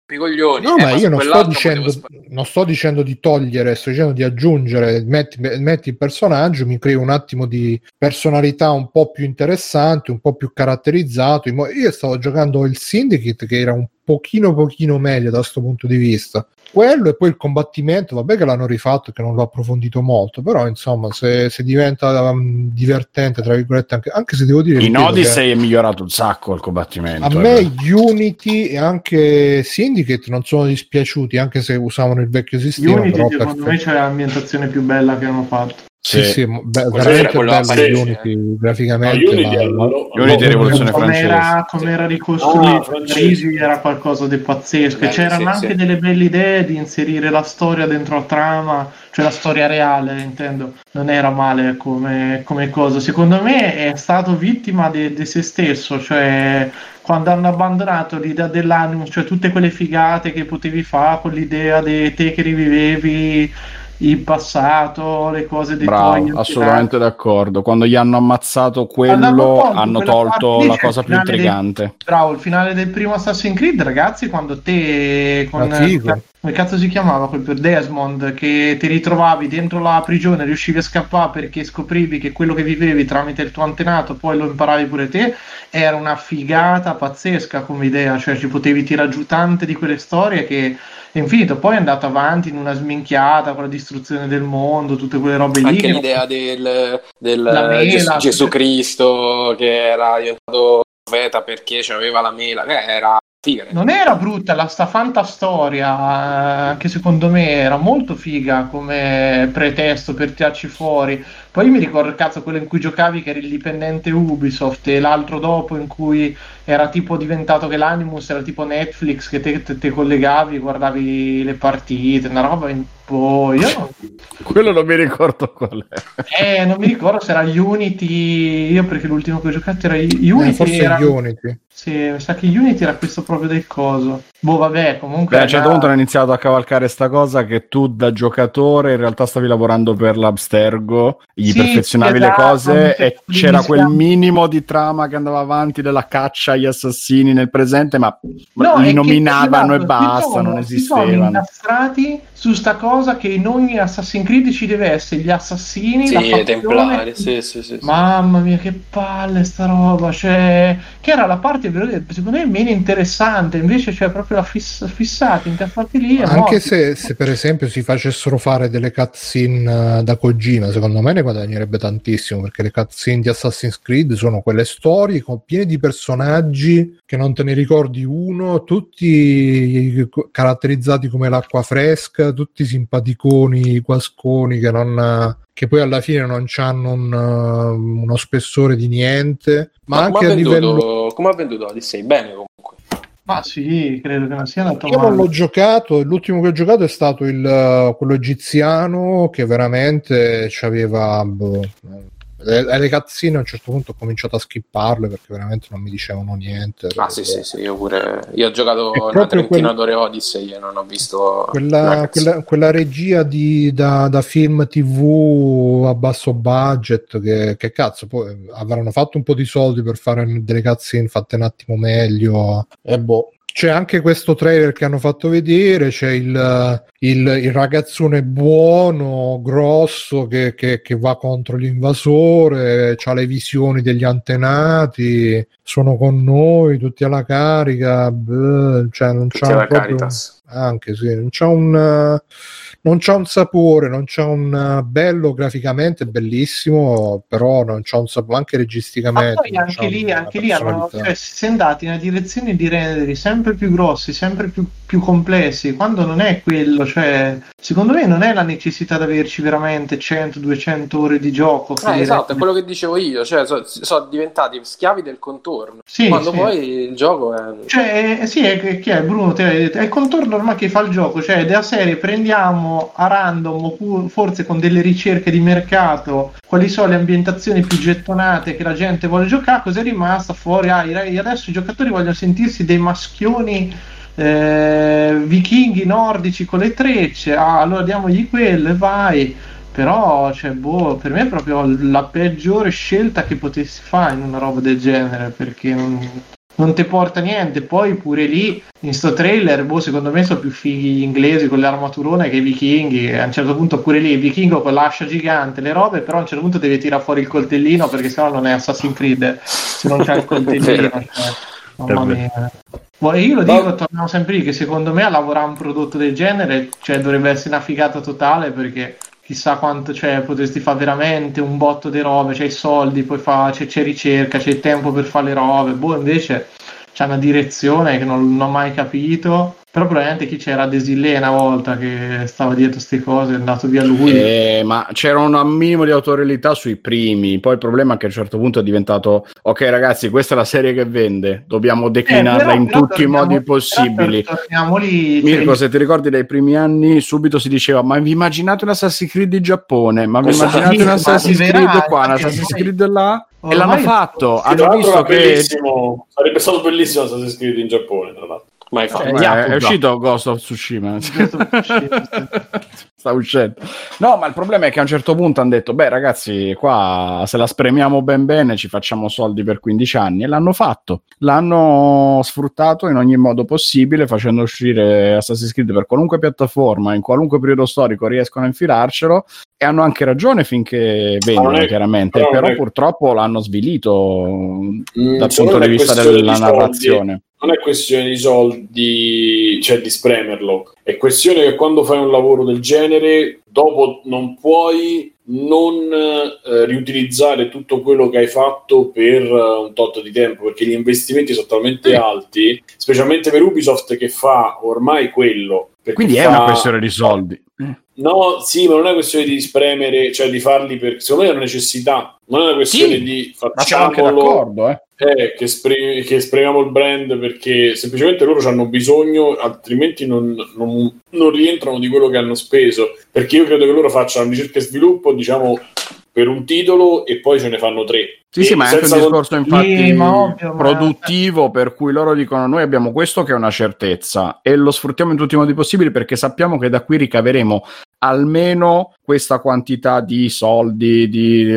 Coglioni. No, ma io non quell'altro non sto dicendo di togliere, sto dicendo di aggiungere, metti il personaggio, mi crei un attimo di personalità un po' più interessante, un po' più caratterizzato. Io stavo giocando il Syndicate, che era un pochino meglio da questo punto di vista. Quello, e poi il combattimento, vabbè che l'hanno rifatto, che non l'ho approfondito molto, però insomma se diventa divertente, tra virgolette, anche se devo dire in Odyssey è migliorato un sacco il combattimento. A me Unity e anche Syndicate non sono dispiaciuti, anche se usavano il vecchio sistema. Unity però secondo me c'è l'ambientazione più bella che hanno fatto. Sì, veramente bello Unity, graficamente. Unity è rivoluzione francese. Come era ricostruito Parigi era qualcosa di pazzesco. C'erano anche delle belle idee di inserire la storia dentro la trama, cioè la storia reale, intendo. Non era male come cosa. Secondo me è stato vittima di se stesso, cioè quando hanno abbandonato l'idea dell'Animus, cioè tutte quelle figate che potevi fare con l'idea di te che rivivevi il passato, le cose dei tuoi assolutamente d'accordo. Quando gli hanno ammazzato quello hanno tolto la cosa più intrigante. Bravo, il finale del primo Assassin's Creed, ragazzi, quando te con come cazzo si chiamava quel per Desmond, che ti ritrovavi dentro la prigione, riuscivi a scappare perché scoprivi che quello che vivevi tramite il tuo antenato poi lo imparavi pure te, era una figata pazzesca come idea, cioè ci potevi tirare giù tante di quelle storie che è infinito. Poi è andato avanti in una sminchiata con la distruzione del mondo, tutte quelle robe lì. Anche l'idea del Gesù Cristo che era diventato profeta perché c'aveva la mela, era figa. Non era brutta sta fantastoria, che secondo me era molto figa come pretesto per tirarci fuori. Poi mi ricordo quello in cui giocavi, che era indipendente Ubisoft, e l'altro dopo in cui era tipo diventato che l'Animus era tipo Netflix, che te collegavi, guardavi le partite, una roba quello non mi ricordo qual è. Non mi ricordo se era Unity, io perché l'ultimo che ho giocato era Unity. Forse era Unity. Sì, mi sa che Unity era questo proprio del coso. Vabbè, comunque a un certo punto hanno iniziato a cavalcare sta cosa che tu da giocatore in realtà stavi lavorando per l'Abstergo, gli perfezionavi le cose e c'era quel minimo di trama che andava avanti della caccia agli assassini nel presente, ma li nominavano e basta, non esistevano. Si sono incastrati su sta cosa che in ogni Assassin's Creed ci deve essere gli assassini, la fazione, templari, sì. Mamma mia, che palle sta roba, cioè, che era la parte secondo me meno interessante, invece c'è proprio la fissati, incastrati lì. Anche se per esempio si facessero fare delle cutscene da Kojima, secondo me ne guadagnerebbe tantissimo, perché le cutscene di Assassin's Creed sono quelle storie piene di personaggi che non te ne ricordi uno, tutti caratterizzati come l'acqua fresca, tutti simpaticoni, guasconi che poi alla fine non hanno uno spessore di niente, ma anche a livello... Come ha venduto Odyssey? Bene comunque. Ma sì, credo che non sia andato male. Io non l'ho giocato, l'ultimo che ho giocato è stato quello egiziano, che veramente c'aveva... le cutscene a un certo punto ho cominciato a skipparle perché veramente non mi dicevano niente. Sì, io pure. Io ho giocato una trentina d'ore Odyssey e non ho visto quella regia da film TV a basso budget che cazzo, poi avranno fatto un po' di soldi per fare delle cutscene fatte un attimo meglio e C'è anche questo trailer che hanno fatto vedere, c'è il ragazzone buono, grosso, che va contro l'invasore, c'ha le visioni degli antenati, sono con noi, tutti alla carica, cioè non c'ha proprio... Caritas. Anche sì, non c'ha un sapore, non c'ha un bello graficamente, bellissimo, però non c'ha un sapore anche registicamente. Ma poi anche lì hanno, cioè, si è andati in una direzione di renderi sempre più grossi, sempre più complessi, quando non è quello, cioè secondo me non è la necessità di averci veramente 100-200 ore di gioco. Esatto, è quello che dicevo io, cioè sono diventati schiavi del contorno, quando poi il gioco è... Cioè, sì, è Bruno, è il contorno ormai che fa il gioco, cioè della serie prendiamo a random, forse con delle ricerche di mercato, quali sono le ambientazioni più gettonate che la gente vuole giocare, cos'è rimasta fuori, adesso i giocatori vogliono sentirsi dei maschioni vichinghi nordici con le trecce, allora diamogli quello e vai. Però cioè, per me è proprio la peggiore scelta che potessi fare in una roba del genere, perché non ti porta niente. Poi pure lì in sto trailer, secondo me sono più fighi gli inglesi con le armaturone che i vichinghi. A un certo punto pure lì il vichingo con l'ascia gigante, le robe, però a un certo punto deve tirare fuori il coltellino, perché sennò non è Assassin's Creed se non c'è il coltellino. Mamma mia. Io lo dico, torniamo sempre lì, che secondo me a lavorare un prodotto del genere, cioè, dovrebbe essere una figata totale, perché chissà quanto, cioè, potresti fare veramente un botto di robe, c'hai i soldi, poi c'è ricerca, c'è il tempo per fare le robe. Invece c'è una direzione che non ho mai capito, però probabilmente chi c'era Desilé una volta che stava dietro queste cose è andato via lui. Ma c'era un minimo di autorialità sui primi, poi il problema è che a un certo punto è diventato ok ragazzi, questa è la serie che vende, dobbiamo declinarla in tutti i modi possibili. Mirko, se ti ricordi dai primi anni subito si diceva ma vi immaginate un Assassin's Creed in Giappone, ma vi immaginate un Assassin's Creed qua, un Assassin's Creed là? E l'hanno fatto, hanno visto che sarebbe stato bellissimo Assassin's Creed in Giappone, tra l'altro. Ma è uscito Ghost of Tsushima. Sta uscendo. No, ma il problema è che a un certo punto hanno detto beh ragazzi, qua se la spremiamo ben bene ci facciamo soldi per 15 anni, e l'hanno fatto, l'hanno sfruttato in ogni modo possibile, facendo uscire Assassin's Creed per qualunque piattaforma, in qualunque periodo storico riescono a infilarcelo, e hanno anche ragione finché vengono, chiaramente, però purtroppo l'hanno svilito dal punto di vista della narrazione. Non è questione di soldi, cioè di spremerlo, è questione che quando fai un lavoro del genere, dopo non puoi non riutilizzare tutto quello che hai fatto per un tot di tempo, perché gli investimenti sono talmente alti, specialmente per Ubisoft che fa ormai quello. Quindi è una questione di soldi. No, sì, ma non è questione di spremere, cioè di farli per... Secondo me è una necessità, non è una questione di facciamolo, che esprimiamo il brand, perché semplicemente loro hanno bisogno, altrimenti non rientrano di quello che hanno speso, perché io credo che loro facciano ricerca e sviluppo, diciamo, per un titolo e poi ce ne fanno 3. Sì, ma è anche un discorso infatti produttivo, per cui loro dicono noi abbiamo questo che è una certezza e lo sfruttiamo in tutti i modi possibili, perché sappiamo che da qui ricaveremo almeno questa quantità di soldi,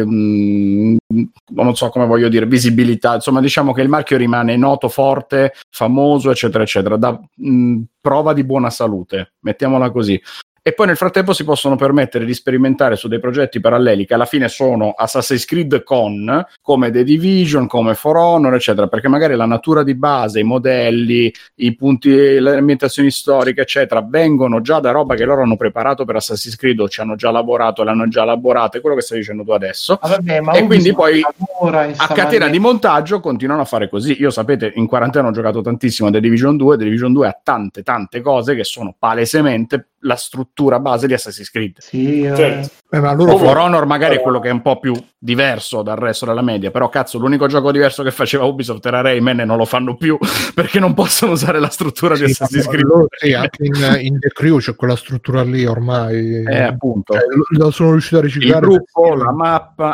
di non so come voglio dire, visibilità, insomma diciamo che il marchio rimane noto, forte, famoso, eccetera eccetera, da prova di buona salute, mettiamola così. E poi nel frattempo si possono permettere di sperimentare su dei progetti paralleli che alla fine sono Assassin's Creed come The Division, come For Honor, eccetera, perché magari la natura di base, i modelli, i punti, le ambientazioni storiche, eccetera, vengono già da roba che loro hanno preparato per Assassin's Creed o ci hanno già lavorato, l'hanno già elaborato, quello che stai dicendo tu adesso. E quindi poi a catena di montaggio continuano a fare così. Io sapete, in quarantena ho giocato tantissimo a The Division 2, The Division 2 ha tante cose che sono palesemente la struttura base di Assassin's Creed. Sì, certo. Ma loro For Honor magari è quello che è un po' più diverso dal resto della media, però cazzo, l'unico gioco diverso che faceva Ubisoft era Rayman e non lo fanno più perché non possono usare la struttura di Assassin's Creed. Sì, anche in The Crew c'è quella struttura lì ormai. Appunto. Lo sono riuscito a riciclare. Il gruppo, la mappa.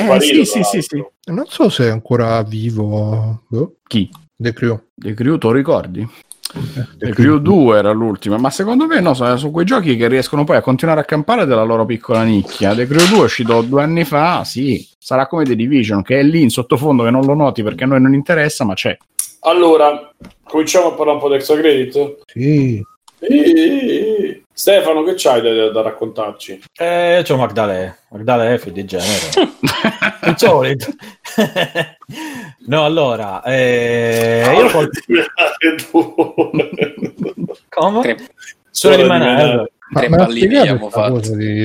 Sì. Non so se è ancora vivo. Chi? The Crew. The Crew, te lo ricordi? The Crew 2 era l'ultima, ma secondo me no, sono quei giochi che riescono poi a continuare a campare della loro piccola nicchia. The Crew 2 è uscito 2 anni fa, sì, sarà come The Division, che è lì in sottofondo, che non lo noti perché a noi non interessa, ma c'è. Allora, cominciamo a parlare un po' di extra credit? Sì. Stefano, che c'hai da raccontarci? C'è Magdalè, figlio di genere. Il solito. No, allora, io come? Suona di Manare. Tre palline abbiamo fatto.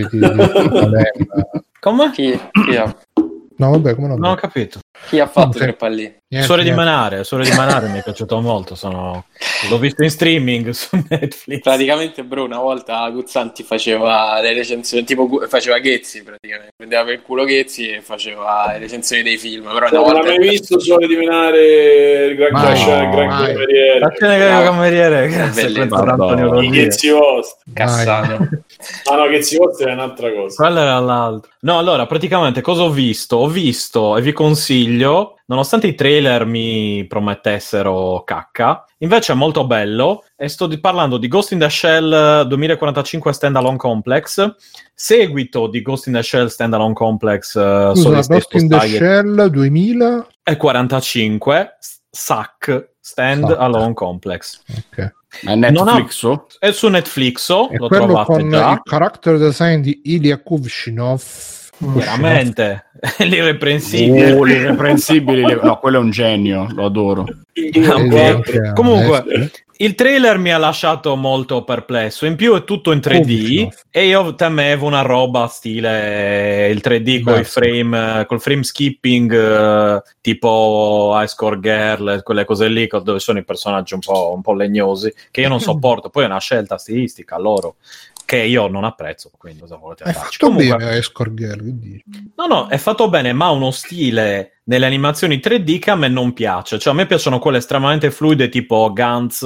Come? Chi ha? No, vabbè, come non ho capito. Chi ha fatto tre palline? Suore di Manare mi è piaciuto molto, l'ho visto in streaming su Netflix. Praticamente bro, una volta Guzzanti faceva le recensioni, tipo faceva Ghezzi, praticamente prendeva per il culo Ghezzi e faceva le recensioni dei film, però non l'hai mai visto Suore di Manare, il gran cameriere, i Ghezzi vostri Cassano. No, Ghezzi vostri è un'altra cosa, quello era l'altro. No, allora praticamente cosa ho visto e vi consiglio, nonostante i trailer mi promettessero cacca, invece è molto bello, e sto parlando di Ghost in the Shell 2045 Standalone Complex, seguito di Ghost in the Shell Standalone Complex Ghost in the Shell 2045 SAC, Stand Alone Complex. Ok. Ma è Netflix? È su Netflix, È lo quello trovate con già. il character design di Ilya Kuvshinov. Veramente l'irreprensibile. L'irreprensibile. No, quello è un genio, lo adoro. Comunque il trailer mi ha lasciato molto perplesso, in più è tutto in 3D e io temevo una roba stile il 3D con i frame, col frame skipping, tipo High Score Girl, quelle cose lì dove sono i personaggi un po' legnosi, che io non sopporto. Poi è una scelta stilistica loro che io non apprezzo, quindi cosa volete farci? Comunque bene, no, è fatto bene, ma ha uno stile nelle animazioni 3D che a me non piace. Cioè a me piacciono quelle estremamente fluide tipo Gantz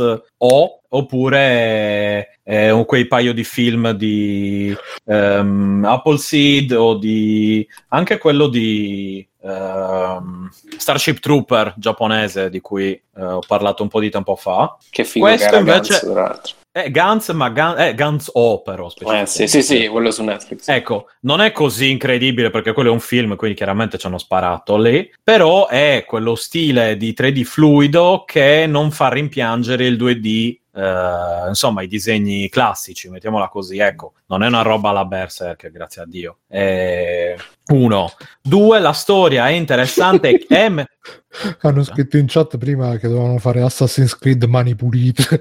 oppure quei paio di film di Appleseed o di anche quello di Starship Trooper giapponese di cui ho parlato un po' di tempo fa. Che figo. Questo che era invece Gantz, tra l'altro. Gantz, ma Gantz O però sì, quello su Netflix. Ecco, non è così incredibile perché quello è un film, quindi chiaramente ci hanno sparato lì, però è quello stile di 3D fluido che non fa rimpiangere il 2D, insomma i disegni classici, mettiamola così, ecco, non è una roba alla Berserk, grazie a Dio. 1. 2, la storia è interessante. Hanno scritto in chat prima che dovevano fare Assassin's Creed mani pulite.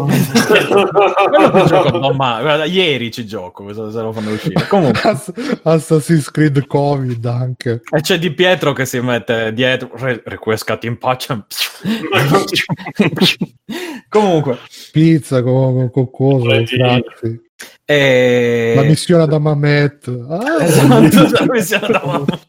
Guarda, ieri ci gioco, se lo fanno uscire. Comunque Assassin's Creed Covid anche. E c'è Di Pietro che si mette dietro requescati in pace. Comunque pizza con grazie. La missione da Mamet. Esatto, la missione da Mamet.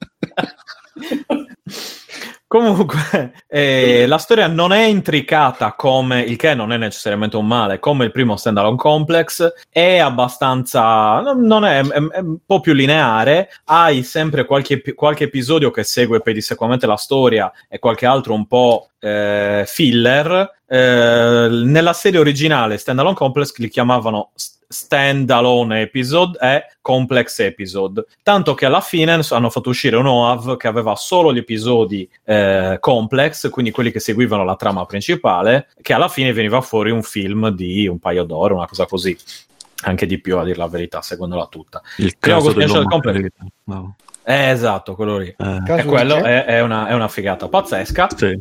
Comunque, la storia non è intricata come, il che non è necessariamente un male, come il primo Standalone Complex, è abbastanza, non è un po' più lineare, hai sempre qualche episodio che segue pedissequamente la storia e qualche altro un po' filler. Nella serie originale Standalone Complex li chiamavano Standalone Episode e Complex Episode, tanto che alla fine hanno fatto uscire un OAV che aveva solo gli episodi complex, quindi quelli che seguivano la trama principale, che alla fine veniva fuori un film di un paio d'ore, una cosa così, anche di più a dir la verità, seguendola tutta. Il caso dell'uomo complex. No. Esatto, quello lì. E quello è una figata pazzesca. Sì.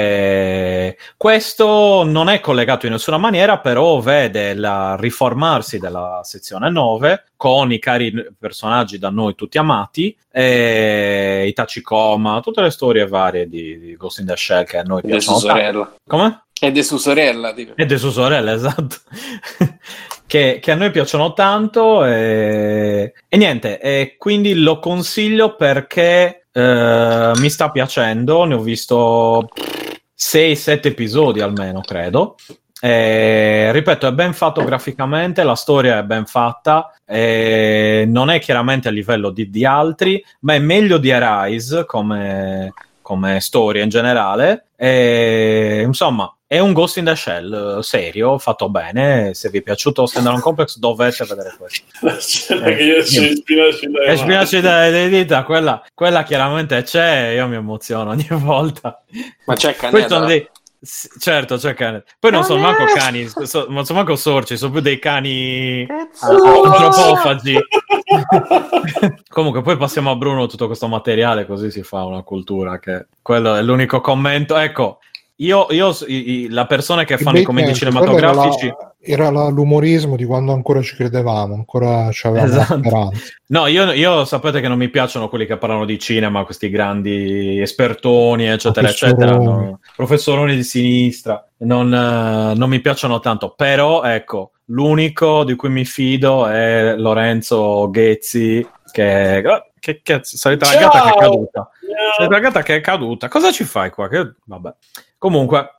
Questo non è collegato in nessuna maniera, però vede il riformarsi della sezione 9 con i cari personaggi da noi tutti amati, i Tachikoma, tutte le storie varie di Ghost in the Shell che a noi piacciono. Sorella. Come? È di sua sorella. Tipo. È di sua sorella, esatto. Che a noi piacciono tanto e niente, e quindi lo consiglio perché mi sta piacendo, ne ho visto 6-7 episodi almeno, credo. Ripeto, è ben fatto graficamente, la storia è ben fatta, non è chiaramente a livello di altri, ma è meglio di Arise come storia in generale, insomma è un Ghost in the Shell serio, fatto bene. Se vi è piaciuto Standalone Complex dovete vedere questo. La scena che io spinaci dalle dita, quella chiaramente c'è, io mi emoziono ogni volta. Ma c'è Caneda? Certo, c'è cane. Poi non sono manco cani, non sono manco sorci, sono più dei cani antropofagi. Comunque poi passiamo a Bruno tutto questo materiale, così si fa una cultura, che quello è l'unico commento. Ecco, io la persona che fanno i commenti cinematografici era l'umorismo di quando ancora ci credevamo, ancora c'avevamo speranza. No, io sapete che non mi piacciono quelli che parlano di cinema, questi grandi espertoni, eccetera, eccetera, no, professoroni di sinistra, non mi piacciono tanto, però ecco, l'unico di cui mi fido è Lorenzo Ghezzi, che salita la gatta che è caduta. Salita la gatta che è caduta. Cosa ci fai qua? Vabbè. Comunque,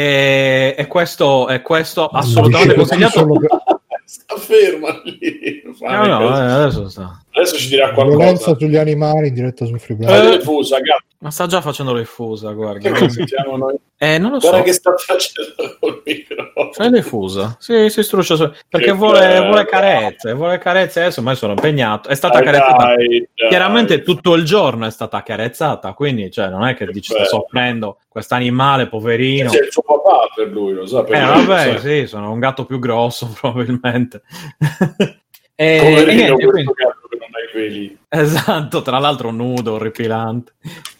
è questo assolutamente consigliato. Sta ferma lì. adesso sta. Adesso ci dirà qualcosa. Violenza sugli animali in diretta su Freeplay. Fai delle fusa, gatto. Ma sta già facendo le fusa, guarda. Che sentiamo noi? Non lo so. Guarda che sta facendo col microfono. Fai le fusa? Sì, si struscia perché vuole carezze, adesso ormai sono impegnato. È stata carezzata. Dai. Chiaramente tutto il giorno è stata carezzata, quindi cioè non è che dici sto soffrendo quest'animale, poverino. C'è il suo papà per lui, lo sa. Vabbè, sì, sono un gatto più grosso probabilmente. Poverino, questo gatto che non ha i peli. Esatto, tra l'altro nudo, orripilante.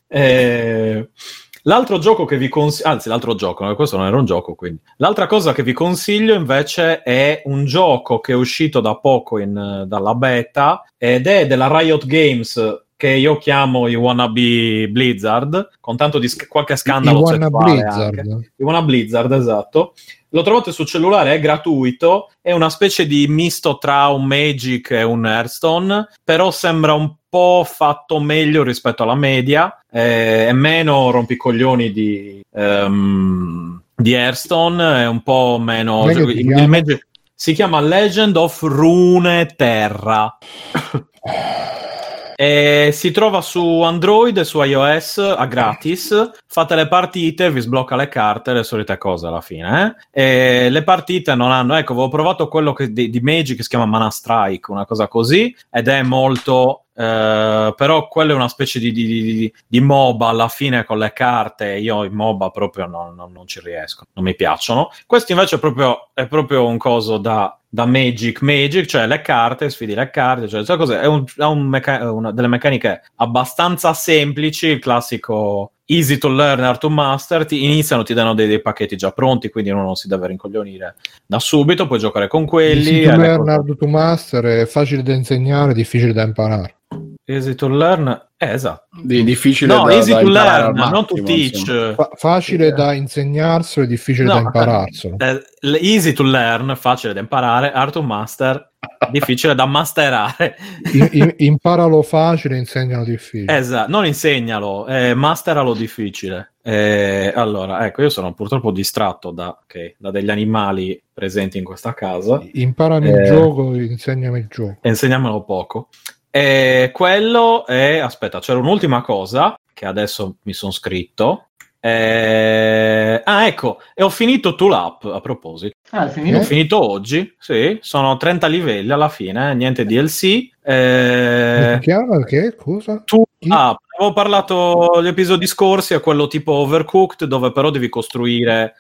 L'altro gioco che vi consiglio, anzi l'altro gioco, questo non era un gioco, quindi l'altra cosa che vi consiglio invece è un gioco che è uscito da poco dalla beta ed è della Riot Games, che io chiamo i wannabe Blizzard, con tanto di qualche scandalo sessuale anche. I wannabe Blizzard, esatto. Lo trovate sul cellulare, è gratuito, è una specie di misto tra un Magic e un Hearthstone, però sembra un po' fatto meglio rispetto alla media, è meno rompicoglioni di Hearthstone, è un po' meno... Il Magic si chiama Legend of Runeterra. Si trova su Android e su iOS a gratis. Fate le partite, vi sblocca le carte, le solite cose alla fine. Le partite non hanno... Ecco, avevo provato quello di Magic che si chiama Mana Strike, una cosa così, ed è molto... però quello è una specie di MOBA alla fine con le carte. Io in MOBA proprio non ci riesco, non mi piacciono. Questo invece è proprio un coso da Magic, cioè le carte, sfidi le carte, cioè cose, è delle meccaniche abbastanza semplici, il classico easy to learn, hard to master. Ti danno dei pacchetti già pronti, quindi uno non si deve rincoglionire da subito, puoi giocare con quelli. Easy to learn, hard to master, è facile da insegnare, difficile da imparare. Easy to learn, esatto. Difficile easy da to learn, massimo, non to teach. Facile da insegnarselo e difficile da impararselo. Easy to learn, facile da imparare, hard to master, difficile da masterare. Imparalo facile, insegnalo difficile. Esatto, non insegnalo, masteralo difficile. Allora, ecco, io sono purtroppo distratto da degli animali presenti in questa casa. Imparami il gioco, insegnami il gioco. Insegnamelo poco. Quello è... Aspetta, c'era un'ultima cosa che adesso mi sono scritto. Ecco, e ho finito Tool Up, a proposito. Hai finito? Ho finito oggi, sì, sono 30 livelli alla fine, niente DLC. Chiaro, che cosa? Tool Up, avevo parlato gli episodi scorsi, è quello tipo Overcooked, dove però devi costruire,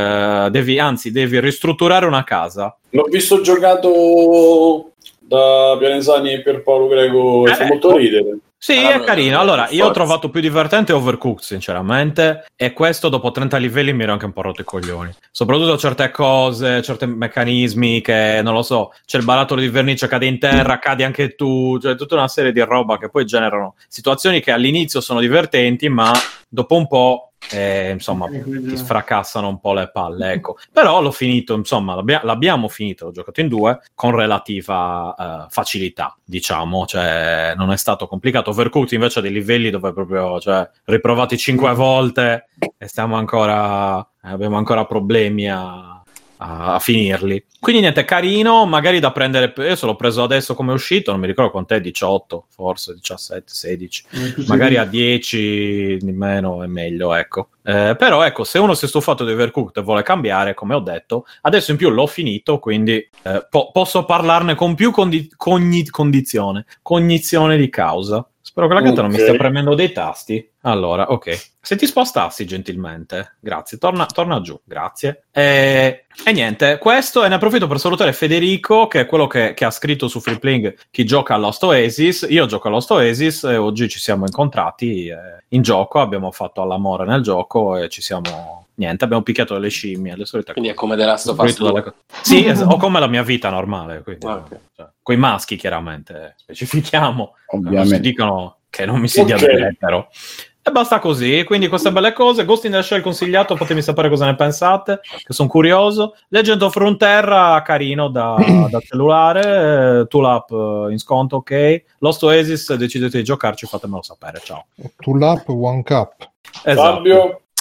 devi ristrutturare una casa. L'ho visto giocato da Pianesani e Pierpaolo Greco, fa molto ridere. Sì, è carino. Allora, io ho trovato più divertente Overcooked, sinceramente, e questo dopo 30 livelli mi ero anche un po' rotto i coglioni. Soprattutto certe cose, certi meccanismi che, non lo so, c'è il barattolo di vernice, cade in terra, cadi anche tu, cioè tutta una serie di roba che poi generano situazioni che all'inizio sono divertenti, ma dopo un po'... insomma, ti sfracassano un po' le palle, ecco. Però l'ho finito, insomma, l'abbiamo finito, l'ho giocato in 2 con relativa facilità, diciamo, cioè non è stato complicato. Overcooked invece ha dei livelli dove proprio, cioè, riprovati 5 volte e abbiamo ancora problemi a finirli. Quindi niente, carino, magari da prendere. Io l'ho preso adesso come è uscito, non mi ricordo quant'è, 18, forse 17, 16, magari a 10 di meno è meglio, ecco. Però ecco, se uno si è stufato di Overcooked e vuole cambiare, come ho detto, adesso in più l'ho finito, quindi posso parlarne con più cognizione di causa. Spero che la gatta non mi stia premendo dei tasti. Allora, ok. Se ti spostassi gentilmente, grazie. Torna giù, grazie. E niente, questo, e ne approfitto per salutare Federico, che è quello che ha scritto su Freeplaying chi gioca a Lost Oasis. Io gioco a Lost Oasis e oggi ci siamo incontrati in gioco, abbiamo fatto all'amore nel gioco e ci siamo... Niente, abbiamo picchiato delle scimmie, le solite quindi cose. È come The Last of Us. Sì, o come la mia vita normale, quindi, cioè, coi maschi chiaramente, specifichiamo. Ovviamente. Non si dicono che non mi si dia però. E basta così, quindi queste belle cose. Ghost in the Shell consigliato, fatemi sapere cosa ne pensate, che sono curioso. Legend of Runeterra, carino da cellulare. Tool Up in sconto, ok. Lost Oasis, decidete di giocarci, fatemelo sapere, ciao. Tool Up, One Cup. Esatto. Fabio?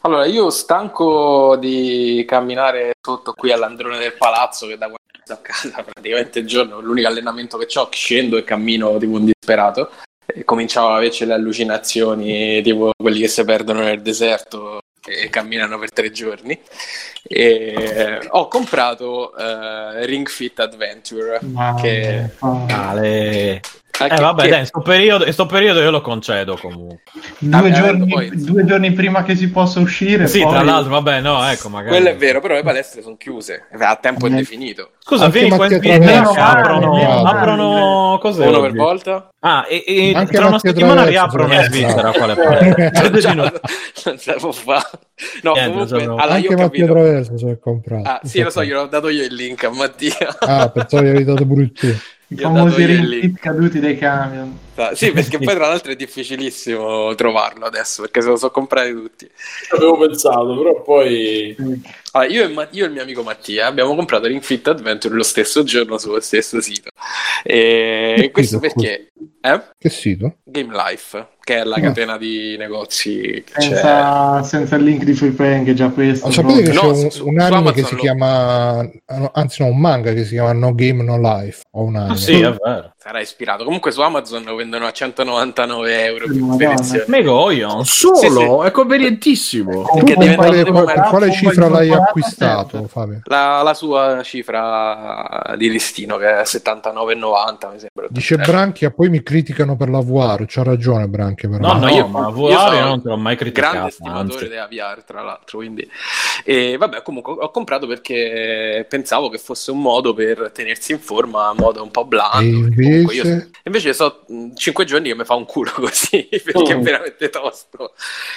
Allora, io stanco di camminare sotto qui all'androne del palazzo, che da quando sto a casa praticamente il giorno, l'unico allenamento che ho, scendo e cammino tipo un disperato, e cominciavo a averci le allucinazioni tipo quelli che si perdono nel deserto e camminano per 3 giorni. E ho comprato Ring Fit Adventure, che vabbè, dai, in sto periodo io lo concedo comunque. 2 giorni prima che si possa uscire. Sì, poi... tra l'altro, vabbè, no, ecco, magari. Quello è vero, però le palestre sono chiuse a tempo indefinito. Scusa, Anche vieni qua in Mattia Svizzera, Traverso. aprono cos'è Uno oggi? per volta? E Anche tra una Mattia settimana Traverso, riaprono in sì. Svizzera quale palestra. Non sapevo fare. No, Niente, comunque, non allora io Anche ho Mattia capito. Traverso si è comprato. Ah, sì, lo so, gliel'ho dato io il link a Mattia. Ah, pensavo che avevi dato pure tu. I Io ho dato famosi io il ring link. fit caduti dai camion. Sì, perché poi tra l'altro è difficilissimo trovarlo adesso, perché se lo so comprare tutti. Ci avevo pensato, però poi... Allora, io e il mio amico Mattia abbiamo comprato Ring Fit Adventure lo stesso giorno sullo stesso sito. E questo sito, perché... Che sito? Game Life, che è la catena di negozi che c'è. Senza il link di FreePlan, che già questo. Sapete che No, c'è su un anime Amazon che si chiama, anzi no, un manga che si chiama No Game No Life, o un anime. Sì, è vero. Sarà ispirato. Comunque su Amazon lo vendono a 199 euro più Madonna. spedizione. Megoglio. Solo, è convenientissimo. Che è diventato Quale, tipo quale cifra l'hai incorporata acquistato, sempre. Fabio? la sua cifra di listino, che è 79,90 mi sembra. Dice Branchia, poi mi criticano per la VR, c'ha ragione Branchia però. No, io ma io VR sono io non te l'ho mai criticato. grande stimatore Anzi. della VR, tra l'altro, quindi e vabbè, comunque ho comprato perché pensavo che fosse un modo per tenersi in forma a modo un po' blando, E perché comunque invece so 5 giorni che mi fa un culo così, perché è veramente tosto,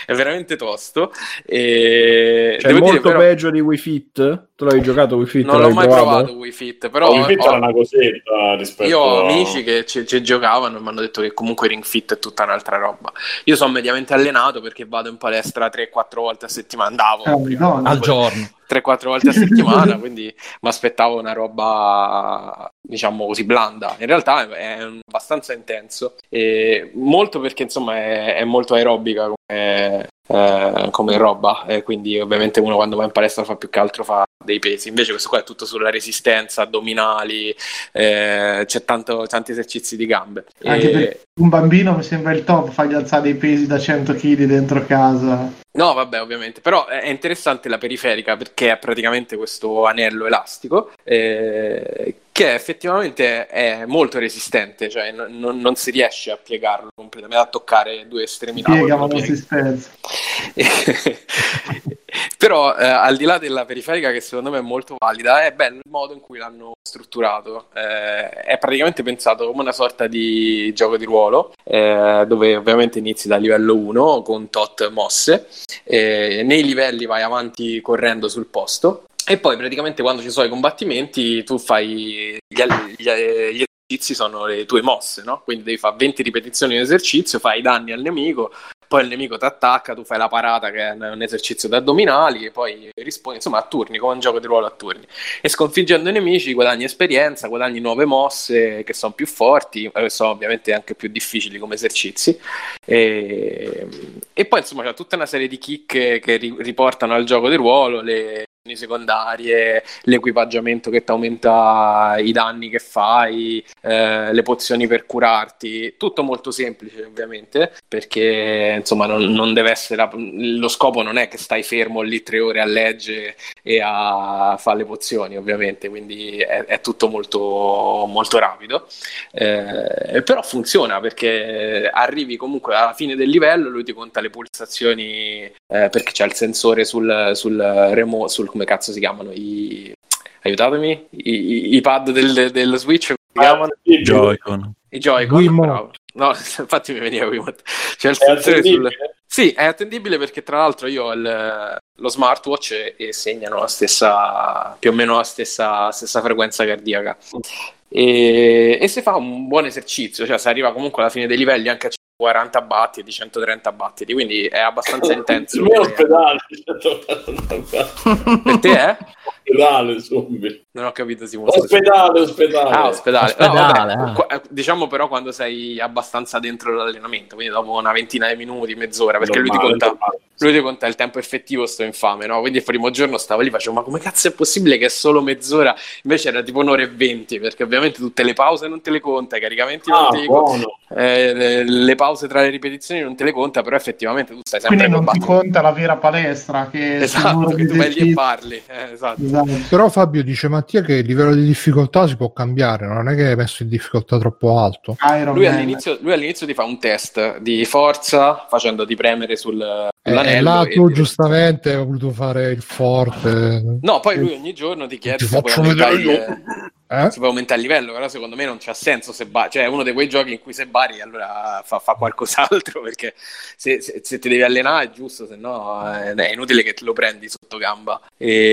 e Cioè, devo molto dire, però, peggio di Wii Fit? Tu l'hai giocato Wii Fit? non l'ho mai provato? provato Wii Fit, però Wii Fit era una cosetta rispetto io ho a... amici che ci giocavano e mi hanno detto che comunque Ring Fit è tutta un'altra roba. Io sono mediamente allenato perché vado in palestra 3-4 volte a settimana, andavo prima, Al giorno. 3-4 volte a settimana, quindi mi aspettavo una roba, diciamo così, blanda. In realtà è abbastanza intenso, e molto perché insomma è molto aerobica come roba, quindi ovviamente uno quando va in palestra fa più che altro fa dei pesi. Invece questo qua è tutto sulla resistenza, addominali, c'è tanti esercizi di gambe. Anche per un bambino mi sembra il top fargli alzare dei pesi da 100 kg dentro casa. No, vabbè, ovviamente, però è interessante la periferica perché è praticamente questo anello elastico che effettivamente è molto resistente, cioè non si riesce a piegarlo completamente, a toccare due estremità. Piegano l'assistenza. Però al di là della periferica, che secondo me è molto valida, è bello il modo in cui l'hanno strutturato. È praticamente pensato come una sorta di gioco di ruolo, dove ovviamente inizi da livello 1 con tot mosse, nei livelli vai avanti correndo sul posto, e poi praticamente quando ci sono i combattimenti tu fai gli esercizi sono le tue mosse, no? Quindi devi fare 20 ripetizioni di esercizio, fai i danni al nemico, poi il nemico ti attacca, tu fai la parata, che è un esercizio da addominali, e poi rispondi, insomma, a turni, come un gioco di ruolo a turni. E sconfiggendo i nemici guadagni esperienza, guadagni nuove mosse che sono più forti, che sono ovviamente anche più difficili come esercizi, e poi insomma c'è tutta una serie di chicche che riportano al gioco di ruolo, le secondarie, l'equipaggiamento che ti aumenta i danni che fai, le pozioni per curarti, tutto molto semplice ovviamente, perché insomma non deve essere lo scopo non è che stai fermo lì 3 ore a leggere e a fare le pozioni, ovviamente, quindi è tutto molto, molto rapido, però funziona perché arrivi comunque alla fine del livello, lui ti conta le pulsazioni, perché c'è il sensore sul come cazzo si chiamano, aiutatemi, i pad del Switch, come si chiamano? Joy-Con. I Joy-Con, bravo. No, infatti mi veniva Wiimote. C'è il sensore Sì, è attendibile perché tra l'altro io ho lo smartwatch e segnano più o meno la stessa frequenza cardiaca. E si fa un buon esercizio, cioè si arriva comunque alla fine dei livelli anche a 40 battiti, 130 battiti, quindi è abbastanza intenso. Il mio ospedale. Per te è? Ospedale, subito. Non ho capito, Simone. Ospedale. Ah, ospedale. No, Ospedale, vabbè, diciamo però quando sei abbastanza dentro l'allenamento, quindi dopo una ventina di minuti, mezz'ora, perché lui ti conta lui ti conta il tempo effettivo, sto infame, no? Quindi il primo giorno stavo lì, facevo, ma come cazzo è possibile che è solo mezz'ora? Invece era tipo 1 ora e 20, perché ovviamente tutte le pause non te le conta, i caricamenti non te li conta, le pause tra le ripetizioni non te le conta, però effettivamente tu stai sempre quindi non ti conta la vera palestra, che esatto, che tu vai lì e parli, esatto. Però Fabio dice Mattia che il livello di difficoltà si può cambiare, non è che è messo in difficoltà troppo alto. Lui all'inizio ti fa un test di forza facendoti premere sull'anello, e là tu giustamente hai voluto fare il forte. No, poi lui ogni giorno ti chiede se puoi aumentare il livello, però secondo me non c'ha senso se cioè è uno di quei giochi in cui se bari allora fa qualcos'altro, perché se ti devi allenare è giusto, se no è inutile che te lo prendi sotto gamba.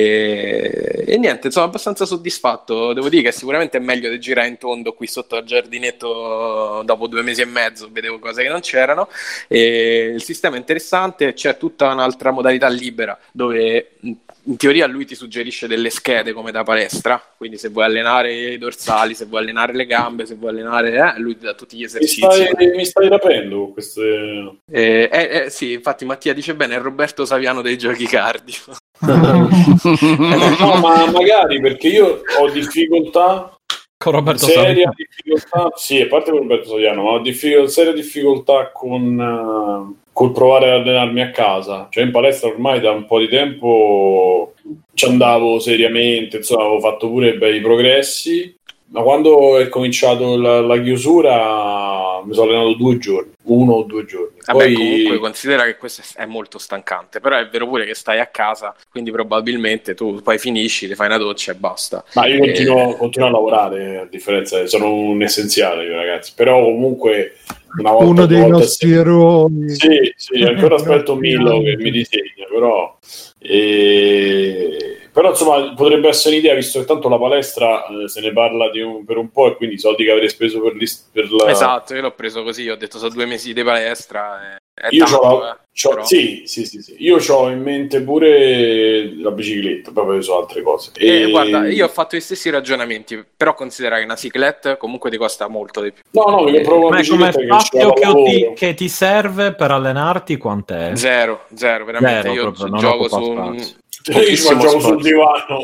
E niente, sono abbastanza soddisfatto, devo dire che sicuramente è meglio di girare in tondo qui sotto al giardinetto dopo 2 mesi e mezzo, vedevo cose che non c'erano, e il sistema è interessante, c'è tutta un'altra modalità libera dove in teoria lui ti suggerisce delle schede come da palestra, quindi se vuoi allenare i dorsali, se vuoi allenare le gambe, se vuoi allenare lui ti dà tutti gli esercizi. Mi stai rapendo queste... sì, infatti Mattia dice bene, è Roberto Saviano dei giochi cardio. No, ma magari, perché io ho difficoltà con Roberto Saviano. Sì, a parte con Roberto Saviano, ma ho seria difficoltà col provare ad allenarmi a casa. Cioè in palestra ormai da un po' di tempo ci andavo seriamente, insomma avevo fatto pure bei progressi, ma quando è cominciato la chiusura mi sono allenato 2 giorni, 1 o 2 giorni. Vabbè, comunque considera che questo è molto stancante, però è vero pure che stai a casa, quindi probabilmente tu poi finisci, ti fai una doccia e basta. Ma io continuo a lavorare, a differenza, sono un essenziale io, ragazzi, però comunque una volta, uno dei nostri eroi. Sì, ancora aspetto Milo che mi disegna, però insomma potrebbe essere un'idea, visto che tanto la palestra se ne parla per un po', e quindi i soldi che avrei speso per la... Esatto, io l'ho preso così, ho detto sono 2 mesi di palestra, io sì. Io c'ho in mente pure la bicicletta, proprio su altre cose. Guarda, io ho fatto gli stessi ragionamenti, però considera che una cyclette comunque ti costa molto di più. No, mi provo una bicicletta che ti serve per allenarti, quant'è? Zero, veramente. Io gioco sul divano.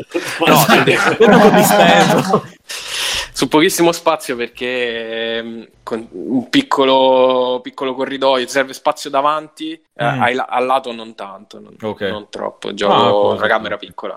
Su pochissimo spazio, perché con un piccolo corridoio serve spazio davanti, al lato non tanto, non troppo, gioco una camera piccola.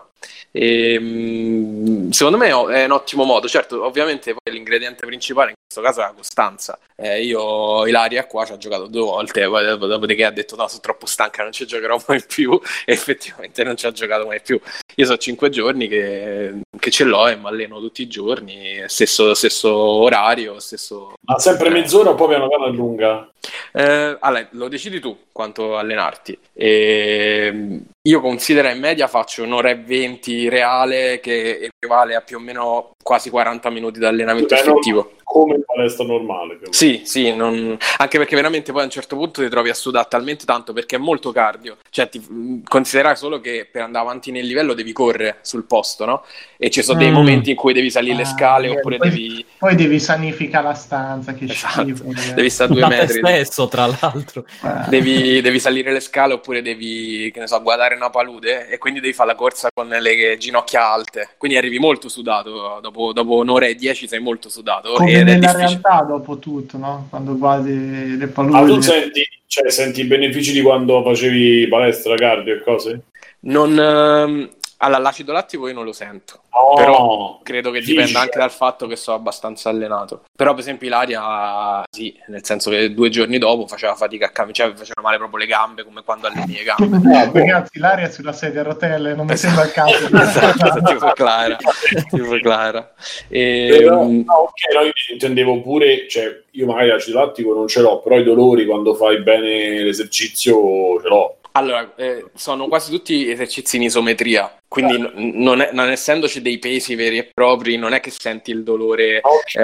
Secondo me è un ottimo modo, certo, ovviamente poi l'ingrediente principale in questo caso è la costanza. Io Ilaria qua ci ha giocato 2 volte, poi dopodiché ha detto no, sono troppo stanca, non ci giocherò mai più, e effettivamente non ci ha giocato mai più. Io so 5 giorni che ce l'ho e mi alleno tutti i giorni, stesso orario, stesso... Ma sempre mezz'ora o poi piano piano è lunga? Allora, lo decidi tu quanto allenarti. Io considero in media faccio 1 ora e 20 reale, che equivale a più o meno quasi 40 minuti di allenamento effettivo. Come in palestra normale. Sì, anche perché veramente poi a un certo punto ti trovi a sudare talmente tanto, perché è molto cardio. Cioè considera solo che per andare avanti nel livello devi correre sul posto, no? E ci sono dei momenti in cui devi salire le scale, oppure poi devi sanificare la stanza, che schifo, devi stare 2 metri stesso, tra l'altro. Devi salire le scale, oppure devi, che ne so, guardare una palude, e quindi devi fare la corsa con le ginocchia alte, quindi arrivi molto sudato, dopo 1 ora e 10 sei molto sudato. Come nella realtà, dopo tutto, no? Quando guardi le palude. Tu senti i benefici di quando facevi palestra, cardio e cose? Allora, l'acido lattico io non lo sento, però credo che dipenda anche dal fatto che sono abbastanza allenato. Però per esempio Ilaria sì, nel senso che 2 giorni dopo faceva fatica a camminare, cioè facevano male proprio le gambe, come quando alleni le gambe. Ragazzi, Ilaria sulla sedia a rotelle, non mi sembra il caso. Tipo Clara. Però, io intendevo pure, cioè io magari l'acido lattico non ce l'ho, però i dolori quando fai bene l'esercizio ce l'ho. Allora, sono quasi tutti esercizi in isometria, quindi non essendoci dei pesi veri e propri, non è che senti il dolore,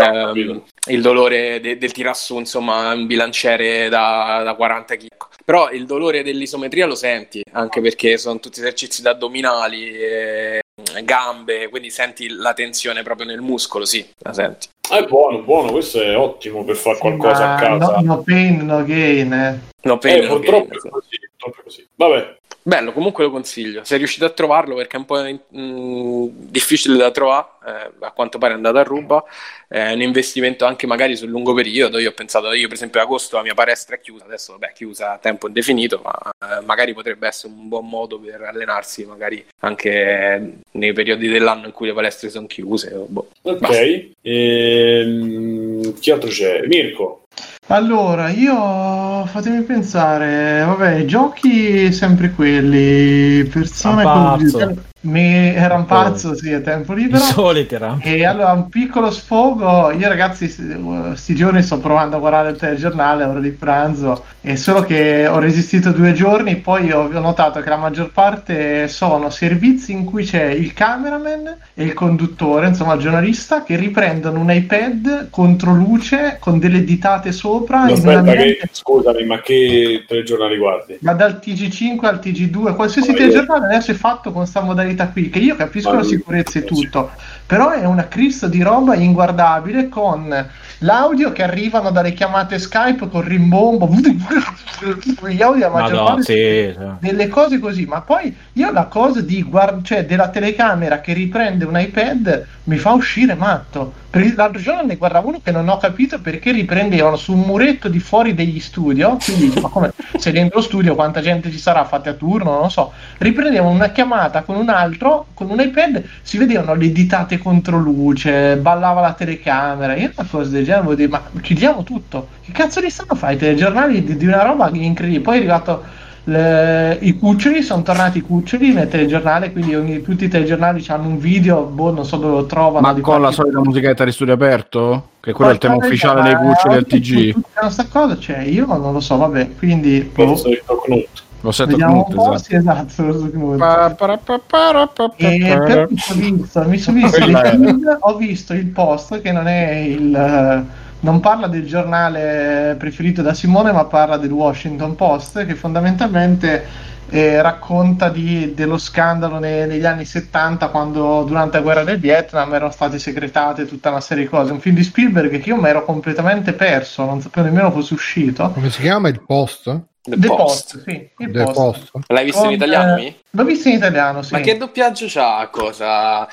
del tirassù, insomma, un bilanciere da 40 kg. Però il dolore dell'isometria lo senti, anche perché sono tutti esercizi da addominali, gambe, quindi senti la tensione proprio nel muscolo, sì, la senti. È buono, questo è ottimo per fare qualcosa a casa. No pain, no gain. No pain, purtroppo gain, è così. purtroppo è così. Vabbè. Bello, comunque lo consiglio, se riuscite a trovarlo, perché è un po' difficile da trovare, a quanto pare è andato a ruba, è un investimento anche magari sul lungo periodo. Io ho pensato, per esempio agosto la mia palestra è chiusa, adesso chiusa a tempo indefinito, ma magari potrebbe essere un buon modo per allenarsi magari anche nei periodi dell'anno in cui le palestre sono chiuse. Ok, chi altro c'è? Mirko. Allora, io fatemi pensare, vabbè, giochi sempre quelli, persone era un pazzo, sì, a tempo libero. I soliti rampi. E allora un piccolo sfogo, io ragazzi sti giorni sto provando a guardare il telegiornale a ora di pranzo, e solo che ho resistito 2 giorni, poi ho notato che la maggior parte sono servizi in cui c'è il cameraman e il conduttore, insomma il giornalista, che riprendono un iPad contro luce con delle ditate sopra. Scusami, ma che telegiornali guardi? Ma dal TG5 al TG2, qualsiasi telegiornale adesso è fatto con sta modalità qui, che io capisco la sicurezza e tutto, però è una crista di roba inguardabile, con l'audio che arrivano dalle chiamate Skype con rimbombo, gli audio la maggior parte delle cose così. Ma poi io la cosa di cioè della telecamera che riprende un iPad mi fa uscire matto. L'altro giorno ne guardavo uno che non ho capito perché riprendevano su un muretto di fuori degli studio, quindi ma come, se dentro studio quanta gente ci sarà fatte a turno, non lo so, riprendevano una chiamata con un altro, con un iPad, si vedevano le ditate contro luce, ballava la telecamera. Io una cosa del genere volevo dire, ma chiudiamo tutto, che cazzo li stanno a fare i telegiornali di una roba incredibile. Poi è arrivato i cuccioli, sono tornati i cuccioli nel telegiornale, quindi tutti i telegiornali hanno un video, non so dove lo trovano. Ma con la solita musichetta di studio aperto? Che quello è il tema ufficiale dei cuccioli del TG. Questa cosa, cioè, io non lo so, vabbè, quindi Lo setto vediamo Knut, un po', sì, esatto. E però mi sono visto il film, ho visto il post che non è il... non parla del giornale preferito da Simone, ma parla del Washington Post, che fondamentalmente racconta dello scandalo negli anni 70, quando durante la guerra del Vietnam erano state segretate tutta una serie di cose. Un film di Spielberg che io mi ero completamente perso, non sapevo nemmeno fosse uscito. Come si chiama il post? The Post, sì, il Post. L'hai visto in italiano? L'ho visto in italiano, sì. Ma che doppiaggio c'ha? Cosa?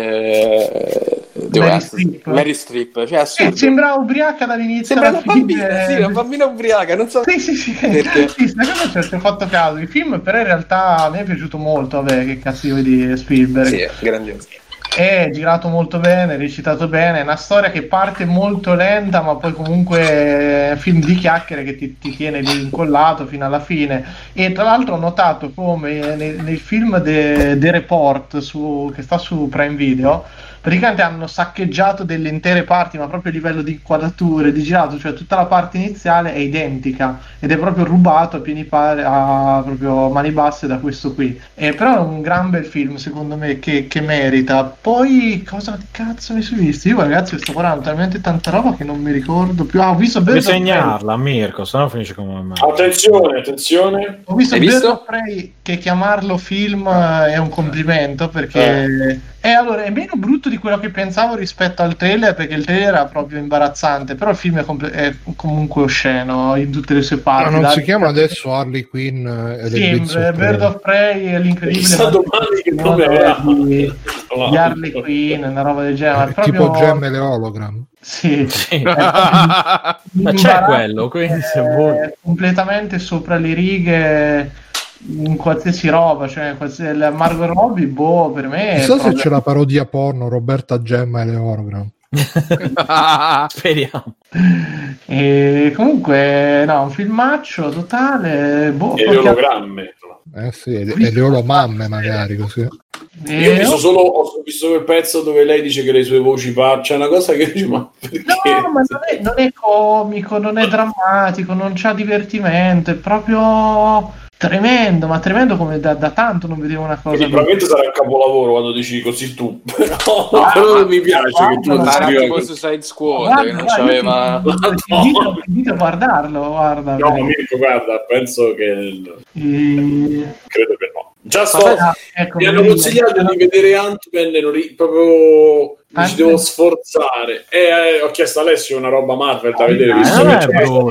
Mary Streep, cioè assurdo. Sembra ubriaca dall'inizio. Sembra una bambina, sì, una bambina ubriaca, non so. Sì, perché. Sì, ci ho fatto caso. Il film però in realtà a me è piaciuto molto, vabbè, che cazzo di Spielberg. Sì, grandioso. È girato molto bene, recitato bene, è una storia che parte molto lenta, ma poi comunque è un film di chiacchiere che ti tiene lì incollato fino alla fine. E tra l'altro ho notato come nel film The Report che sta su Prime Video, praticamente hanno saccheggiato delle intere parti, ma proprio a livello di inquadrature, di girato, cioè tutta la parte iniziale è identica ed è proprio rubato a pieni pari, a proprio mani basse da questo qui. Però è un gran bel film, secondo me, che merita. Poi cosa cazzo mi sono visto? Io ragazzi sto guardando talmente tanta roba che non mi ricordo più. Ho visto Devi segnarla, Mirko, sennò finisce come me. Attenzione. Ho visto Birds of Prey, che chiamarlo film è un complimento, perché allora è meno brutto di quello che pensavo rispetto al trailer, perché il trailer era proprio imbarazzante, però il film è comunque osceno in tutte le sue parti. Ma non si chiama adesso Harley Quinn Bird of Prey è l'incredibile di Harley Quinn, una roba del genere, tipo Gemme le Hologram. Sì. Ma c'è quello, quindi se vuoi. Completamente sopra le righe in qualsiasi roba, cioè la Margot Robbie, per me non so se c'è la parodia porno Roberta Gemma e le Hologram. Speriamo. E comunque un filmaccio totale, e le ologramme. Sì, e le olomamme magari così. Io ho visto quel pezzo dove lei dice che le sue voci c'è una cosa che dice, ma perché? No, ma non è comico, non è drammatico, non c'ha divertimento, è proprio tremendo, ma tremendo come da tanto non vedevo una cosa. Probabilmente sarà il capolavoro quando dici così tu, però non mi piace che tu non sarà tipo Suicide Squad, che non c'aveva. Invito a guardarlo, guarda. No, Mirko, guarda, penso che credo che no. Già mi hanno consigliato di vedere Ant-Man, proprio mi ci devo sforzare. Ho chiesto a Alessio una roba Marvel da vedere, visto che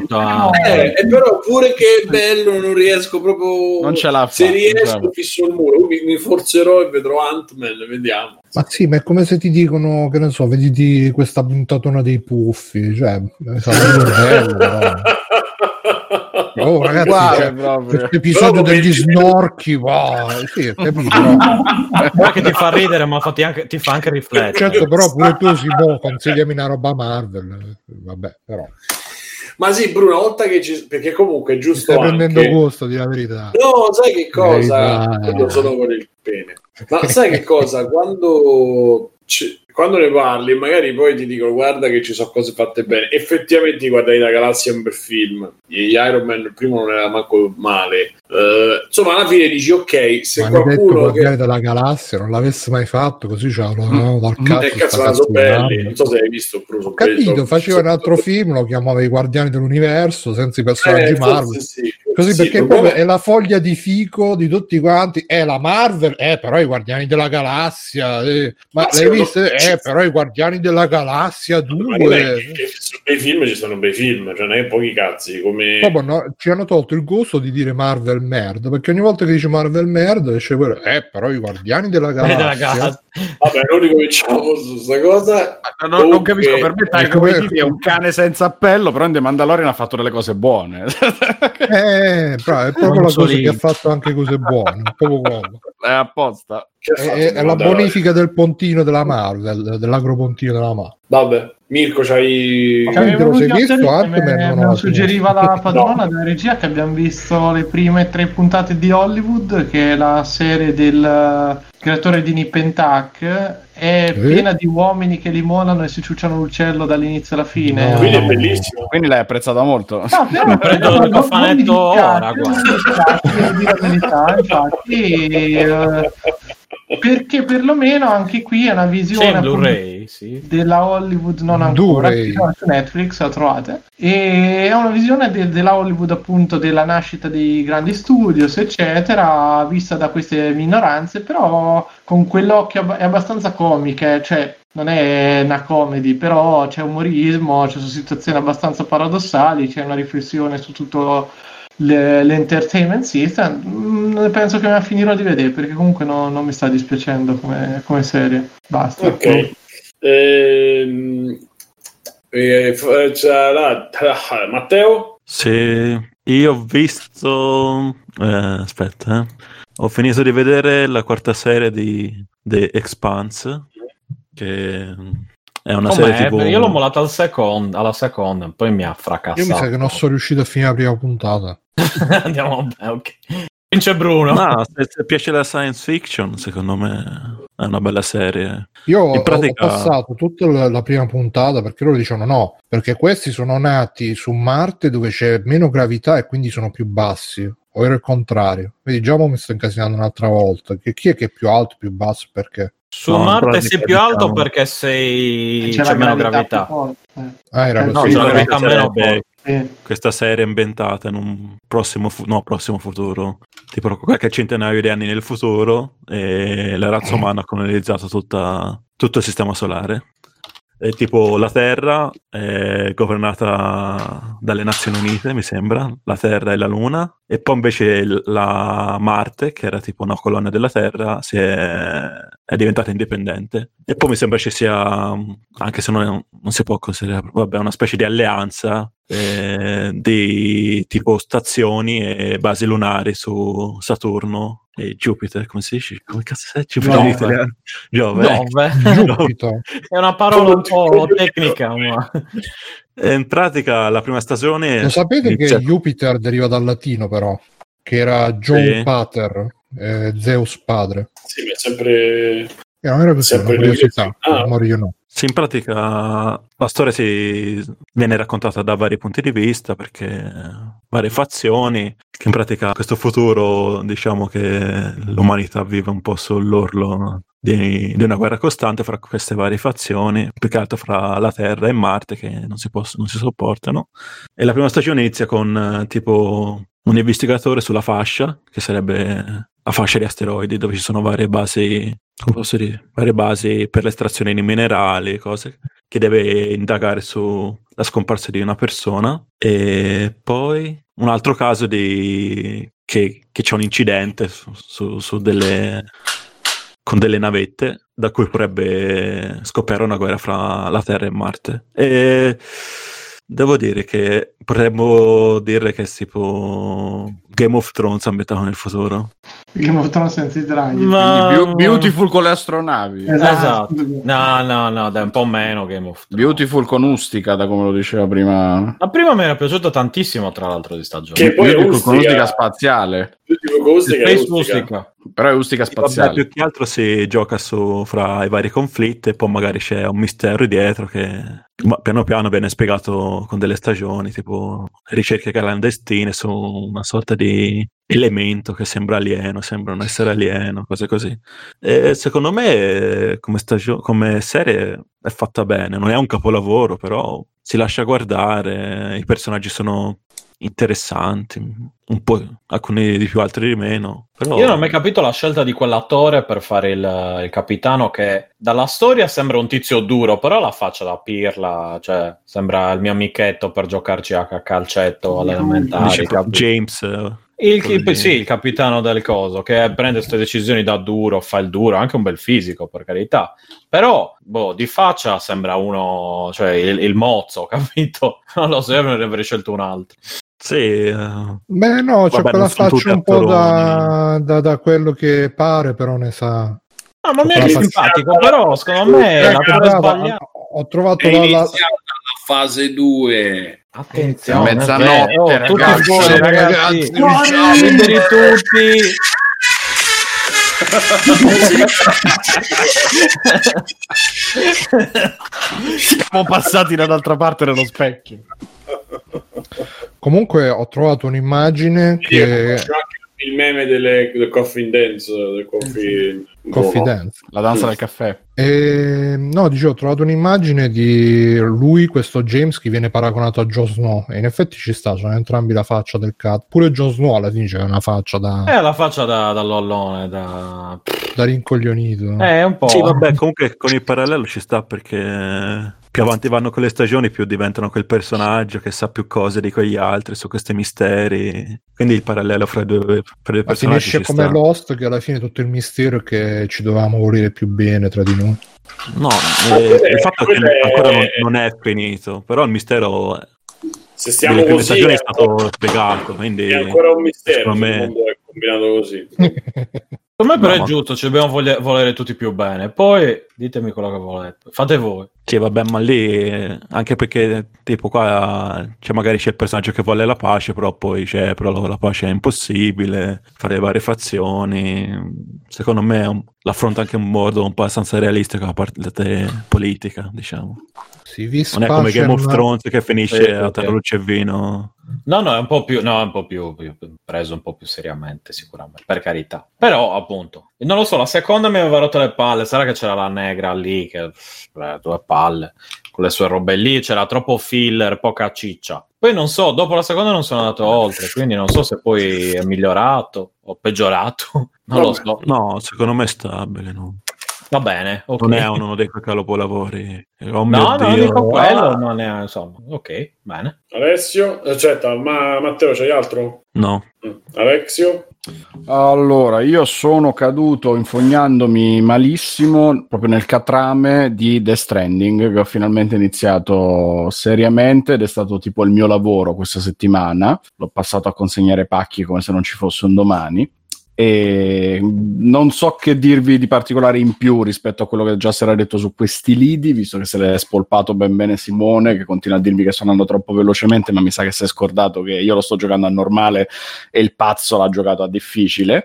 però pure che è bello non riesco proprio, non ce l'ha se riesco fisso il muro, mi forzerò e vedrò Ant-Man, vediamo. Ma sì, ma è come se ti dicono, che ne so, vediti questa puntatona dei Puffi, cioè sarebbe bello, però. Oh ragazzi, questo episodio degli snorchi, wow, sì, capito, no? Che ti fa ridere, ma ti fa anche riflettere. Certo, però pure tu consigliami una roba Marvel, vabbè, però. Ma sì, Bruno, una volta che perché comunque è giusto, stai prendendo gusto, di la verità. No, sai che cosa? Io sono con il pene. Ma sai che cosa? Quando ne parli, magari poi ti dicono guarda che ci sono cose fatte bene. Effettivamente Guardiani della Galassia è un bel film. Gli Iron Man il primo non era manco male. Insomma, alla fine dici ok, se qualcuno Guardiani della Galassia non l'avesse mai fatto, così dal cazzo sono belli. Non so se hai visto, ho capito, faceva un altro film, lo chiamava I Guardiani dell'Universo senza i personaggi Marvel. Così perché proprio è la foglia di fico di tutti quanti, è la Marvel, però i Guardiani della Galassia, ma l'hai visto? Però i Guardiani della Galassia 2. Bei film ci sono bei film, cioè non è pochi cazzi come no, ci hanno tolto il gusto di dire Marvel Merd, perché ogni volta che dice Marvel Merd esce quello, però i Guardiani della Galassia. Vabbè, non ricominciamo su questa cosa. Non capisco, per me Taika Waititi è un cane senza appello, però in The Mandalorian ha fatto delle cose buone. È proprio la cosa che ha fatto anche cose buone, è apposta. È la bonifica del pontino della Marvel, dell'agropontino della Marvel. Vabbè, Mirko, c'hai lo sei visto? Me suggeriva la padrona della regia che abbiamo visto le prime 3 puntate di Hollywood, che è la serie del creatore di Nip and Tuck. È piena di uomini che limonano e si ciucciano l'ucello dall'inizio alla fine. Quindi è bellissimo. Quindi l'hai apprezzata molto. No, però prendo il cofanetto ora, infatti, perché perlomeno anche qui è una visione Blu-ray, della Hollywood, non ancora, su Netflix la trovate, e è una visione della Hollywood, appunto, della nascita dei grandi studios eccetera, vista da queste minoranze, però con quell'occhio è abbastanza comica, cioè non è una comedy, però c'è umorismo, ci sono situazioni abbastanza paradossali, c'è una riflessione su tutto l'entertainment system. Penso che me la finirò di vedere, perché comunque non mi sta dispiacendo come serie. Basta. Ok. Matteo? Sì, io ho visto ho finito di vedere la quarta serie di The Expanse, che è una serie tipo... Io l'ho mollata alla seconda, poi mi ha fracassato. Io mi sa che non sono riuscito a finire la prima puntata. Andiamo bene, ok. Vince Bruno. No, se piace la science fiction, secondo me è una bella serie. Io ho passato tutta la prima puntata, perché loro dicevano no, perché questi sono nati su Marte dove c'è meno gravità e quindi sono più bassi, o era il contrario. Vedi, già mi sto incasinando un'altra volta. Chi è che è più alto, più basso, perché? Su Marte sei più alto perché c'è meno gravità. Era così. C'è gravità meno forte. Questa serie è inventata in un prossimo futuro, tipo qualche centinaio di anni nel futuro, e la razza umana ha colonizzato tutto il sistema solare. E tipo la Terra è governata dalle Nazioni Unite, mi sembra, la Terra e la Luna, e poi invece la Marte, che era tipo una colonna della Terra, è diventata indipendente. E poi mi sembra ci sia, anche se non si può considerare, una specie di alleanza di tipo stazioni e basi lunari su Saturno e Jupiter, come si dice? Come cazzo è Jupiter in italiano? Giove. È una parola un po' tecnica, ma... In pratica la prima stagione... Lo sapete che Jupiter deriva dal latino, però, che era Jove Pater, Zeus padre. Sì, ma è sempre... non era così, una curiosità, no. Sì, in pratica la storia viene raccontata da vari punti di vista, perché varie fazioni, che in pratica questo futuro, diciamo che l'umanità vive un po' sull'orlo di una guerra costante fra queste varie fazioni, più che altro fra la Terra e Marte, che non si sopportano. E la prima stagione inizia con tipo un investigatore sulla fascia, che sarebbe la fascia di asteroidi dove ci sono varie basi, come posso dire, varie basi per l'estrazione di minerali, cose che deve indagare sulla scomparsa di una persona. E poi un altro caso che c'è un incidente su delle con delle navette da cui potrebbe scoppiare una guerra fra la Terra e Marte. E devo dire che potremmo dire che è tipo Game of Thrones ambientato nel futuro. Game of Thrones senza i draghi. Beautiful con le astronavi. Esatto. No, dai, un po' meno Game of Thrones. Beautiful con Ustica, da come lo diceva prima. La prima mi era piaciuta tantissimo, tra l'altro, di stagione. Che poi Beautiful con Ustica spaziale. Beautiful con Ustica è Ustica. Ustica. Però è Ustica spaziale. Vabbè, più che altro si gioca fra i vari conflitti e poi magari c'è un mistero dietro che piano piano viene spiegato con delle stagioni, tipo ricerche clandestine su una sorta di elemento che sembra alieno, sembra non essere alieno, cose così. E secondo me come serie è fatta bene, non è un capolavoro, però si lascia guardare, i personaggi sono interessanti, un po' alcuni di più, altri di meno. Però... Io non ho mai capito la scelta di quell'attore per fare il capitano, che dalla storia sembra un tizio duro, però la faccia da pirla, cioè sembra il mio amichetto per giocarci a calcetto all'elementare. James... il capitano del coso, che prende queste decisioni da duro, fa il duro, anche un bel fisico, per carità. Però, di faccia sembra uno, cioè il mozzo, capito? Non lo so, io ne avrei scelto un altro. Sì. Beh, no, c'è quella faccia un po' da quello che pare, però ne sa. No, ma mi è simpatico, però secondo me l'attore sbagliato. Ho trovato la fase 2. Attenzione, mezzanotte, tutti fuori, ragazzi. Liberi tutti. Siamo passati dall'altra parte dello specchio. Comunque ho trovato un'immagine che... Il meme del Coffee Dance, del Coffee Dance, la danza del caffè. No, dicevo, ho trovato un'immagine di lui, questo James, che viene paragonato a Jon Snow, e in effetti ci sta, sono entrambi la faccia del cazzo. Pure Jon Snow alla fine c'è una faccia da... la faccia da lollone, da rincoglionito. Un po'. Sì, vabbè, comunque con il parallelo ci sta, perché più avanti vanno con le stagioni più diventano quel personaggio che sa più cose di quegli altri su questi misteri, quindi il parallelo fra i due personaggi finisce come sta. Lost, che alla fine tutto il mistero è che ci dovevamo volere più bene tra di noi. No, il fatto è che ancora non è finito, però il mistero se stiamo così stagioni è stato spiegato, quindi è ancora un mistero, secondo me... il mondo è combinato così. Per me però è giusto, ci dobbiamo volere tutti più bene. Poi ditemi quello che volete, fate voi. Sì, vabbè, ma lì anche perché tipo qua magari c'è il personaggio che vuole la pace, però poi però la pace è impossibile, fare varie fazioni. Secondo me l'affronta anche in un modo un po' abbastanza realistico la parte politica, diciamo. Non è come Game of Thrones che finisce a terra luce e vino. No, è un po' più preso un po' più seriamente, sicuramente, per carità. Però, appunto, non lo so, la seconda mi aveva rotto le palle. Sarà che c'era la negra lì, che due palle, con le sue robe lì, c'era troppo filler, poca ciccia. Poi non so, dopo la seconda non sono andato oltre, quindi non so se poi è migliorato o peggiorato. Non lo so. No, secondo me è stabile, no? Va bene, okay. Non è uno dei quei capolavori. Oh no, non dico quello, non è, insomma, ok, bene. Alessio, aspetta, Matteo, c'hai altro? No. Alessio? Allora, io sono caduto infognandomi malissimo proprio nel catrame di Death Stranding, che ho finalmente iniziato seriamente ed è stato tipo il mio lavoro questa settimana. L'ho passato a consegnare pacchi come se non ci fosse un domani. E non so che dirvi di particolare in più rispetto a quello che già si era detto su questi lidi, visto che se l'è spolpato ben bene Simone, che continua a dirmi che sto andando troppo velocemente, ma mi sa che si è scordato che io lo sto giocando a normale e il pazzo l'ha giocato a difficile.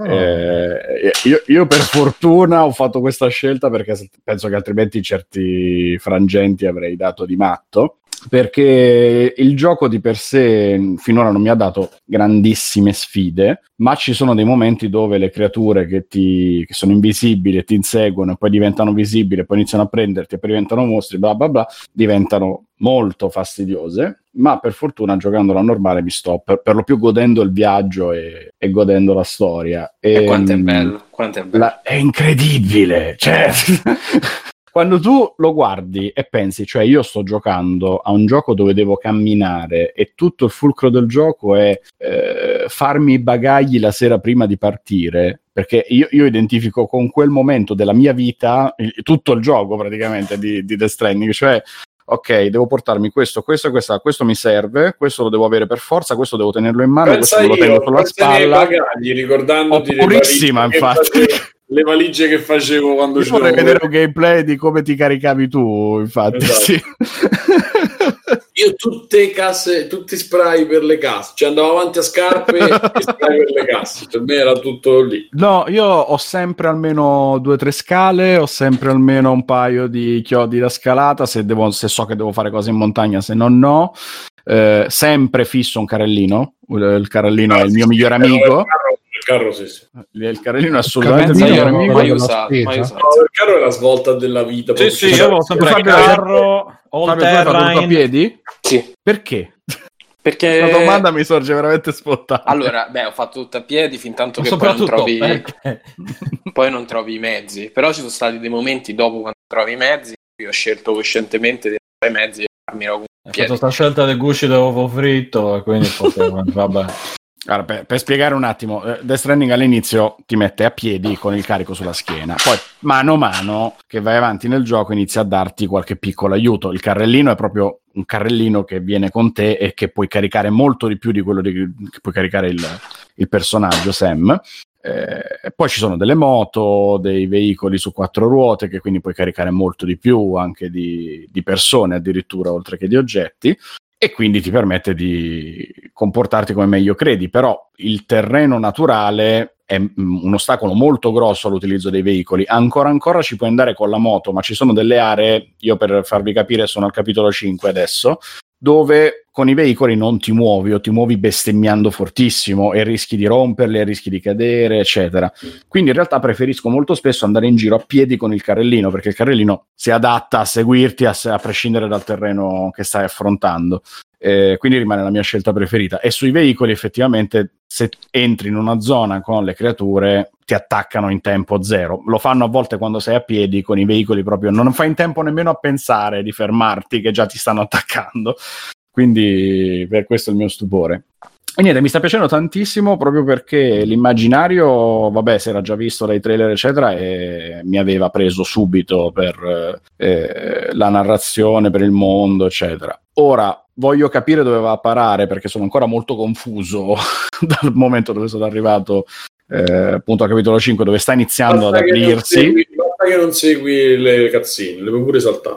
Io per fortuna ho fatto questa scelta perché penso che altrimenti in certi frangenti avrei dato di matto. perché il gioco di per sé finora non mi ha dato grandissime sfide, ma ci sono dei momenti dove le creature che sono invisibili e ti inseguono e poi diventano visibili e poi iniziano a prenderti e poi diventano mostri, bla bla bla, diventano molto fastidiose, ma per fortuna giocando la normale mi sto per lo più godendo il viaggio e godendo la storia. E quanto è bello, quanto è bello. È incredibile, cioè... Quando tu lo guardi e pensi, cioè io sto giocando a un gioco dove devo camminare e tutto il fulcro del gioco è farmi i bagagli la sera prima di partire, perché io identifico con quel momento della mia vita tutto il gioco praticamente di Death Stranding, cioè ok, devo portarmi questo mi serve, questo lo devo avere per forza, questo devo tenerlo in mano, questo lo tengo sulla spalla. Bagagli, ricordandoti purissima, infatti. Le valigie che facevo quando io vorrei vedere un gameplay di come ti caricavi tu, infatti. Esatto. Sì. Io tutte casse, tutti spray per le casse, cioè andavo avanti a scarpe e spray per le casse, per me era tutto lì. No, io ho sempre almeno 2 o 3 scale, ho sempre almeno un paio di chiodi da scalata, se so che devo fare cose in montagna, se no. Sempre fisso un carrellino, il carrellino è il mio migliore amico. Il carro sì. Il carrellino è assolutamente il migliore amico. Mai usato. Il carro è la svolta della vita. Sì, io avevo sempre il carro all terrain. A piedi? Sì. Perché? Perché la domanda mi sorge veramente spontanea. Allora, ho fatto tutto a piedi fin tanto che poi non trovi i mezzi. Però ci sono stati dei momenti dopo quando trovi i mezzi, io ho scelto coscientemente di andare ai mezzi e farmi con piedi. Ho fatto questa scelta del gusci dell'uovo fritto e quindi vabbè. Allora, per spiegare un attimo, Death Stranding all'inizio ti mette a piedi con il carico sulla schiena, poi mano a mano che vai avanti nel gioco inizia a darti qualche piccolo aiuto. Il carrellino è proprio un carrellino che viene con te e che puoi caricare molto di più di quello che puoi caricare il personaggio Sam. Poi ci sono delle moto, dei veicoli su 4 ruote che quindi puoi caricare molto di più, anche di persone addirittura, oltre che di oggetti. E quindi ti permette di comportarti come meglio credi, però il terreno naturale è un ostacolo molto grosso all'utilizzo dei veicoli. Ancora ci puoi andare con la moto, ma ci sono delle aree, io per farvi capire sono al capitolo 5 adesso, dove con i veicoli non ti muovi o ti muovi bestemmiando fortissimo e rischi di romperli, e rischi di cadere, eccetera. Quindi in realtà preferisco molto spesso andare in giro a piedi con il carrellino, perché il carrellino si adatta a seguirti a prescindere dal terreno che stai affrontando. Quindi rimane la mia scelta preferita. E sui veicoli effettivamente se entri in una zona con le creature ti attaccano in tempo zero. Lo fanno a volte quando sei a piedi, con i veicoli proprio non fai in tempo nemmeno a pensare di fermarti che già ti stanno attaccando. Quindi per questo è il mio stupore. E niente, mi sta piacendo tantissimo proprio perché l'immaginario, vabbè, si era già visto dai trailer eccetera e mi aveva preso subito per la narrazione, per il mondo eccetera. Ora voglio capire dove va a parare perché sono ancora molto confuso dal momento dove sono arrivato appunto al capitolo 5 dove sta iniziando ad aprirsi. Basta che non segui le cutscene, le puoi pure saltare.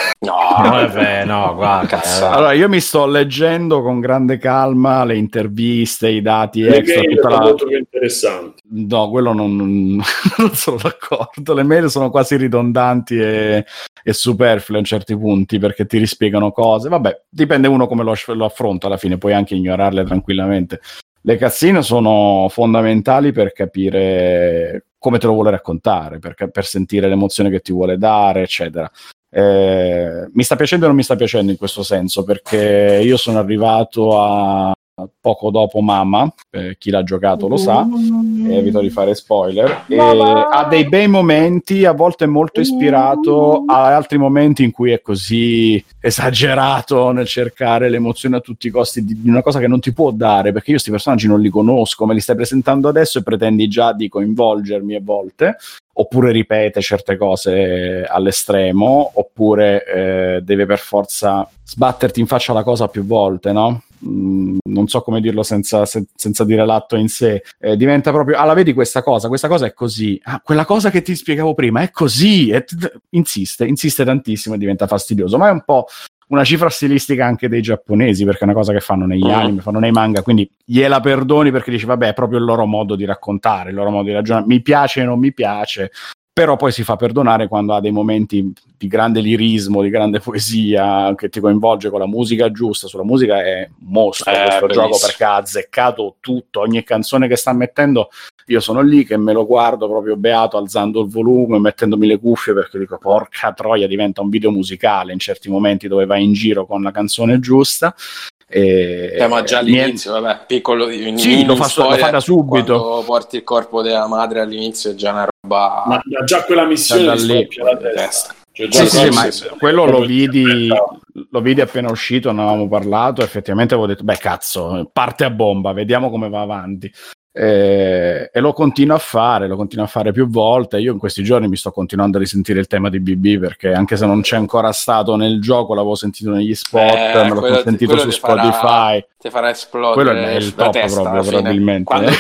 No, guarda. Allora, io mi sto leggendo con grande calma le interviste, i dati le extra. Mail sono molto più interessanti. No, quello non sono d'accordo. Le mail sono quasi ridondanti e superflue a certi punti perché ti rispiegano cose. Vabbè, dipende uno come lo affronta alla fine, puoi anche ignorarle tranquillamente. Le cutscene sono fondamentali per capire come te lo vuole raccontare, per sentire l'emozione che ti vuole dare, eccetera. Mi sta piacendo e non mi sta piacendo in questo senso, perché io sono arrivato a poco dopo Mama, chi l'ha giocato lo sa, evito di fare spoiler, e ha dei bei momenti, a volte è molto ispirato, ha altri momenti in cui è così esagerato nel cercare l'emozione a tutti i costi di una cosa che non ti può dare, perché io questi personaggi non li conosco, me li stai presentando adesso e pretendi già di coinvolgermi a volte, oppure ripete certe cose all'estremo, oppure deve per forza sbatterti in faccia la cosa più volte, no? Non so come dirlo senza dire l'atto in sé. Diventa proprio, la vedi questa cosa è così, quella cosa che ti spiegavo prima è così, insiste tantissimo e diventa fastidioso, ma è un po' una cifra stilistica anche dei giapponesi, perché è una cosa che fanno negli anime, fanno nei manga, quindi gliela perdoni perché dici vabbè è proprio il loro modo di raccontare, il loro modo di ragionare, mi piace o non mi piace, però poi si fa perdonare quando ha dei momenti di grande lirismo, di grande poesia, che ti coinvolge con la musica giusta. Sulla musica è mostro questo gioco, perché ha azzeccato tutto, ogni canzone che sta mettendo io sono lì che me lo guardo proprio beato, alzando il volume, mettendomi le cuffie, perché dico porca troia, diventa un video musicale in certi momenti dove vai in giro con la canzone giusta. Ma già all'inizio, vabbè, piccolo, sì, lo fa da subito. Quando porti il corpo della madre all'inizio è già una roba, ma già quella missione di scoppia la testa. Sì, ma quello lo vidi appena uscito, ne avevamo parlato, effettivamente avevo detto beh cazzo, parte a bomba, vediamo come va avanti. E lo continuo a fare più volte. Io in questi giorni mi sto continuando a risentire il tema di BB, perché anche se non c'è ancora stato nel gioco, l'avevo sentito negli spot, me l'ho sentito su Spotify, ti farà esplodere, quello è il top testa, proprio probabilmente.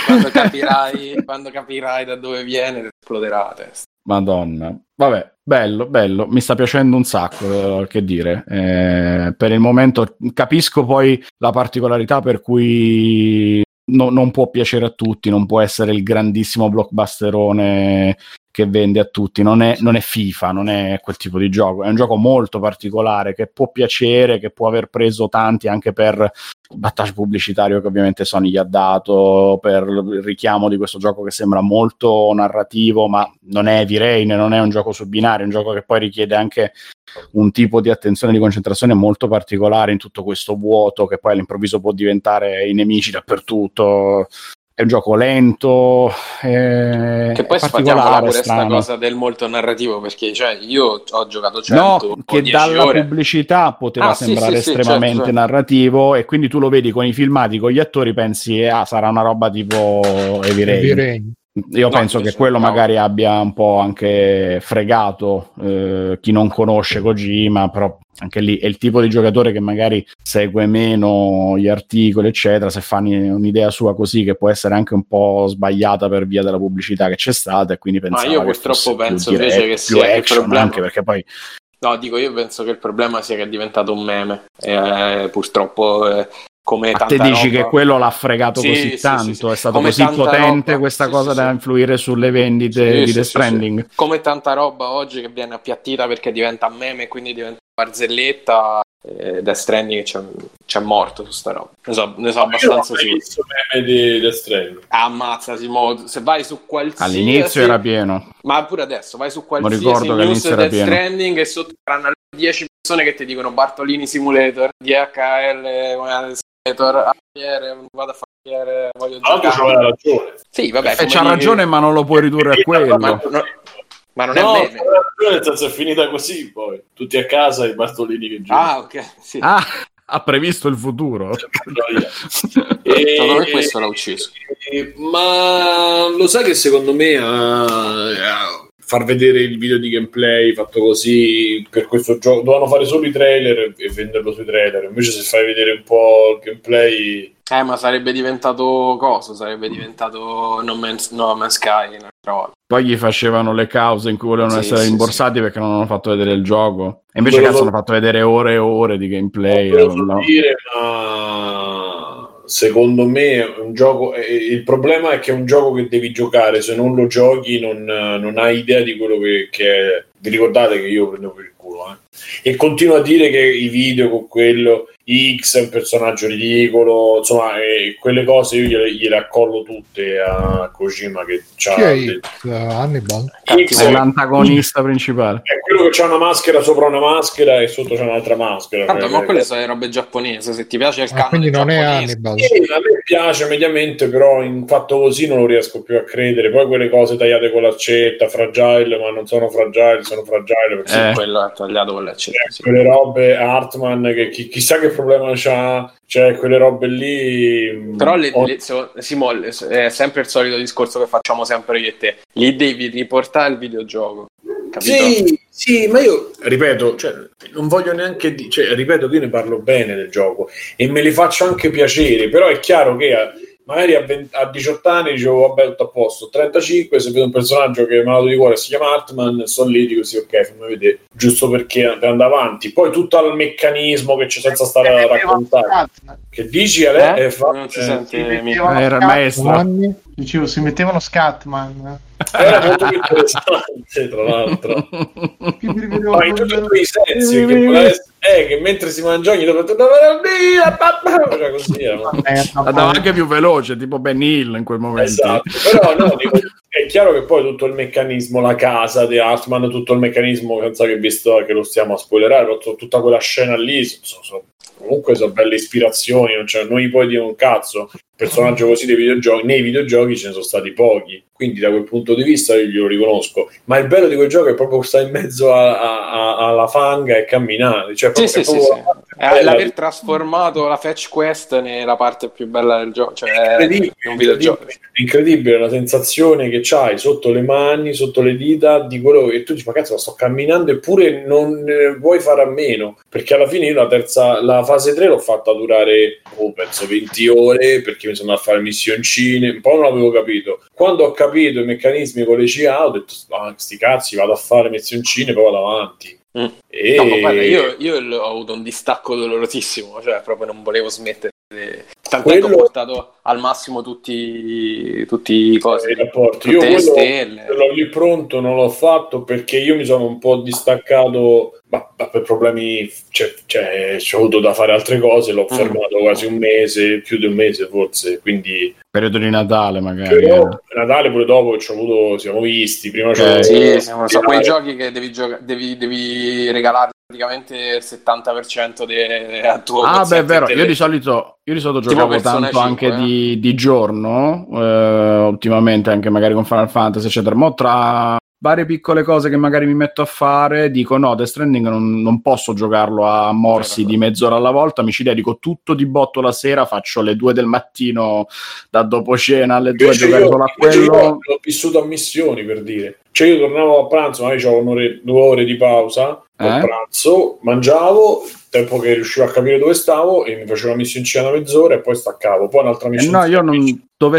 Quando capirai da dove viene, ti esploderà la testa. Madonna, vabbè, bello, mi sta piacendo un sacco, che dire. Per il momento capisco poi la particolarità per cui non può piacere a tutti, non può essere il grandissimo blockbusterone che vende a tutti, non è FIFA, non è quel tipo di gioco, è un gioco molto particolare che può piacere, che può aver preso tanti anche per il battage pubblicitario che ovviamente Sony gli ha dato, per il richiamo di questo gioco che sembra molto narrativo, ma non è Heavy Rain, non è un gioco su binari, è un gioco che poi richiede anche un tipo di attenzione e di concentrazione molto particolare in tutto questo vuoto che poi all'improvviso può diventare i nemici dappertutto. È un gioco lento, che poi sfatiamola pure questa cosa del molto narrativo, perché cioè io ho giocato 100 che dalla ore. Pubblicità poteva sembrare estremamente certo. narrativo, e quindi tu lo vedi con i filmati, con gli attori, pensi sarà una roba tipo Heavy Rain. Io penso che quello magari abbia un po' anche fregato chi non conosce Kojima, però anche lì è il tipo di giocatore che magari segue meno gli articoli eccetera, se fa un'idea sua così, che può essere anche un po' sbagliata per via della pubblicità che c'è stata, e quindi pensava io purtroppo penso invece che sia più action, il problema, anche perché poi io penso che il problema sia che è diventato un meme, purtroppo come a tanta te dici roba. Che quello l'ha fregato così tanto, è stato come così potente roba, questa cosa da influire sulle vendite di Death Stranding. Come tanta roba oggi che viene appiattita perché diventa meme e quindi diventa barzelletta, Death Stranding c'è morto su sta roba, ne so abbastanza sicuro. Meme di Death Stranding, ammazza Simo, se vai su qualsiasi, all'inizio era pieno, ma pure adesso vai su qualsiasi news Death Stranding e sotto saranno 10 persone che ti dicono Bartolini Simulator, DHL vado a fare, voglio giocare. C'aveva ragione. Sì, vabbè, c'ha ragione, ma non lo puoi ridurre a quello. Ma non è meme. Nel senso è finita così, poi tutti a casa i Bartolini che giocano. Ok, sì. Ha previsto il futuro. Secondo me questo l'ha ucciso. Ma lo sai che secondo me far vedere il video di gameplay fatto così per questo gioco dovevano fare solo i trailer e venderlo sui trailer, invece se fai vedere un po' il gameplay ma sarebbe diventato No Man's Sky un'altra volta. Poi gli facevano le cause in cui volevano essere rimborsati perché non hanno fatto vedere il gioco, e invece hanno fatto vedere ore e ore di gameplay. Ma secondo me è un gioco, il problema è che è un gioco che devi giocare, se non lo giochi non hai idea di quello che è. Vi ricordate che io prendevo per il culo e continuo a dire che i video con quello X è un personaggio ridicolo, insomma, quelle cose io gliele accollo tutte a Kojima, che c'ha Hannibal è l'antagonista principale, è quello che c'ha una maschera sopra una maschera e sotto c'è un'altra maschera. Ma quelle sono le robe giapponesi, se ti piace il canone quindi non giapponese. è Hannibal. Sì, a me piace mediamente, però in fatto così non lo riesco più a credere. Poi quelle cose tagliate con l'accetta, fragile, ma non sono fragile, sono fragile perché quello è tagliato con l'accetta, quelle robe Hartman che chissà che problema c'ha, cioè quelle robe lì. Però Simo, è sempre il solito discorso che facciamo sempre io e te, lì devi riportare il videogioco, capito? Sì, ma io ripeto, cioè, non voglio neanche ripeto che io ne parlo bene del gioco e me li faccio anche piacere, però è chiaro che magari a 18 anni dicevo vabbè, tutto a posto. 35, se vedo un personaggio che è malato di cuore si chiama Hartman, sto lì, dico sì, ok, fammi vedere, giusto per andare avanti. Poi tutto il meccanismo che c'è senza stare a raccontare. Che dici, Ale? Non si sente era il maestro. Dicevo, si mettevano Scatman. Era molto interessante, tra l'altro. Ma in tutti i sensi, che mentre si mangia ogni dopo cioè così andava anche più veloce, tipo Ben Hill in quel momento. Esatto, però no, dico, è chiaro che poi tutto il meccanismo, la casa di Hartman, tutto il meccanismo, senza che visto che lo stiamo a spoilerare, tutta quella scena lì comunque sono belle ispirazioni, non gli puoi dire un cazzo. Personaggio così dei videogiochi, nei videogiochi ce ne sono stati pochi, quindi da quel punto di vista io glielo riconosco, ma il bello di quel gioco è proprio stare in mezzo alla fanga e camminare, cioè sì. L'aver trasformato la fetch quest nella parte più bella del gioco, cioè un videogioco incredibile la sensazione che c'hai sotto le mani, sotto le dita di quello che tu dici, ma cazzo, sto camminando eppure non vuoi fare a meno, perché alla fine la fase 3 l'ho fatta durare penso 20 ore, perché mi sono andato a fare missioncine, un po' non avevo capito. Quando ho capito i meccanismi con le CA ho detto, sti cazzi, vado a fare missioncine, poi vado avanti. No, ma guarda, io ho avuto un distacco dolorosissimo, cioè proprio non volevo smettere. Tant'è che ho portato al massimo tutti i cosi, i rapporti. Io quello lì pronto non l'ho fatto perché io mi sono un po' distaccato, ma per problemi, cioè ho avuto da fare altre cose, l'ho fermato quasi un mese, più di un mese forse, quindi periodo di Natale magari. Però Natale pure dopo siamo visti, prima quei giochi che devi regalare praticamente il 70% a tuo beh, è vero, io di solito giocavo tanto anche di giorno, ultimamente anche magari con Final Fantasy eccetera, mo tra varie piccole cose che magari mi metto a fare dico no, Death Stranding non posso giocarlo a morsi di mezz'ora alla volta, mi ci dedico tutto di botto la sera, faccio le 2 del mattino da dopo cena alle 2 a giocare solo a quello. L'ho vissuto a missioni, per dire, cioè io tornavo a pranzo, magari c'avevo 2 ore di pausa al pranzo, mangiavo, tempo che riuscivo a capire dove stavo e mi facevo una missioncina da mezz'ora e poi staccavo, poi un'altra missione. No, io dove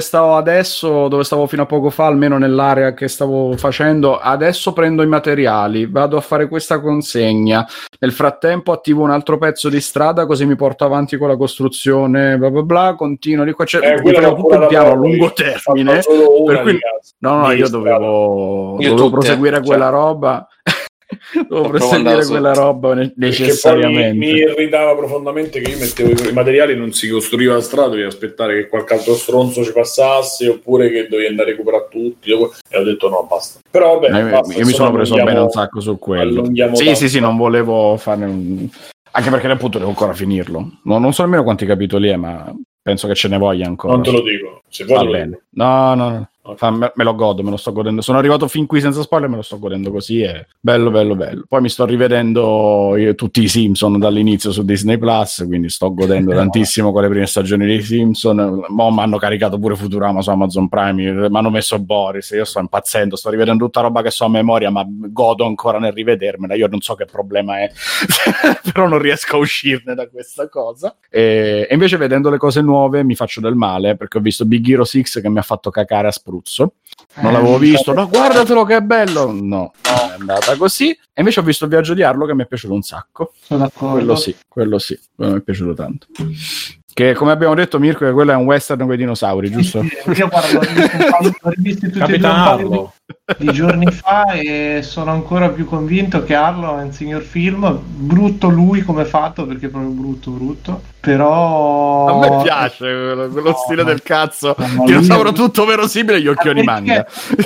stavo fino a poco fa, almeno nell'area che stavo facendo, adesso prendo i materiali, vado a fare questa consegna, nel frattempo attivo un altro pezzo di strada così mi porto avanti con la costruzione, bla bla bla, continuo di qua, tutto un piano a lungo termine, per cui io dovevo proseguire quella roba. Devo proseguire quella roba necessariamente. Mi irritava profondamente che io mettevo i materiali, non si costruiva la strada, dovevi aspettare che qualche altro stronzo ci passasse oppure che dovevi andare a recuperare tutti, e ho detto no, basta. Però vabbè, io mi sono preso bene un sacco su quello. Sì, non volevo farne anche perché appunto devo ancora finirlo, non so nemmeno quanti capitoli è, ma penso che ce ne voglia ancora. Non te lo dico, se vuoi va bene. No. Me lo godo, me lo sto godendo. Sono arrivato fin qui senza spoiler, me lo sto godendo così. È bello. Poi mi sto rivedendo tutti i Simpson dall'inizio su Disney Plus, quindi sto godendo tantissimo con le prime stagioni dei Simpson. Mo' mi hanno caricato pure Futurama su Amazon Prime, mi hanno messo Boris. Io sto impazzendo, sto rivedendo tutta roba che so a memoria, ma godo ancora nel rivedermela. Io non so che problema è, però non riesco a uscirne da questa cosa. E invece vedendo le cose nuove mi faccio del male, perché ho visto Big Hero 6 che mi ha fatto cacare a spruzzo. Non l'avevo visto, no, guardatelo che è bello, no, è andata così. E invece ho visto Il viaggio di Arlo che mi è piaciuto un sacco. Sono d'accordo. Quello mi è piaciuto tanto. Che come abbiamo detto Mirko, che quello è un western con i dinosauri, giusto? Io guarda, l'ho rivisto tutti e due Arlo di giorni fa e sono ancora più convinto che Arlo è un signor film, brutto lui come fatto, perché è proprio brutto, però a me piace quello stile del cazzo, dinosauro tutto verosimile, gli occhioni manga.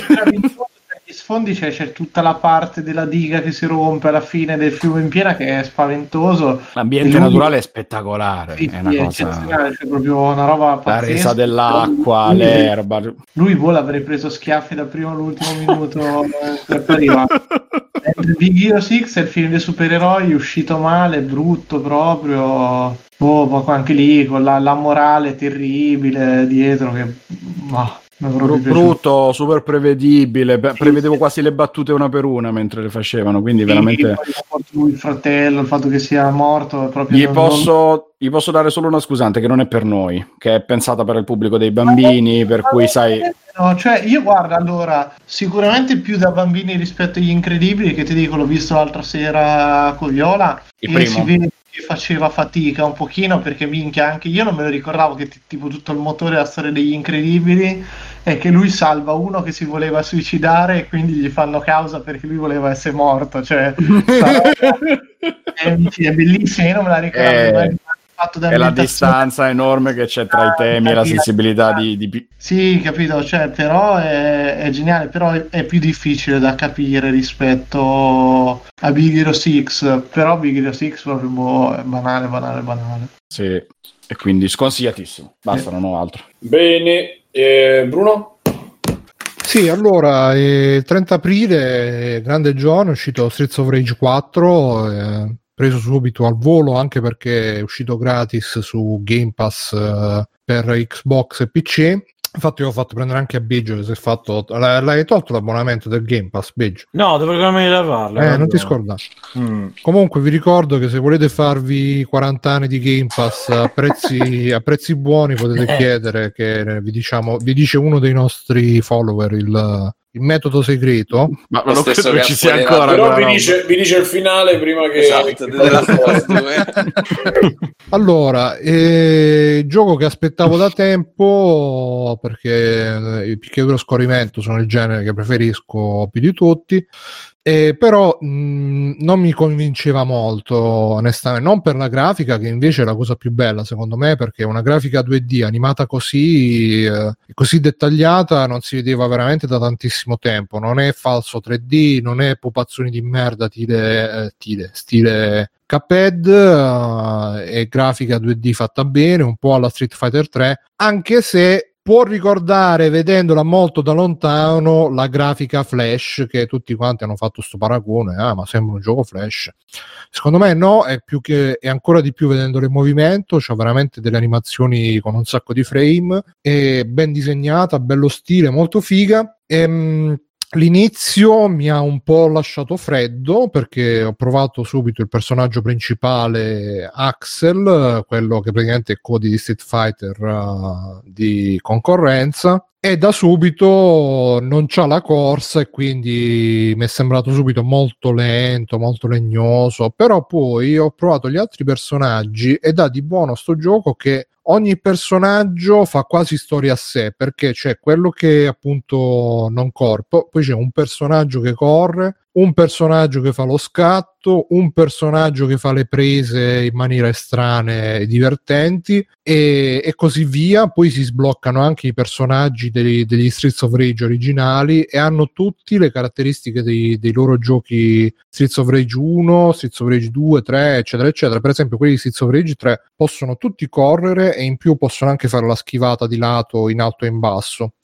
Sfondi c'è tutta la parte della diga che si rompe alla fine del fiume in piena che è spaventoso. L'ambiente naturale è spettacolare, è una cosa, c'è proprio una roba pazzesca. La resa dell'acqua, l'erba. Lui avrei preso schiaffi dal primo all'ultimo minuto per arrivare. Big Hero 6 è il film dei supereroi, è uscito male, brutto proprio. Anche lì con la morale terribile dietro che brutto, super prevedibile. Prevedevo quasi le battute una per una mentre le facevano, quindi veramente il fratello, il fatto che sia morto proprio gli posso dare solo una scusante, che non è per noi, che è pensata per il pubblico dei bambini, per cui sai. No, cioè io guarda, allora sicuramente più da bambini rispetto agli Incredibili, che ti dico l'ho visto l'altra sera con Viola e si vede che faceva fatica un pochino, perché minchia anche io non me lo ricordavo che tipo tutto il motore della storia degli Incredibili è che lui salva uno che si voleva suicidare e quindi gli fanno causa perché lui voleva essere morto, cioè è bellissima, io non me la ricordo mai. È la distanza enorme che c'è tra i temi e la sensibilità di... Sì, capito, cioè, però è geniale, però è più difficile da capire rispetto a Big Hero 6, però Big Hero 6 proprio è banale. Sì, e quindi sconsigliatissimo, basta, non ho altro. Bene, Bruno? Sì, allora, il 30 aprile, grande giorno, è uscito Streets of Rage 4, preso subito al volo anche perché è uscito gratis su Game Pass per Xbox e PC. Infatti io ho fatto prendere anche a Biggio che si è fatto... L'hai tolto l'abbonamento del Game Pass, Biggio? No, dovremmo levarlo. Non ti scordare. Comunque vi ricordo che se volete farvi 40 anni di Game Pass a prezzi buoni potete chiedere che vi dice uno dei nostri follower il metodo segreto, ma non credo che ci sia ancora, però vi dice il finale prima che allora, gioco che aspettavo da tempo perché i picchi dello scorrimento sono il genere che preferisco più di tutti. Però non mi convinceva molto, onestamente, non per la grafica, che invece è la cosa più bella secondo me, perché una grafica 2D animata così dettagliata non si vedeva veramente da tantissimo tempo. Non è falso 3D, non è pupazzoni di merda stile Cuphead, è grafica 2D fatta bene, un po' alla Street Fighter 3, anche se può ricordare, vedendola molto da lontano, la grafica Flash, che tutti quanti hanno fatto sto paragone, ma sembra un gioco Flash. Secondo me no, è ancora di più vedendolo in movimento, c'ha veramente delle animazioni con un sacco di frame, è ben disegnata, bello stile, molto figa. L'inizio mi ha un po' lasciato freddo perché ho provato subito il personaggio principale Axel, quello che praticamente è Cody di Street Fighter di concorrenza, e da subito non c'ha la corsa e quindi mi è sembrato subito molto lento, molto legnoso. Però poi ho provato gli altri personaggi e dà di buono sto gioco che ogni personaggio fa quasi storia a sé, perché c'è quello che appunto non corre, poi c'è un personaggio che corre, un personaggio che fa lo scatto, un personaggio che fa le prese in maniera estranee e divertenti e così via. Poi si sbloccano anche i personaggi degli Streets of Rage originali e hanno tutti le caratteristiche dei loro giochi Streets of Rage 1, Streets of Rage 2, 3 eccetera eccetera. Per esempio quelli di Streets of Rage 3 possono tutti correre e in più possono anche fare la schivata di lato in alto e in basso.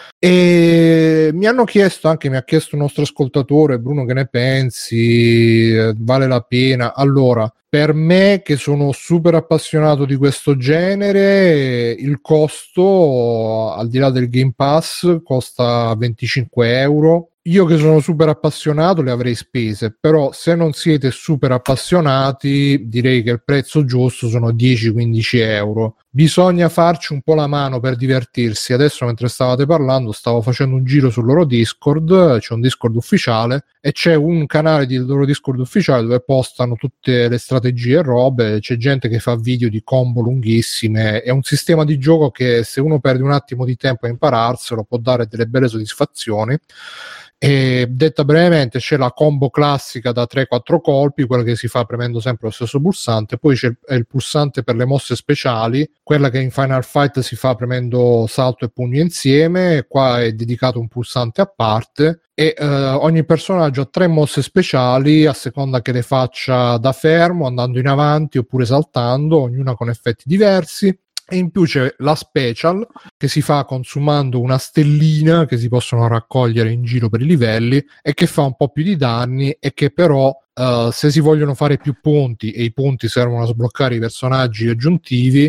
E mi ha chiesto un nostro ascoltatore, Bruno, che ne pensi? Vale la pena? Allora, per me che sono super appassionato di questo genere, il costo, al di là del Game Pass, costa 25 euro. Io che sono super appassionato le avrei spese, però se non siete super appassionati direi che il prezzo giusto sono 10-15 euro. Bisogna farci un po' la mano per divertirsi. Adesso mentre stavate parlando stavo facendo un giro sul loro Discord, c'è un Discord ufficiale e c'è un canale del loro Discord ufficiale dove postano tutte le strategie e robe, c'è gente che fa video di combo lunghissime, è un sistema di gioco che se uno perde un attimo di tempo a impararselo può dare delle belle soddisfazioni. E detta brevemente, c'è la combo classica da 3-4 colpi, quella che si fa premendo sempre lo stesso pulsante, poi c'è il pulsante per le mosse speciali, quella che in Final Fight si fa premendo salto e pugno insieme, qua è dedicato un pulsante a parte e ogni personaggio ha 3 mosse speciali a seconda che le faccia da fermo, andando in avanti oppure saltando, ognuna con effetti diversi. E in più c'è la special che si fa consumando una stellina che si possono raccogliere in giro per i livelli e che fa un po' più di danni e che però se si vogliono fare più punti e i punti servono a sbloccare i personaggi aggiuntivi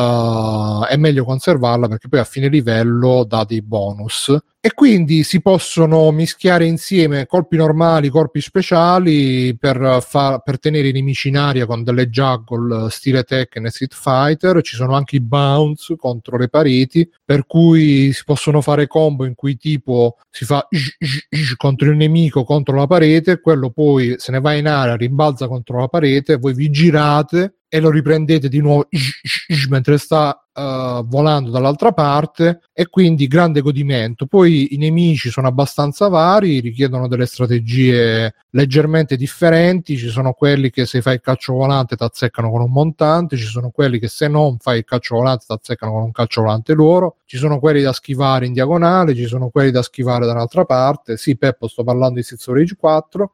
è meglio conservarla perché poi a fine livello dà dei bonus. E quindi si possono mischiare insieme colpi normali, colpi speciali per tenere i nemici in aria con delle juggle stile Tekken e Street Fighter. Ci sono anche i bounce contro le pareti, per cui si possono fare combo in cui tipo si fa contro il nemico, contro la parete, quello poi se ne va in aria, rimbalza contro la parete, voi vi girate e lo riprendete di nuovo mentre sta volando dall'altra parte, e quindi grande godimento. Poi i nemici sono abbastanza vari, richiedono delle strategie leggermente differenti. Ci sono quelli che se fai il calcio volante ti azzeccano con un montante, ci sono quelli che se non fai il calcio volante ti azzeccano con un calcio volante loro, ci sono quelli da schivare in diagonale, ci sono quelli da schivare da un'altra parte. Sì, Peppo, sto parlando di Streets of Rage 4.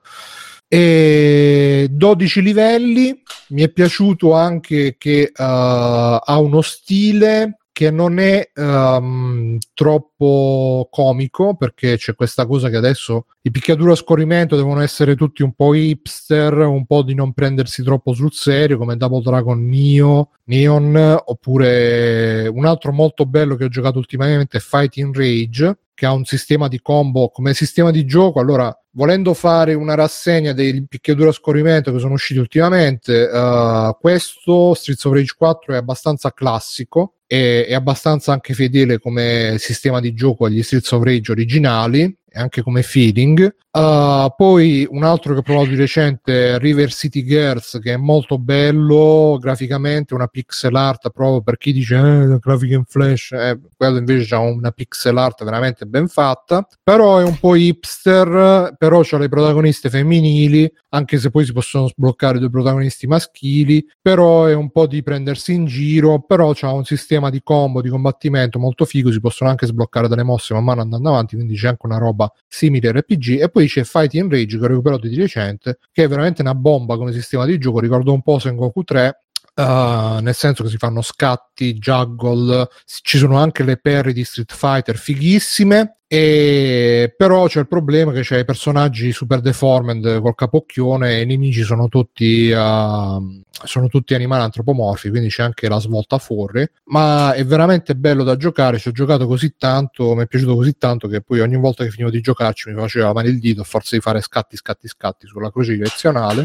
E 12 livelli. Mi è piaciuto anche che ha uno stile che non è troppo comico, perché c'è questa cosa che adesso i picchiaduro a scorrimento devono essere tutti un po' hipster, un po' di non prendersi troppo sul serio, come Double Dragon Neon, oppure un altro molto bello che ho giocato ultimamente è Fighting Rage, che ha un sistema di combo come sistema di gioco. Allora, volendo fare una rassegna dei picchiaduro a scorrimento che sono usciti ultimamente, questo Streets of Rage 4 è abbastanza classico, è abbastanza anche fedele come sistema di gioco agli Streets of Rage originali e anche come feeling. Poi un altro che ho provato di recente, River City Girls, che è molto bello graficamente, una pixel art proprio per chi dice grafica in flash, quello invece ha una pixel art veramente ben fatta, però è un po' hipster, però c'ha le protagoniste femminili, anche se poi si possono sbloccare due protagonisti maschili, però è un po' di prendersi in giro, però c'ha un sistema di combo, di combattimento molto figo, si possono anche sbloccare delle mosse man mano andando avanti, quindi c'è anche una roba simile RPG. E poi c'è Fighting Rage, che ho recuperato di recente, che è veramente una bomba come sistema di gioco, ricordo un po' Sengoku 3, nel senso che si fanno scatti, juggle, ci sono anche le parry di Street Fighter fighissime, e però c'è il problema che c'è i personaggi super deformed col capocchione e i nemici sono tutti animali antropomorfi, quindi c'è anche la svolta fuori, ma è veramente bello da giocare. Ci ho giocato così tanto, mi è piaciuto così tanto che poi ogni volta che finivo di giocarci mi faceva male il dito a forza di fare scatti sulla croce direzionale.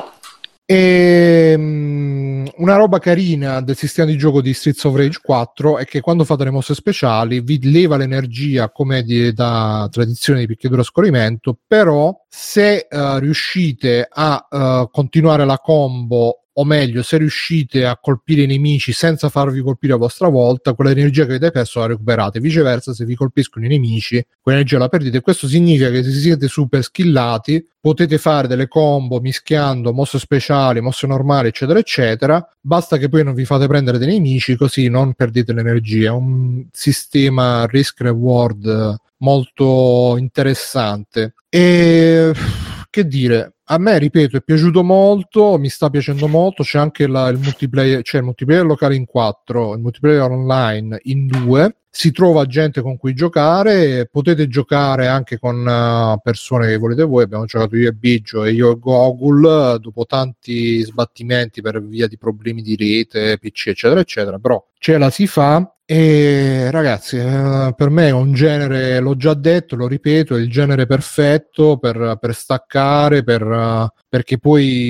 E una roba carina del sistema di gioco di Streets of Rage 4 è che quando fate le mosse speciali vi leva l'energia come da tradizione di picchiaduro a scorrimento, però se riuscite a continuare la combo, o meglio, se riuscite a colpire i nemici senza farvi colpire a vostra volta, quell'energia che avete perso la recuperate. Viceversa, se vi colpiscono i nemici, quell'energia la perdete. Questo significa che se siete super skillati potete fare delle combo mischiando mosse speciali, mosse normali, eccetera eccetera, basta che poi non vi fate prendere dei nemici, così non perdete l'energia. È un sistema risk reward molto interessante. E che dire, a me, ripeto, è piaciuto molto, mi sta piacendo molto. C'è anche il multiplayer, cioè il multiplayer locale in 4, il multiplayer online in 2. Si trova gente con cui giocare, potete giocare anche con persone che volete voi. Abbiamo giocato io e Biggio e io e Gogul dopo tanti sbattimenti per via di problemi di rete, PC eccetera eccetera, però ce la si fa. E ragazzi, per me è un genere, l'ho già detto, lo ripeto, è il genere perfetto per staccare, perché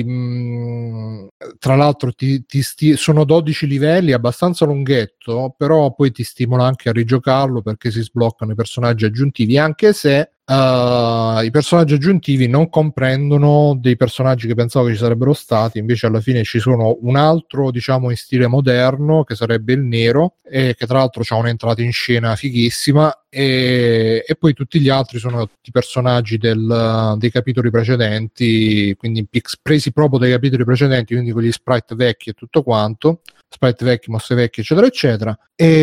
poi tra l'altro sono 12 livelli, abbastanza lunghetto, però poi ti stimola anche a rigiocarlo perché si sbloccano i personaggi aggiuntivi, anche se i personaggi aggiuntivi non comprendono dei personaggi che pensavo che ci sarebbero stati. Invece alla fine ci sono un altro, diciamo, in stile moderno, che sarebbe il nero, e che tra l'altro ha un'entrata in scena fighissima, e poi tutti gli altri sono tutti personaggi dei capitoli precedenti, quindi presi proprio dai capitoli precedenti, quindi con gli sprite vecchi e tutto quanto, sprite vecchi, mosse vecchie eccetera eccetera.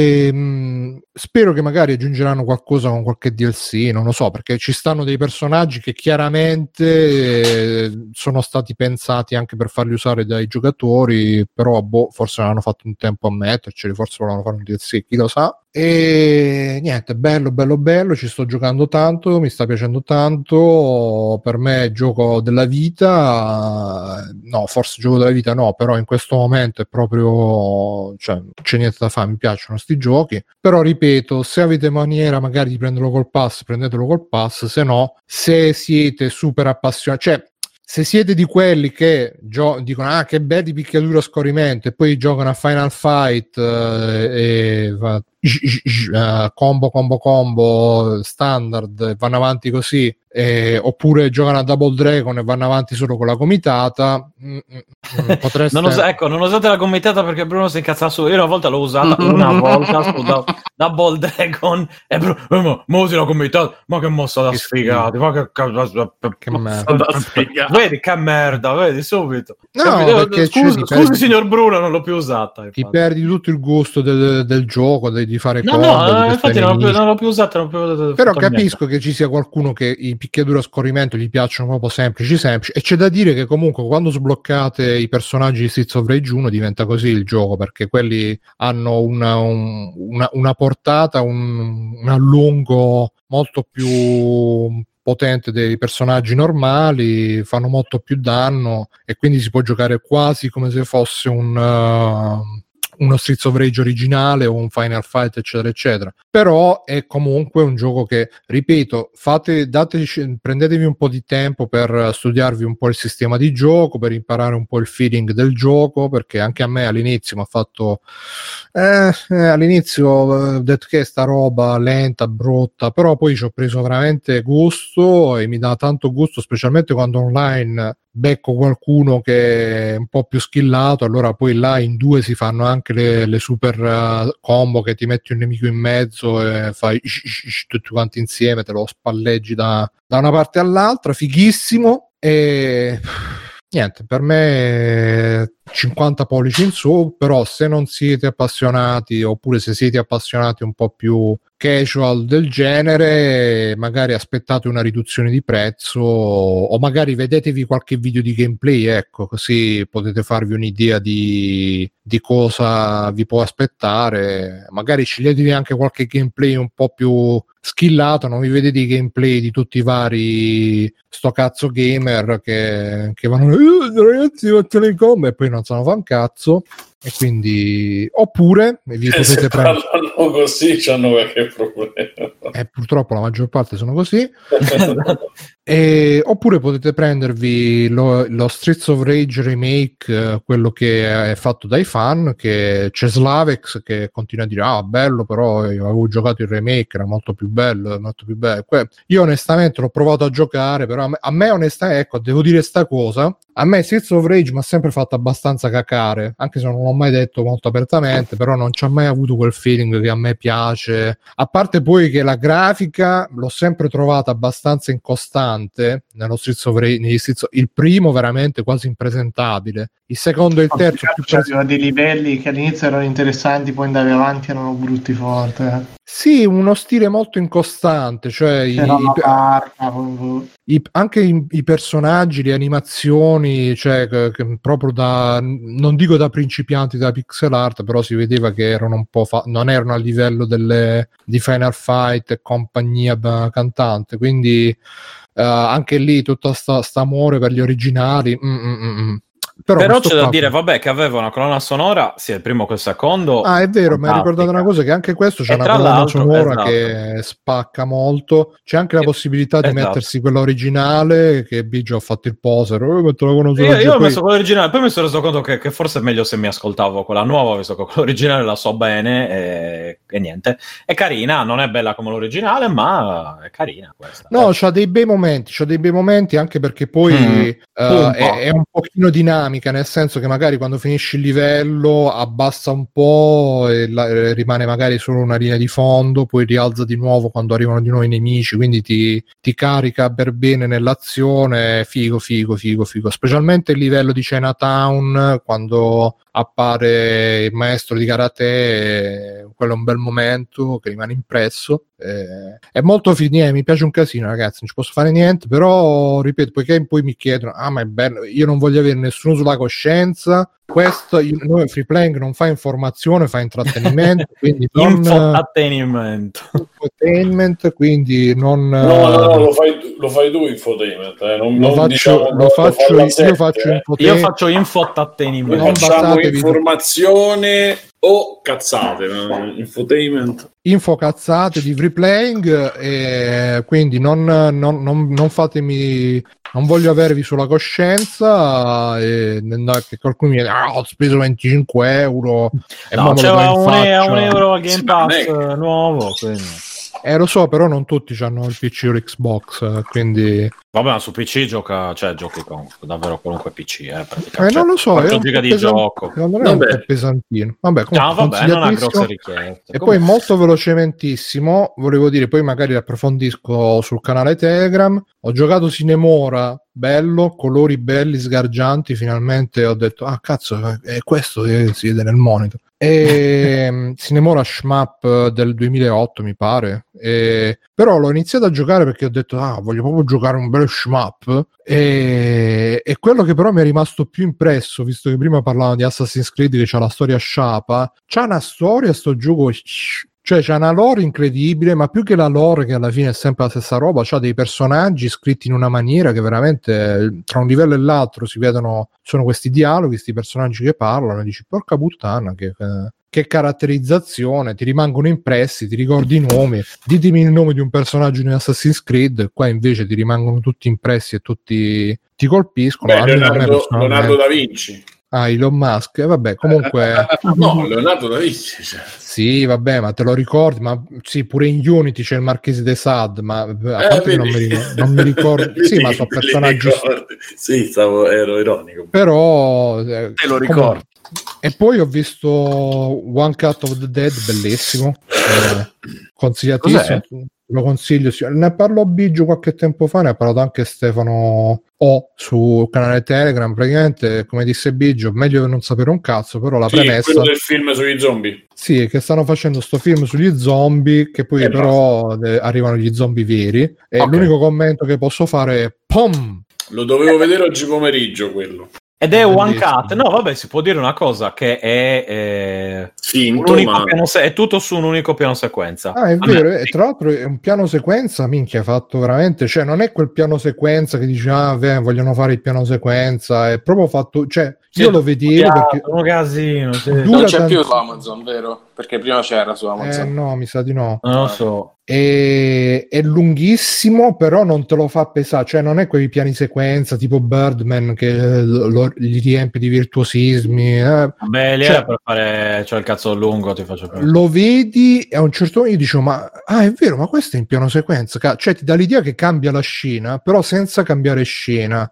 E spero che magari aggiungeranno qualcosa con qualche DLC, non lo so, perché ci stanno dei personaggi che chiaramente sono stati pensati anche per farli usare dai giocatori, però forse non hanno fatto in tempo a metterceli, forse volevano fare un DLC, chi lo sa. E niente, bello, ci sto giocando tanto, mi sta piacendo tanto. Per me è gioco della vita, no, forse gioco della vita no, però in questo momento è proprio, cioè, non c'è niente da fare, mi piacciono sti giochi. Però ripeto, se avete maniera magari di prenderlo col pass, prendetelo col pass, se no, se siete super appassionati, cioè se siete di quelli che dicono che belli picchiaduro a scorrimento e poi giocano a Final Fight e combo standard, vanno avanti così, oppure giocano a Double Dragon e vanno avanti solo con la comitata. Potreste... non usate la comitata perché Bruno si incazza su. Io una volta l'ho usata una volta su Double Dragon e Bruno, ma usi la comitata, ma che mossa da sfigati, ma che merda. Vedi che merda, vedi subito. Scusi signor Bruno, non l'ho più usata. Ti perdi tutto il gusto del gioco, di fare infatti non l'ho più usata. Però capisco che ci sia qualcuno che i picchiaduro a scorrimento gli piacciono proprio semplici, e c'è da dire che comunque quando sbloccate i personaggi di Streets of Rage 1 diventa così il gioco, perché quelli hanno una portata, un allungo molto più potente dei personaggi normali, fanno molto più danno e quindi si può giocare quasi come se fosse uno Streets of Rage originale o un Final Fight eccetera eccetera. Però è comunque un gioco che, ripeto, prendetevi un po' di tempo per studiarvi un po' il sistema di gioco, per imparare un po' il feeling del gioco, perché anche a me all'inizio mi ha fatto ho detto che sta roba lenta, brutta, però poi ci ho preso veramente gusto e mi dà tanto gusto, specialmente quando online becco qualcuno che è un po' più skillato, allora poi là in due si fanno anche le super combo che ti metti un nemico in mezzo e fai tutti quanti insieme, te lo spalleggi da una parte all'altra, fighissimo. E niente, per me 50 pollici in su, però se non siete appassionati, oppure se siete appassionati un po' più casual del genere, magari aspettate una riduzione di prezzo o magari vedetevi qualche video di gameplay, ecco, così potete farvi un'idea di cosa vi può aspettare. Magari sceglietevi anche qualche gameplay un po' più skillato, non vi vedete i gameplay di tutti i vari sto cazzo gamer che vanno ragazzi facciano i combo e poi non sanno fa un cazzo, e quindi oppure vi potete prendere così c'hanno qualche problema, purtroppo la maggior parte sono così. Oppure potete prendervi lo Streets of Rage remake, quello che è fatto dai fan, che c'è Slavex che continua a dire bello, però io avevo giocato il remake, era molto più bello. Io onestamente l'ho provato a giocare, però a me onestamente, ecco, devo dire sta cosa, a me Streets of Rage mi ha sempre fatto abbastanza cacare, anche se non l'ho mai detto molto apertamente, però non ci ha mai avuto quel feeling che a me piace, a parte poi che la grafica l'ho sempre trovata abbastanza incostante nello Streets of Rage, il primo veramente quasi impresentabile, il secondo e il terzo aveva dei livelli che all'inizio erano interessanti, poi andavi avanti erano brutti forte. Sì, uno stile molto incostante, cioè anche i personaggi, le animazioni, cioè che proprio non dico da principianti da pixel art, però si vedeva che erano un po' non erano a livello di Final Fight e compagnia cantante, quindi anche lì tutto st'amore per gli originali. Però c'è da dire, vabbè, che aveva una colonna sonora sia il primo che il secondo. È vero, mi hai ricordato una cosa, che anche questo c'è una colonna sonora che spacca molto. C'è anche la possibilità di mettersi quella originale, che Biggio ha fatto il poser. Io ho messo quella originale, poi mi sono reso conto che forse è meglio se mi ascoltavo quella nuova, visto che quella originale la so bene e niente. È carina, non è bella come l'originale, ma è carina questa. No, c'ha dei bei momenti, anche perché poi è un pochino dinamica, nel senso che magari quando finisci il livello abbassa un po' e rimane magari solo una linea di fondo, poi rialza di nuovo quando arrivano di nuovo i nemici, quindi ti carica per bene nell'azione. Figo, specialmente il livello di Chinatown, quando appare il maestro di karate, quello è un bel momento che rimane impresso. È molto mi piace un casino, ragazzi, non ci posso fare niente, però ripeto, poiché poi mi chiedono ma è bello, io non voglio avere nessuno sulla coscienza, noi Free Playing non fa informazione, fa intrattenimento, quindi infotainment, quindi non lo fai tu infotainment, io faccio infotainment, non facciamo informazione o cazzate, infotainment. infocazzate di free playing, e quindi non fatemi, non voglio avervi sulla coscienza che qualcuno mi dice ho speso 25 euro e no, c'era un euro al Game Sì, Pass ma nuovo, quindi. lo so, però non tutti hanno il PC o l'Xbox, quindi Vabbè, ma su PC giochi con davvero qualunque PC, praticamente. non lo so, 4 giga di gioco. secondo me è un po' pesantino. Vabbè, No, vabbè, non ha consigliatissimo. grosse richieste. E poi molto velocementissimo, volevo dire, poi magari approfondisco sul canale Telegram. Ho giocato Cinemora, bello, colori belli, sgargianti, finalmente ho detto, cazzo, è questo che si vede nel monitor. E Cinemora Shmup del 2008 mi pare, però l'ho iniziato a giocare perché ho detto voglio proprio giocare un bel shmup, e quello che però mi è rimasto più impresso, visto che prima parlavamo di Assassin's Creed che c'ha la storia sciapa, c'ha una storia sto gioco, cioè c'è una lore incredibile, ma più che la lore, che alla fine è sempre la stessa roba, c'ha dei personaggi scritti in una maniera che veramente tra un livello e l'altro si vedono, sono questi dialoghi, questi personaggi che parlano, e dici porca puttana, che caratterizzazione, ti rimangono impressi, ti ricordi i nomi, ditemi il nome di un personaggio in Assassin's Creed, qua invece ti rimangono tutti impressi e tutti ti colpiscono. Leonardo da Vinci. Elon Musk, vabbè, comunque no, Leonardo da Vinci, cioè. Sì, vabbè, ma te lo ricordi? Ma sì, pure in Unity c'è il Marchese de Sade, ma a parte che non mi ricordo. Sì, ma sono personaggi. Sì, ero ironico. Però te lo ricordo. E poi ho visto One Cut of the Dead, bellissimo, consigliatissimo. Cos'è? Lo consiglio, ne parlò Biggio qualche tempo fa, ne ha parlato anche Stefano O sul canale Telegram. Praticamente, come disse Biggio, meglio non sapere un cazzo, però la premessa, quello del film sugli zombie. sì, che stanno facendo sto film sugli zombie, che poi però arrivano gli zombie veri, e l'unico commento che posso fare è POM! Lo dovevo vedere oggi pomeriggio quello. Ed è one cut. No, vabbè, si può dire una cosa, che è finto, è tutto su un unico piano sequenza. È vero, e tra l'altro è un piano sequenza, minchia, fatto veramente, cioè non è quel piano sequenza che dici vogliono fare il piano sequenza, è proprio fatto, cioè io lo vedevo perché un casino, non c'è più su Amazon, vero? Perché prima c'era su Amazon. No, mi sa di no. Non lo so. È lunghissimo, però non te lo fa pesare, cioè non è quei piani sequenza tipo Birdman che gli riempie di virtuosismi. Beh, lì era per fare, cioè il cazzo lungo, ti faccio pensare. Lo vedi e a un certo punto io dico, ma è vero, ma questo è in piano sequenza, cioè ti dà l'idea che cambia la scena, però senza cambiare scena.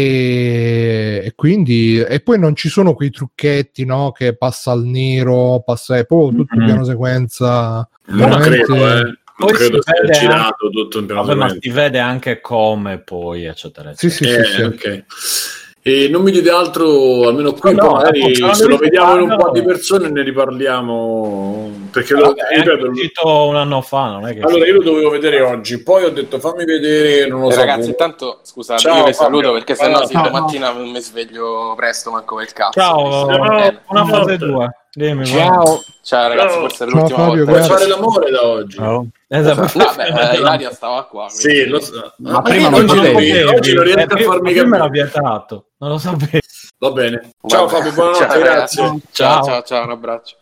E quindi, e poi non ci sono quei trucchetti, no, che passa al nero, passa proprio tutto in piano sequenza. Non credo, poi credo si sia vede girato tutto in piano ma si vede anche come poi, eccetera, eccetera. Sì. Okay. E non mi dite altro, almeno qui magari se lo vediamo in un po' di persone ne riparliamo, perché ripeto, uscito un anno fa, non è che allora io lo dovevo vedere oggi, poi ho detto fammi vedere, non lo so. Ragazzi, intanto scusa, io vi saluto perché sennò domattina non mi sveglio presto manco per il cazzo. Ciao, una fase 2. Ciao ragazzi, forse è l'ultima Fabio, volta. Vuoi fare l'amore da oggi? No. Esatto. Vabbè, Ilaria stava qua. Sì, lo so. Ma prima non oggi non riesco a farmi capire. Me l'ha vietato, non lo sapevo. Va bene. Ciao Fabio, buonanotte, ciao, grazie. Ciao, un abbraccio.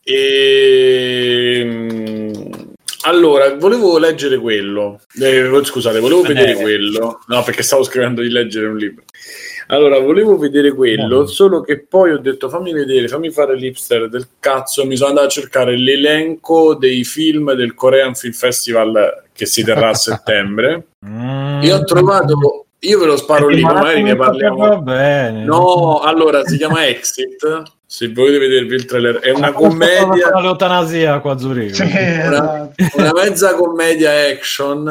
Allora, volevo leggere quello. Scusate, volevo vedere quello. No, perché stavo scrivendo di leggere un libro. Allora, volevo vedere quello, solo che poi ho detto fammi fare l'hipster del cazzo, mi sono andato a cercare l'elenco dei film del Korean Film Festival che si terrà a settembre. Io ho trovato, io ve lo sparo lì, magari ne parliamo. Bene. No, allora si chiama Exit. Se volete vedervi il trailer, è una commedia. L'eutanasia qua a Zurigo. Sì, una mezza commedia action.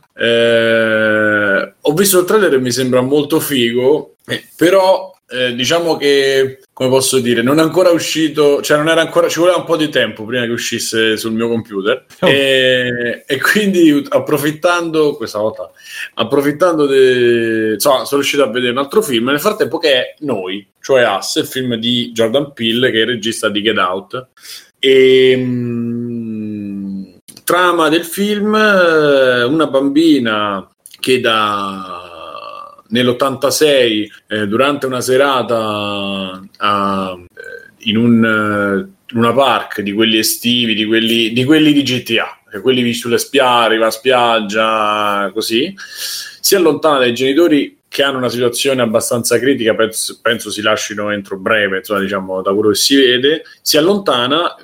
Ho visto il trailer e mi sembra molto figo, però diciamo che, come posso dire, non è ancora uscito, cioè non era ancora, ci voleva un po' di tempo prima che uscisse sul mio computer. E quindi approfittando insomma, sono riuscito a vedere un altro film nel frattempo, che è Noi, cioè Us, il film di Jordan Peele, che è il regista di Get Out. Trama del film: una bambina che nell'86 durante una serata in un Luna Park, di quelli estivi, di quelli di GTA, quelli sulle arriva a spiaggia, così, si allontana dai genitori che hanno una situazione abbastanza critica, penso si lascino entro breve, insomma, diciamo, da quello che si vede, si allontana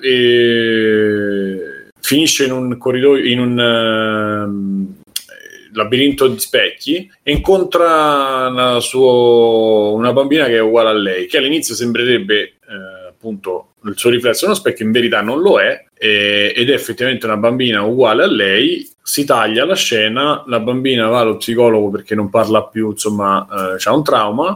e finisce in un corridoio, in un labirinto di specchi, e incontra una bambina che è uguale a lei, che all'inizio sembrerebbe appunto il suo riflesso è uno specchio, in verità non lo è, ed è effettivamente una bambina uguale a lei. Si taglia la scena, la bambina va allo psicologo perché non parla più, insomma, c'ha un trauma,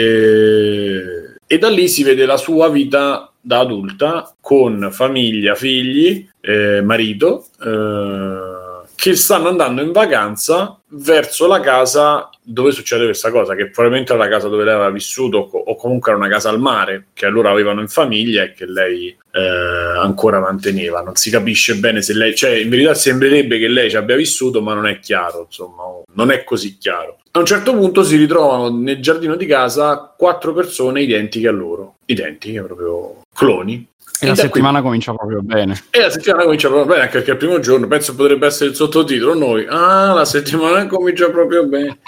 e da lì si vede la sua vita da adulta, con famiglia, figli, marito, che stanno andando in vacanza verso la casa dove succede questa cosa, che probabilmente era la casa dove lei aveva vissuto, o comunque era una casa al mare che allora avevano in famiglia e che lei ancora manteneva. Non si capisce bene se lei, cioè in verità sembrerebbe che lei ci abbia vissuto, ma non è chiaro, insomma, non è così chiaro. A un certo punto si ritrovano nel giardino di casa 4 persone identiche a loro, identiche, proprio cloni. E la settimana comincia proprio bene. E la settimana comincia proprio bene, anche perché il primo giorno, penso potrebbe essere il sottotitolo, noi, la settimana comincia proprio bene.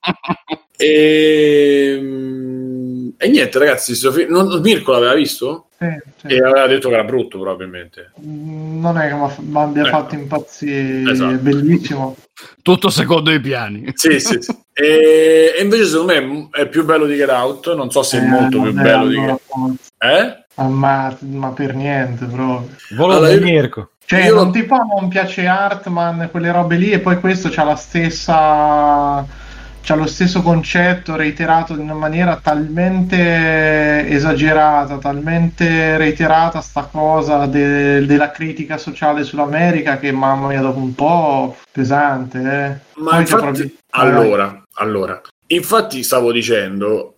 E niente, ragazzi, Mirko l'aveva visto? Sì. E aveva detto che era brutto, probabilmente. Non è che mi abbia fatto impazzire, esatto. È bellissimo. Tutto secondo i piani. Sì. E invece secondo me è più bello di Get Out, non so se è molto più bello di Get Out. Ma per niente proprio. Allora, Mirko. Cioè, non piace Hartman, quelle robe lì, e poi questo c'ha lo stesso concetto reiterato in una maniera talmente esagerata, talmente reiterata sta cosa della critica sociale sull'America, che mamma mia, dopo un po' pesante, Ma poi infatti, allora, infatti stavo dicendo,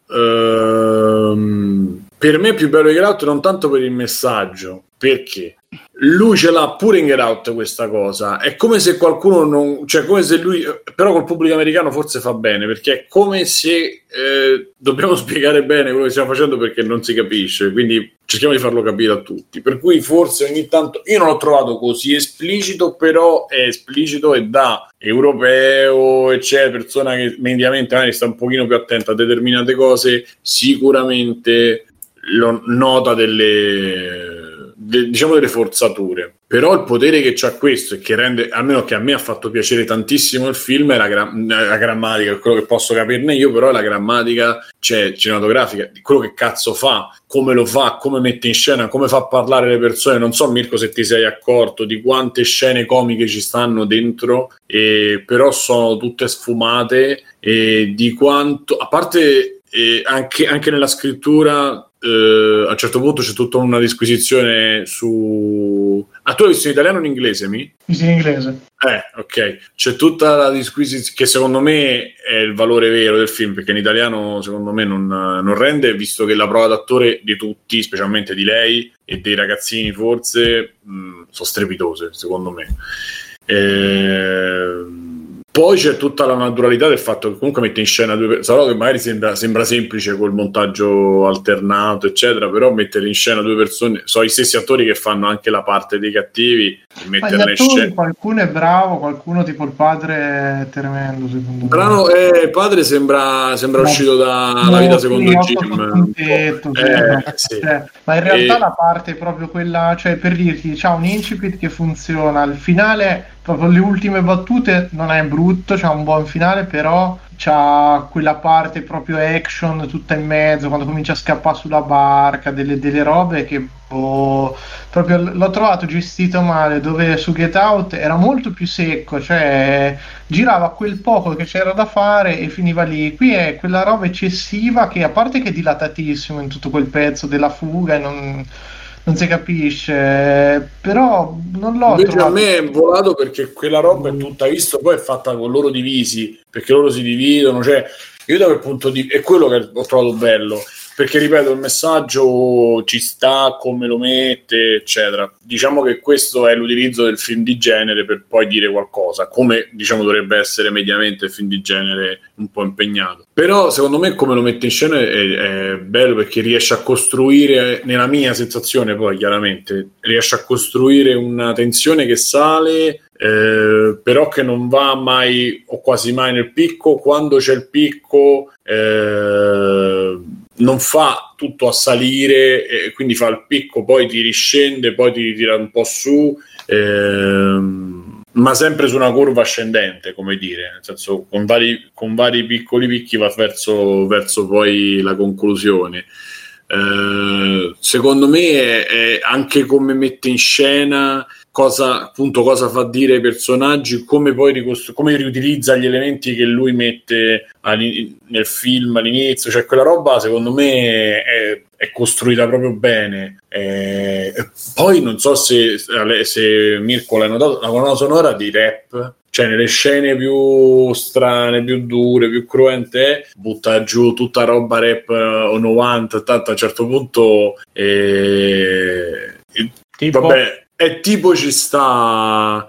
per me è più bello di Get Out, non tanto per il messaggio, perché lui ce l'ha pure in Get Out questa cosa, è come se qualcuno non, cioè come se lui, però col pubblico americano forse fa bene, perché è come se dobbiamo spiegare bene quello che stiamo facendo perché non si capisce, quindi cerchiamo di farlo capire a tutti, per cui forse ogni tanto, io non l'ho trovato così esplicito, però è esplicito e da europeo, e c'è persona che mediamente magari sta un pochino più attenta a determinate cose, sicuramente nota diciamo delle forzature, però il potere che c'ha questo e che rende, almeno che a me ha fatto piacere tantissimo il film, è la grammatica, quello che posso capirne io, però è la grammatica, cioè, cinematografica, di quello che cazzo fa, come lo fa, come mette in scena, come fa parlare le persone. Non so, Mirko, se ti sei accorto di quante scene comiche ci stanno dentro, però sono tutte sfumate, e di quanto, a parte anche nella scrittura, a un certo punto c'è tutta una disquisizione su... tu hai visto in italiano o in inglese, Sì, in inglese. Ok. C'è tutta la disquisizione che secondo me è il valore vero del film, perché in italiano secondo me non rende, visto che la prova d'attore di tutti, specialmente di lei e dei ragazzini forse, sono strepitose, secondo me. Poi c'è tutta la naturalità del fatto che comunque mette in scena due persone, che magari sembra semplice col montaggio alternato, eccetera, però mettere in scena due persone, sono i stessi attori che fanno anche la parte dei cattivi, e metterla in scena. Qualcuno è bravo, qualcuno tipo il padre è tremendo, secondo bravo, me. Il padre sembra uscito da La vita secondo Jim. Sì. Ma in realtà la parte è proprio quella, cioè, per dirti, c'ha un incipit che funziona, al finale proprio le ultime battute non è brutto, c'ha un buon finale, però c'ha quella parte proprio action tutta in mezzo, quando comincia a scappare sulla barca, delle robe che proprio l'ho trovato gestito male, dove su Get Out era molto più secco, cioè girava quel poco che c'era da fare e finiva lì. Qui è quella roba eccessiva che, a parte che è dilatatissimo in tutto quel pezzo della fuga, e non si capisce, però non l'ho invece trovato. A me è volato, perché quella roba è tutta, visto, poi è fatta con loro divisi, perché loro si dividono, cioè io da quel punto di è quello che ho trovato bello, perché ripeto, il messaggio ci sta, come lo mette, eccetera. Diciamo che questo è l'utilizzo del film di genere per poi dire qualcosa, come diciamo dovrebbe essere mediamente il film di genere un po' impegnato. Però secondo me come lo mette in scena è bello, perché riesce a costruire, nella mia sensazione poi chiaramente, riesce a costruire una tensione che sale, però che non va mai o quasi mai nel picco. Quando c'è il picco non fa tutto a salire, quindi fa il picco, poi ti riscende, poi ti ritira un po' su, ma sempre su una curva ascendente, come dire, nel senso con vari piccoli picchi va verso poi la conclusione. Secondo me è anche come mette in scena, cosa fa dire ai personaggi, come poi come riutilizza gli elementi che lui mette nel film all'inizio, cioè quella roba secondo me è costruita proprio bene. Poi non so se Mirko l'hai notato, la colonna sonora di Rap, cioè nelle scene più strane, più dure, più cruente, butta giù tutta roba rap 90, tanto a un certo punto tipo? Vabbè, è tipo ci sta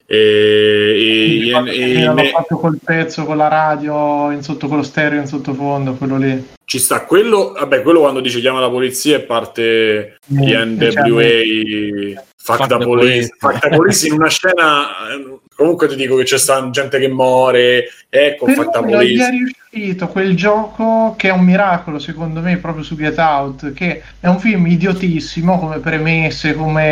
hanno fatto col pezzo con la radio in sotto, con lo stereo in sottofondo, quello lì ci sta, quello quando dice chiama la polizia e parte gli NWA Fuck the Police in una scena. Comunque ti dico che c'è sta gente che muore, ecco, Fuck the Police. È riuscito quel gioco che è un miracolo secondo me proprio su Get Out, che è un film idiotissimo come premesse,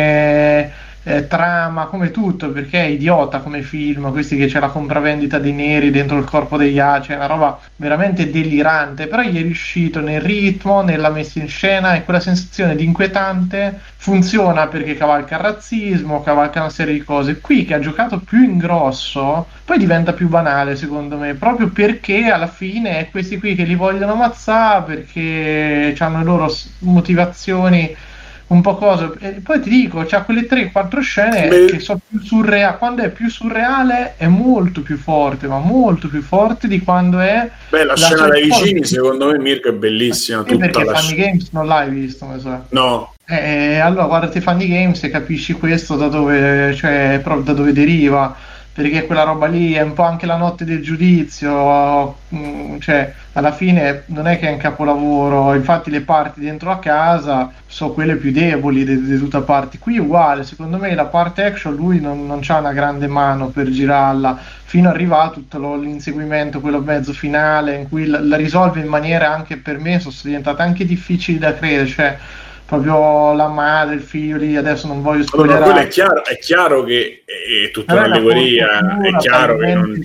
come trama, come tutto, perché è idiota come film, questi che c'è la compravendita dei neri dentro il corpo degli altri, è una roba veramente delirante, però gli è riuscito nel ritmo, nella messa in scena, e quella sensazione di inquietante funziona perché cavalca il razzismo, cavalca una serie di cose. Qui che ha giocato più in grosso poi diventa più banale secondo me, proprio perché alla fine è questi qui che li vogliono ammazzare perché hanno le loro motivazioni un po' cosa, e poi ti dico, c'ha quelle 3-4 scene che sono più surreali. Quando è più surreale è molto più forte, ma molto più forte di quando è la scena dai vicini, secondo me Mirko è bellissima, tutta perché la Funny Games non l'hai visto, mi sa. No. Allora guardati Funny Games e capisci questo da dove, cioè proprio da dove deriva, perché quella roba lì è un po' anche la notte del giudizio, cioè alla fine non è che è un capolavoro, infatti le parti dentro la casa sono quelle più deboli di tutta parte. Qui è uguale, secondo me la parte action lui non c'ha una grande mano per girarla, fino arriva a tutto l'inseguimento, quello mezzo finale, in cui la risolve in maniera anche, per me sono diventate anche difficili da credere, cioè proprio la madre, il figlio lì, adesso non voglio spoilerare. Quello è chiaro che è tutta un'allegoria, è chiaro che non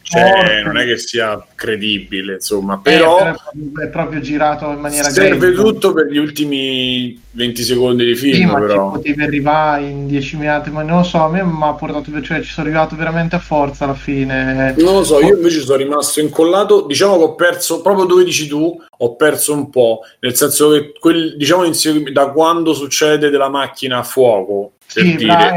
è che sia credibile, insomma, però è proprio girato in maniera serve tutto per gli ultimi 20 secondi di film, ma però ci potevi arrivare in 10 minuti, ma non lo so, a me mi ha portato, cioè ci sono arrivato veramente a forza alla fine. Non lo so, io invece sono rimasto incollato, diciamo che ho perso proprio dove dici tu, ho perso un po', nel senso che diciamo da quando succede della macchina a fuoco, sì,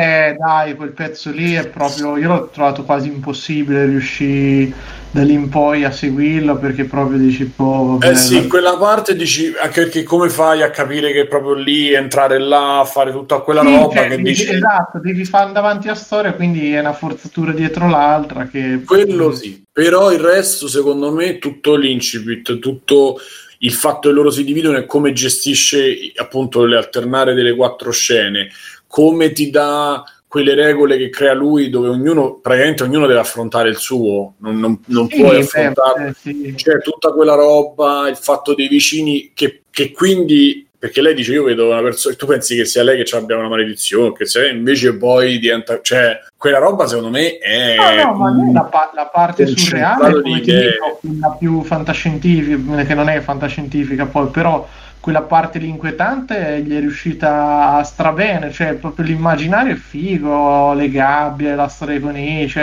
dai, quel pezzo lì è proprio, io l'ho trovato quasi impossibile riuscire da lì in poi a seguirlo, perché proprio dici sì, quella parte dici, anche perché come fai a capire che proprio lì entrare là a fare tutta quella roba, cioè, che dici esatto, devi fare davanti a storia, quindi è una forzatura dietro l'altra che quello sì, però il resto secondo me tutto l'incipit, tutto il fatto che loro si dividono e come gestisce appunto le alternare delle 4 scene, come ti dà quelle regole che crea lui, dove praticamente ognuno deve affrontare il suo, non puoi affrontare, cioè tutta quella roba, il fatto dei vicini che quindi, perché lei dice io vedo una persona, tu pensi che sia lei che abbia una maledizione, che sia lei, invece poi diventa, cioè quella roba secondo me è ma non la parte surreale, come ti dico, la più fantascientifica, che non è fantascientifica poi, però quella parte lì inquietante gli è riuscita strabene, cioè proprio l'immaginario è figo, le gabbie, la storia con cioè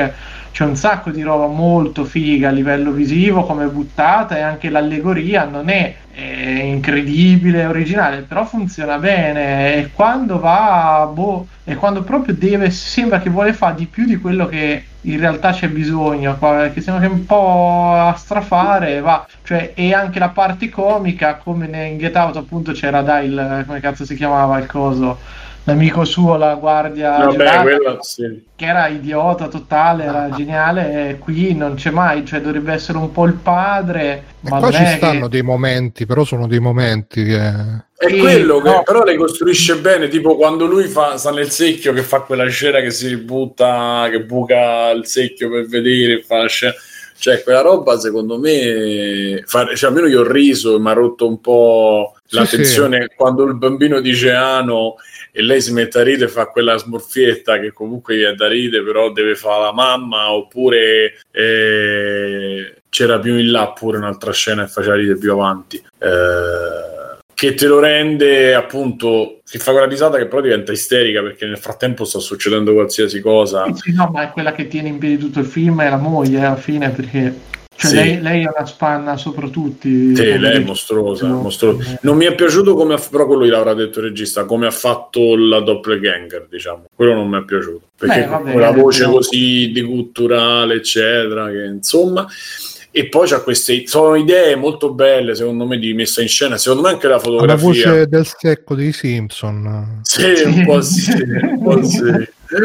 c'è un sacco di roba molto figa a livello visivo come buttata, e anche l'allegoria non è incredibile, originale, però funziona bene, e quando va e quando proprio sembra che vuole fare di più di quello che in realtà c'è bisogno, che sembra che un po' a strafare va, cioè, e anche la parte comica, come in Get Out appunto c'era come cazzo si chiamava il coso, l'amico suo, la guardia gelata, quello, sì. che era idiota totale, era geniale, e qui non c'è mai, cioè dovrebbe essere un po' il padre, ma qua non ci è stanno che... dei momenti, però sono dei momenti che... È quello che però le costruisce bene, tipo quando lui sta nel secchio che fa quella scena che si butta, che buca il secchio per vedere, fa la scena, cioè quella roba secondo me cioè, almeno io ho riso e mi ha rotto un po' l'attenzione quando il bambino dice Ano e lei si mette a ridere, fa quella smorfietta che comunque gli è da ridere, però deve fare la mamma, oppure c'era più in là pure un'altra scena che faceva ridere più avanti, che te lo rende, appunto, che fa quella risata che però diventa isterica perché nel frattempo sta succedendo qualsiasi cosa. Sì, no, ma è quella che tiene in piedi tutto il film, è la moglie alla fine, perché cioè, lei è una spanna sopra tutti. Sì, lei è mostruosa. Non mi è piaciuto come però quello l'avrà detto il regista, come ha fatto la doppelganger, diciamo. Quello non mi è piaciuto, perché con la voce così di gutturale, eccetera, che insomma... E poi c'ha sono idee molto belle secondo me di messa in scena, secondo me anche la fotografia, la voce del secco dei Simpson, sì. Un po' sì.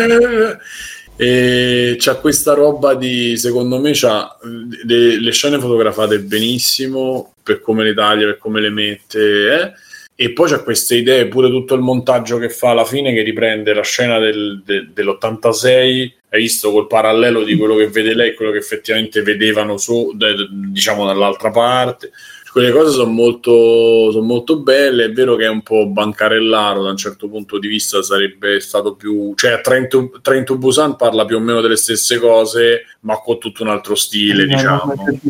E c'ha questa roba secondo me c'ha le scene fotografate benissimo per come le taglia, per come le mette, e poi c'ha queste idee, pure tutto il montaggio che fa alla fine, che riprende la scena dell'86, hai visto, col parallelo di quello che vede lei e quello che effettivamente vedevano diciamo dall'altra parte. Quelle cose sono molto belle. È vero che è un po' bancarellaro da un certo punto di vista, sarebbe stato più, cioè Train to Busan parla più o meno delle stesse cose ma con tutto un altro stile, diciamo.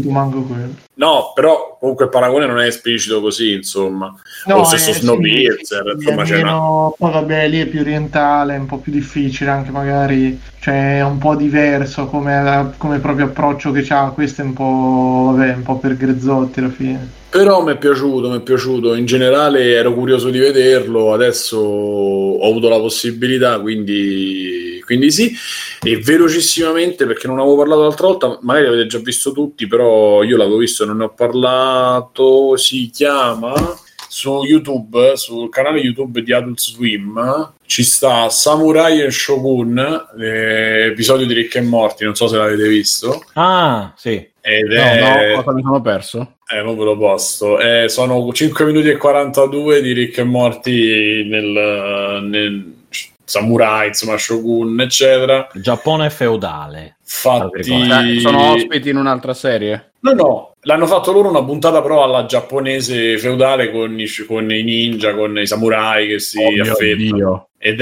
No, però comunque il paragone non è esplicito così, insomma. No, lo stesso Snowpiercer, insomma, c'è poi vabbè, lì è più orientale, è un po' più difficile anche magari, cioè è un po' diverso come proprio approccio che c'ha. Questo è un po' per grezzotti alla fine. Però mi è piaciuto, in generale ero curioso di vederlo, adesso ho avuto la possibilità, quindi sì. E velocissimamente, perché non avevo parlato l'altra volta, magari l'avete già visto tutti, però io l'avevo visto e non ne ho parlato, si chiama su YouTube, sul canale YouTube di Adult Swim, ci sta Samurai and Shogun, episodio di Rick and Morty, non so se l'avete visto. Ah, sì. No, cosa mi sono perso? Non ve lo posto. Sono 5 minuti e 42 di Rick and Morty nel samurai, insomma, shogun, eccetera. Il Giappone feudale. Fatti... Sono ospiti in un'altra serie? No. L'hanno fatto loro una puntata però alla giapponese feudale con i ninja, con i samurai che si affettano. Ed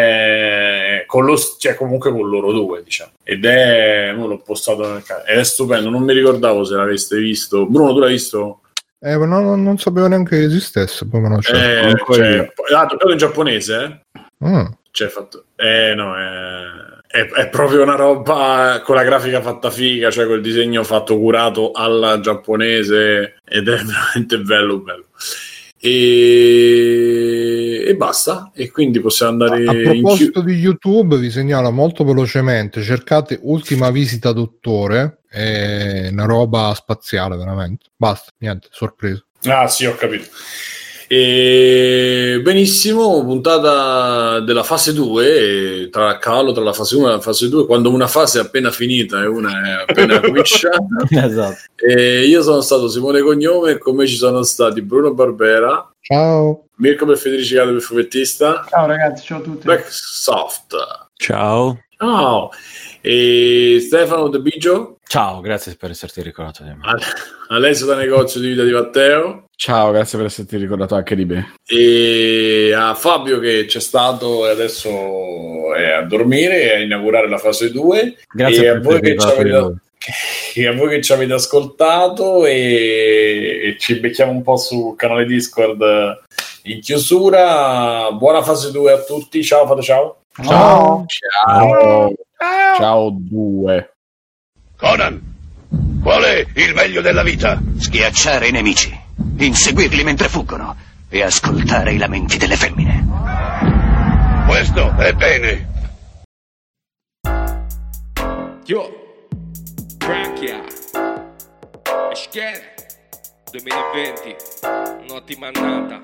è cioè comunque con loro due, diciamo. Ed è... l'ho postato nel canale. Ed è stupendo, non mi ricordavo se l'aveste visto. Bruno, tu l'hai visto? Non sapevo neanche che esistesse. Poi me lo toccato in giapponese, Cioè, fatto... no, è proprio una roba con la grafica fatta figa, cioè col disegno fatto curato alla giapponese, ed è veramente bello. E basta, e quindi possiamo andare. A proposito di YouTube, vi segnalo molto velocemente, cercate Ultima Visita Dottore, è una roba spaziale veramente. Basta, niente, sorpreso. Ah sì, ho capito. E benissimo, puntata della fase 2, a cavallo tra la fase 1 e la fase 2, quando una fase è appena finita e una è appena cominciata. Esatto. E io sono stato Simone Cognome e con me ci sono stati Bruno Barbera. Ciao. Mirko per Federici per fumettista. Ciao ragazzi, ciao a tutti. Backsoft. Ciao. E Stefano De Biggio. Ciao, grazie per esserti ricordato di me. Alessio da Negozio di Vita di Matteo. Ciao, grazie per esserti ricordato anche di me. E a Fabio che c'è stato e adesso è a dormire e a inaugurare la fase 2. Grazie e a voi che ci avete ascoltato, e ci becchiamo un po' sul canale Discord in chiusura. Buona fase 2 a tutti. Ciao, fate ciao. Ciao 2. Conan, qual è il meglio della vita? Schiacciare i nemici, inseguirli mentre fuggono e ascoltare i lamenti delle femmine. Questo è bene. Yo, Branchia, Eschere, 2020, un'ottima annata.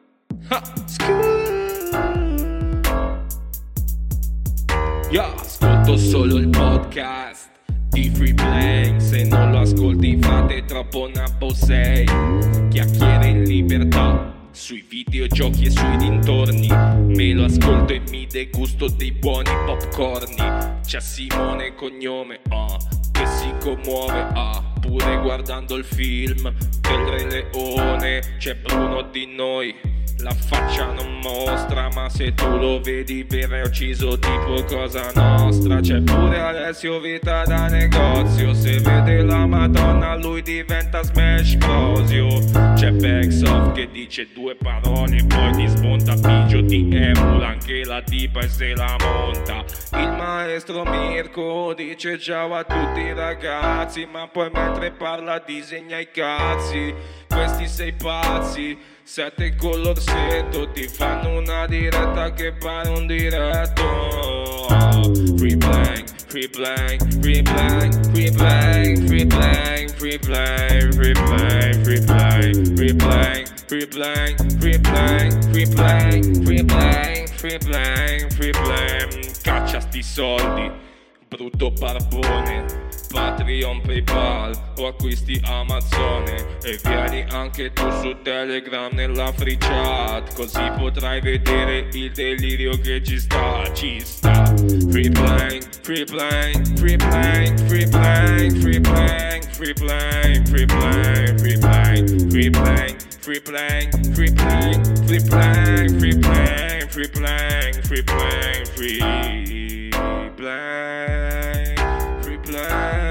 Io ascolto solo il podcast di Free Playing. Se non lo ascolti fate troppo nabbo sei. Chiacchiere in libertà sui videogiochi e sui dintorni. Me lo ascolto e mi degusto dei buoni popcorni. C'è Simone cognome, che si commuove, pure guardando il film del Re Leone. C'è Bruno di noi, la faccia non mostra, ma se tu lo vedi vero è ucciso tipo Cosa Nostra. C'è pure Alessio Vita da negozio, se vede la Madonna lui diventa Smash Brosio. C'è Backsoft che dice due parole poi ti smonta, Pigio ti emula anche la tipa e se la monta. Il maestro Mirko dice ciao a tutti ragazzi, ma poi mentre parla disegna i cazzi. Questi sei pazzi, 7 con l'orsetto, ti fanno una diretta che pare un diretto. Free playing, free playing, free playing, free playing, free playing, free playing, free playing, free playing, free playing, free playing, free playing, free playing, free playing, free playing, free playing. Caccia sti soldi, brutto barbone. Patreon, PayPal o acquisti Amazon, e vieni anche tu su Telegram nella free chat, così potrai vedere il delirio che ci sta, ci sta. Free playing, free playing, free playing, free playing, free playing, free playing, free playing, free playing, free playing, free playing, free playing, free playing, free playing, free playing, free playing, free playing, free playing.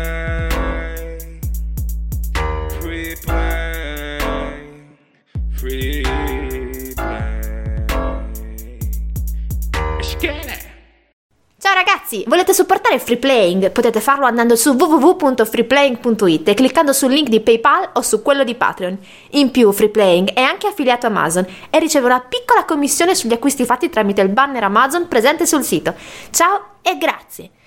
Free play. Ciao ragazzi, volete supportare il Free Playing? Potete farlo andando su www.freeplaying.it e cliccando sul link di PayPal o su quello di Patreon. In più, Free Playing è anche affiliato a Amazon e riceve una piccola commissione sugli acquisti fatti tramite il banner Amazon presente sul sito. Ciao e grazie!